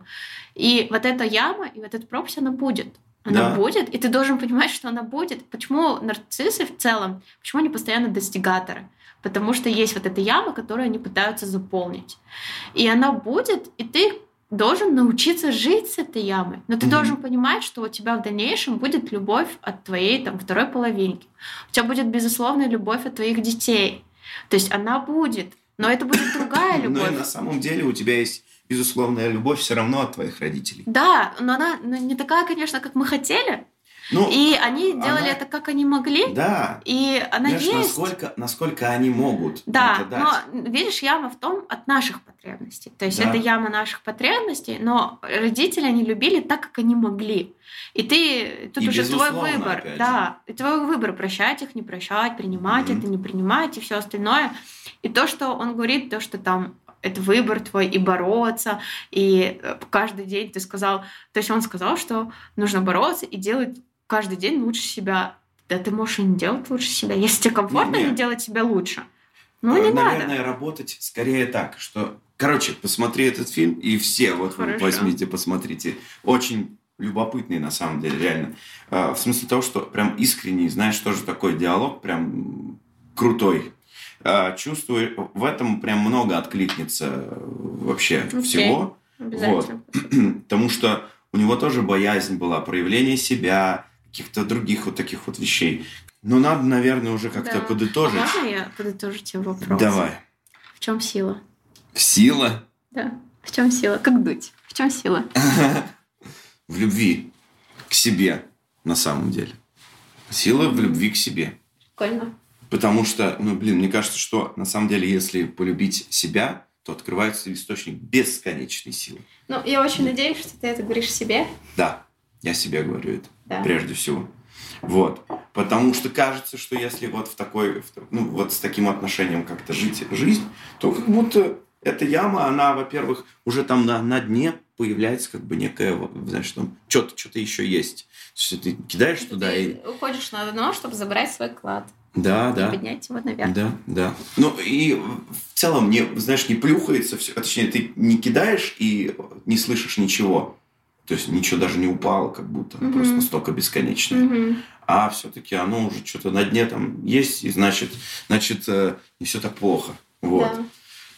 И вот эта яма, и вот эта пропасть, она будет. Она да. будет, и ты должен понимать, что она будет. Почему нарциссы в целом, почему они постоянно достигаторы? Потому что есть вот эта яма, которую они пытаются заполнить. И она будет, и ты должен научиться жить с этой ямой. Но ты mm-hmm. должен понимать, что у тебя в дальнейшем будет любовь от твоей там, второй половинки. У тебя будет безусловная любовь от твоих детей. То есть она будет, но это будет другая любовь. Но и на самом деле у тебя есть безусловная любовь все равно от твоих родителей. Да, но она не такая, конечно, как мы хотели. Ну, и они делали она... это, как они могли. Да. И она Знаешь, есть. Насколько, насколько они могут да, это дать. Но, видишь, яма в том от наших потребностей. То есть да. это яма наших потребностей, но родители они любили так, как они могли. И ты, тут и уже твой выбор. Да, и твой выбор, прощать их, не прощать, принимать mm-hmm. это, не принимать и все остальное. И то, что он говорит, то, что там это выбор твой, и бороться, и каждый день ты сказал... То есть он сказал, что нужно бороться и делать каждый день лучше себя. Да ты можешь и не делать лучше себя. Если тебе комфортно не, не. не делать себя лучше, ну не Наверное, надо. Наверное, работать скорее так, что... Короче, посмотри этот фильм, и все вот вы возьмите, посмотрите. Очень любопытный, на самом деле, реально. В смысле того, что прям искренний, знаешь, тоже такой диалог прям крутой. Чувствую, в этом прям много откликнется вообще okay. всего. Вот. Потому что у него тоже боязнь была, проявление себя, каких-то других вот таких вот вещей. Но надо, наверное, уже как-то да. подытожить. А можно я подытожу тебе вопрос? Давай. В чем сила? Сила? Да. В чем сила? Как дуть? В чем сила? В любви к себе, на самом деле. Сила в любви к себе. Прикольно. Потому что, ну, блин, мне кажется, что на самом деле, если полюбить себя, то открывается источник бесконечной силы. Ну, я очень да. надеюсь, что ты это говоришь себе. Да, я себе говорю это, да. прежде всего. Вот. Потому что кажется, что если вот в такой, ну, вот с таким отношением как-то жить жизнь, то как будто эта яма, она, во-первых, уже там на, на дне появляется как бы некая, знаешь, там что-то, что-то еще есть. То есть ты кидаешь ты туда ты и... уходишь на дно, чтобы забрать свой клад. Да, и да. поднять его наверх. Да, да. Ну, и в целом, не, знаешь, не плюхается все. Точнее, ты не кидаешь и не слышишь ничего. То есть ничего даже не упало, как будто. Mm-hmm. Просто настолько бесконечное. Mm-hmm. А все-таки оно уже что-то на дне там есть, и значит, значит не все так плохо. Вот. Да.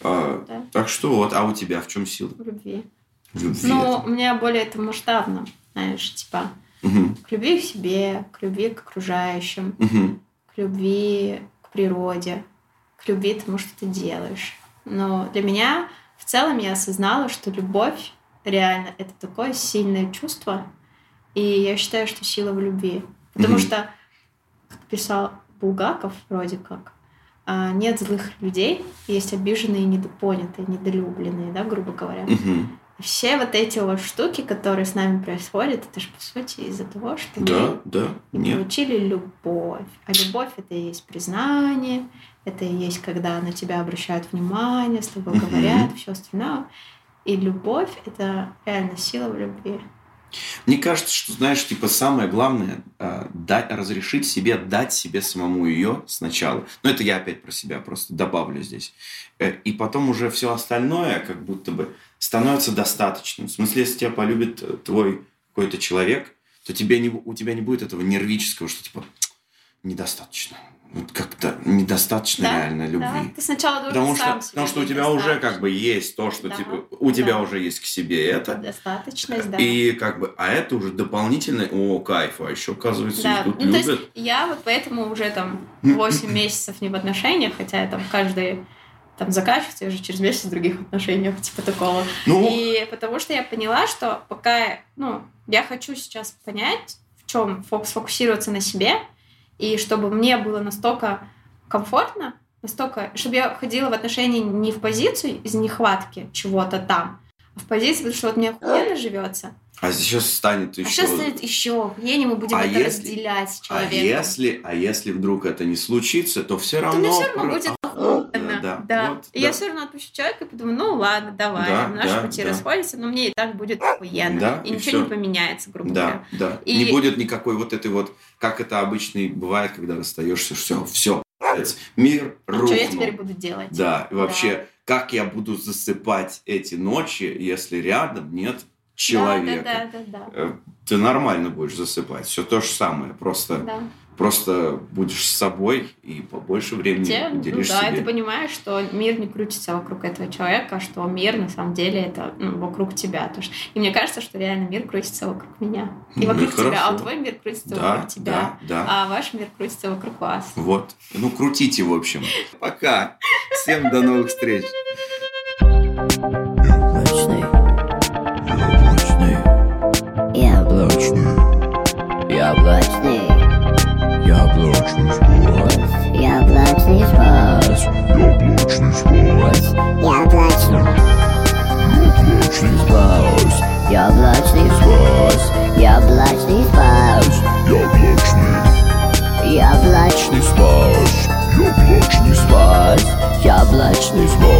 А, Да. Так что вот, а у тебя в чем сила? В любви. В любви. Ну, это. у меня более это масштабно, знаешь, типа Мгм. к любви к себе, к любви к окружающим, Мгм. к любви к природе, к любви к тому, что ты делаешь. Но для меня в целом я осознала, что любовь реально это такое сильное чувство, и я считаю, что сила в любви. Потому Мгм. что, как писал Булгаков, вроде как, а, нет злых людей, есть обиженные, недопонятые, недолюбленные, да, грубо говоря. Мгм. И все вот эти вот штуки, которые с нами происходят, это же по сути из-за того, что Да, мы да, не нет. получили любовь. А любовь — это и есть признание, это и есть, когда на тебя обращают внимание, с тобой Мгм. говорят, все остальное. И любовь — это реально сила в любви. Мне кажется, что, знаешь, типа самое главное а, дать, разрешить себе дать себе самому ее сначала. Но это я опять про себя просто добавлю здесь. Э, И потом уже все остальное как будто бы становится достаточным. В смысле, если тебя полюбит э, твой какой-то человек, то тебе не, бу- у тебя не будет этого нервического, что типа недостаточно. Вот как-то недостаточно Да, реально любви. Да. Ты сначала должен Потому что, сам себе потому что у быть тебя уже достаточным. как бы есть то, что Да, типа, у тебя да. уже есть к себе это. Достаточность, да. И как бы, а это уже дополнительный, о, кайф, а еще, оказывается, Да, их тут ну, то любят. есть я вот поэтому уже там восемь месяцев не в отношениях, хотя я там каждый там заканчивается, я уже через месяц в других отношениях, типа такого. Ну, И потому что я поняла, что пока, ну, я хочу сейчас понять, в чем сфокусироваться на себе, и чтобы мне было настолько комфортно, настолько, чтобы я ходила в отношения не в позицию из нехватки чего-то там, а в позицию, потому что вот мне охуенно живется. а сейчас станет еще... А сейчас станет еще охуеннее, мы будем А это если- разделять с А человеком. если, а если вдруг это не случится, то все то равно... мне все равно про- будет а, охуенно. да, Да. вот, и да. я все равно отпущу человека и подумаю, ну ладно, давай, Да, наши да, пути да. расходятся, но мне и так будет охуенно. Да, и и ничего всё. не поменяется, грубо Да, говоря. да. И- Не будет никакой вот этой вот, как это обычно и бывает, когда расстаешься, все, все, мир А рухнул. что я теперь буду делать? Да, и вообще, как я буду засыпать эти ночи, если рядом нет человека? Да, да, да, да, Э, Ты нормально будешь засыпать. Все то же самое. Просто, да. просто будешь с собой и побольше времени Те, ну уделишь да, и себе. ты понимаешь, что мир не крутится вокруг этого человека, а что мир на самом деле это ну, вокруг тебя тоже. И мне кажется, что реально мир крутится вокруг меня. И Ну, вокруг и тебя, а хорошо. твой мир крутится Да, вокруг тебя. да, да. А ваш мир крутится вокруг вас. Вот. Ну, крутите, в общем. Пока. Всем до новых встреч. Яблочный. Яблочный. Яблочный. Яблочный. Яблочный спас. Яблочный спас. Яблочный спас. Яблочный спас. Яблочный спас. Яблочный. Яблочный спас. Яблочный спас. Яблочный спас.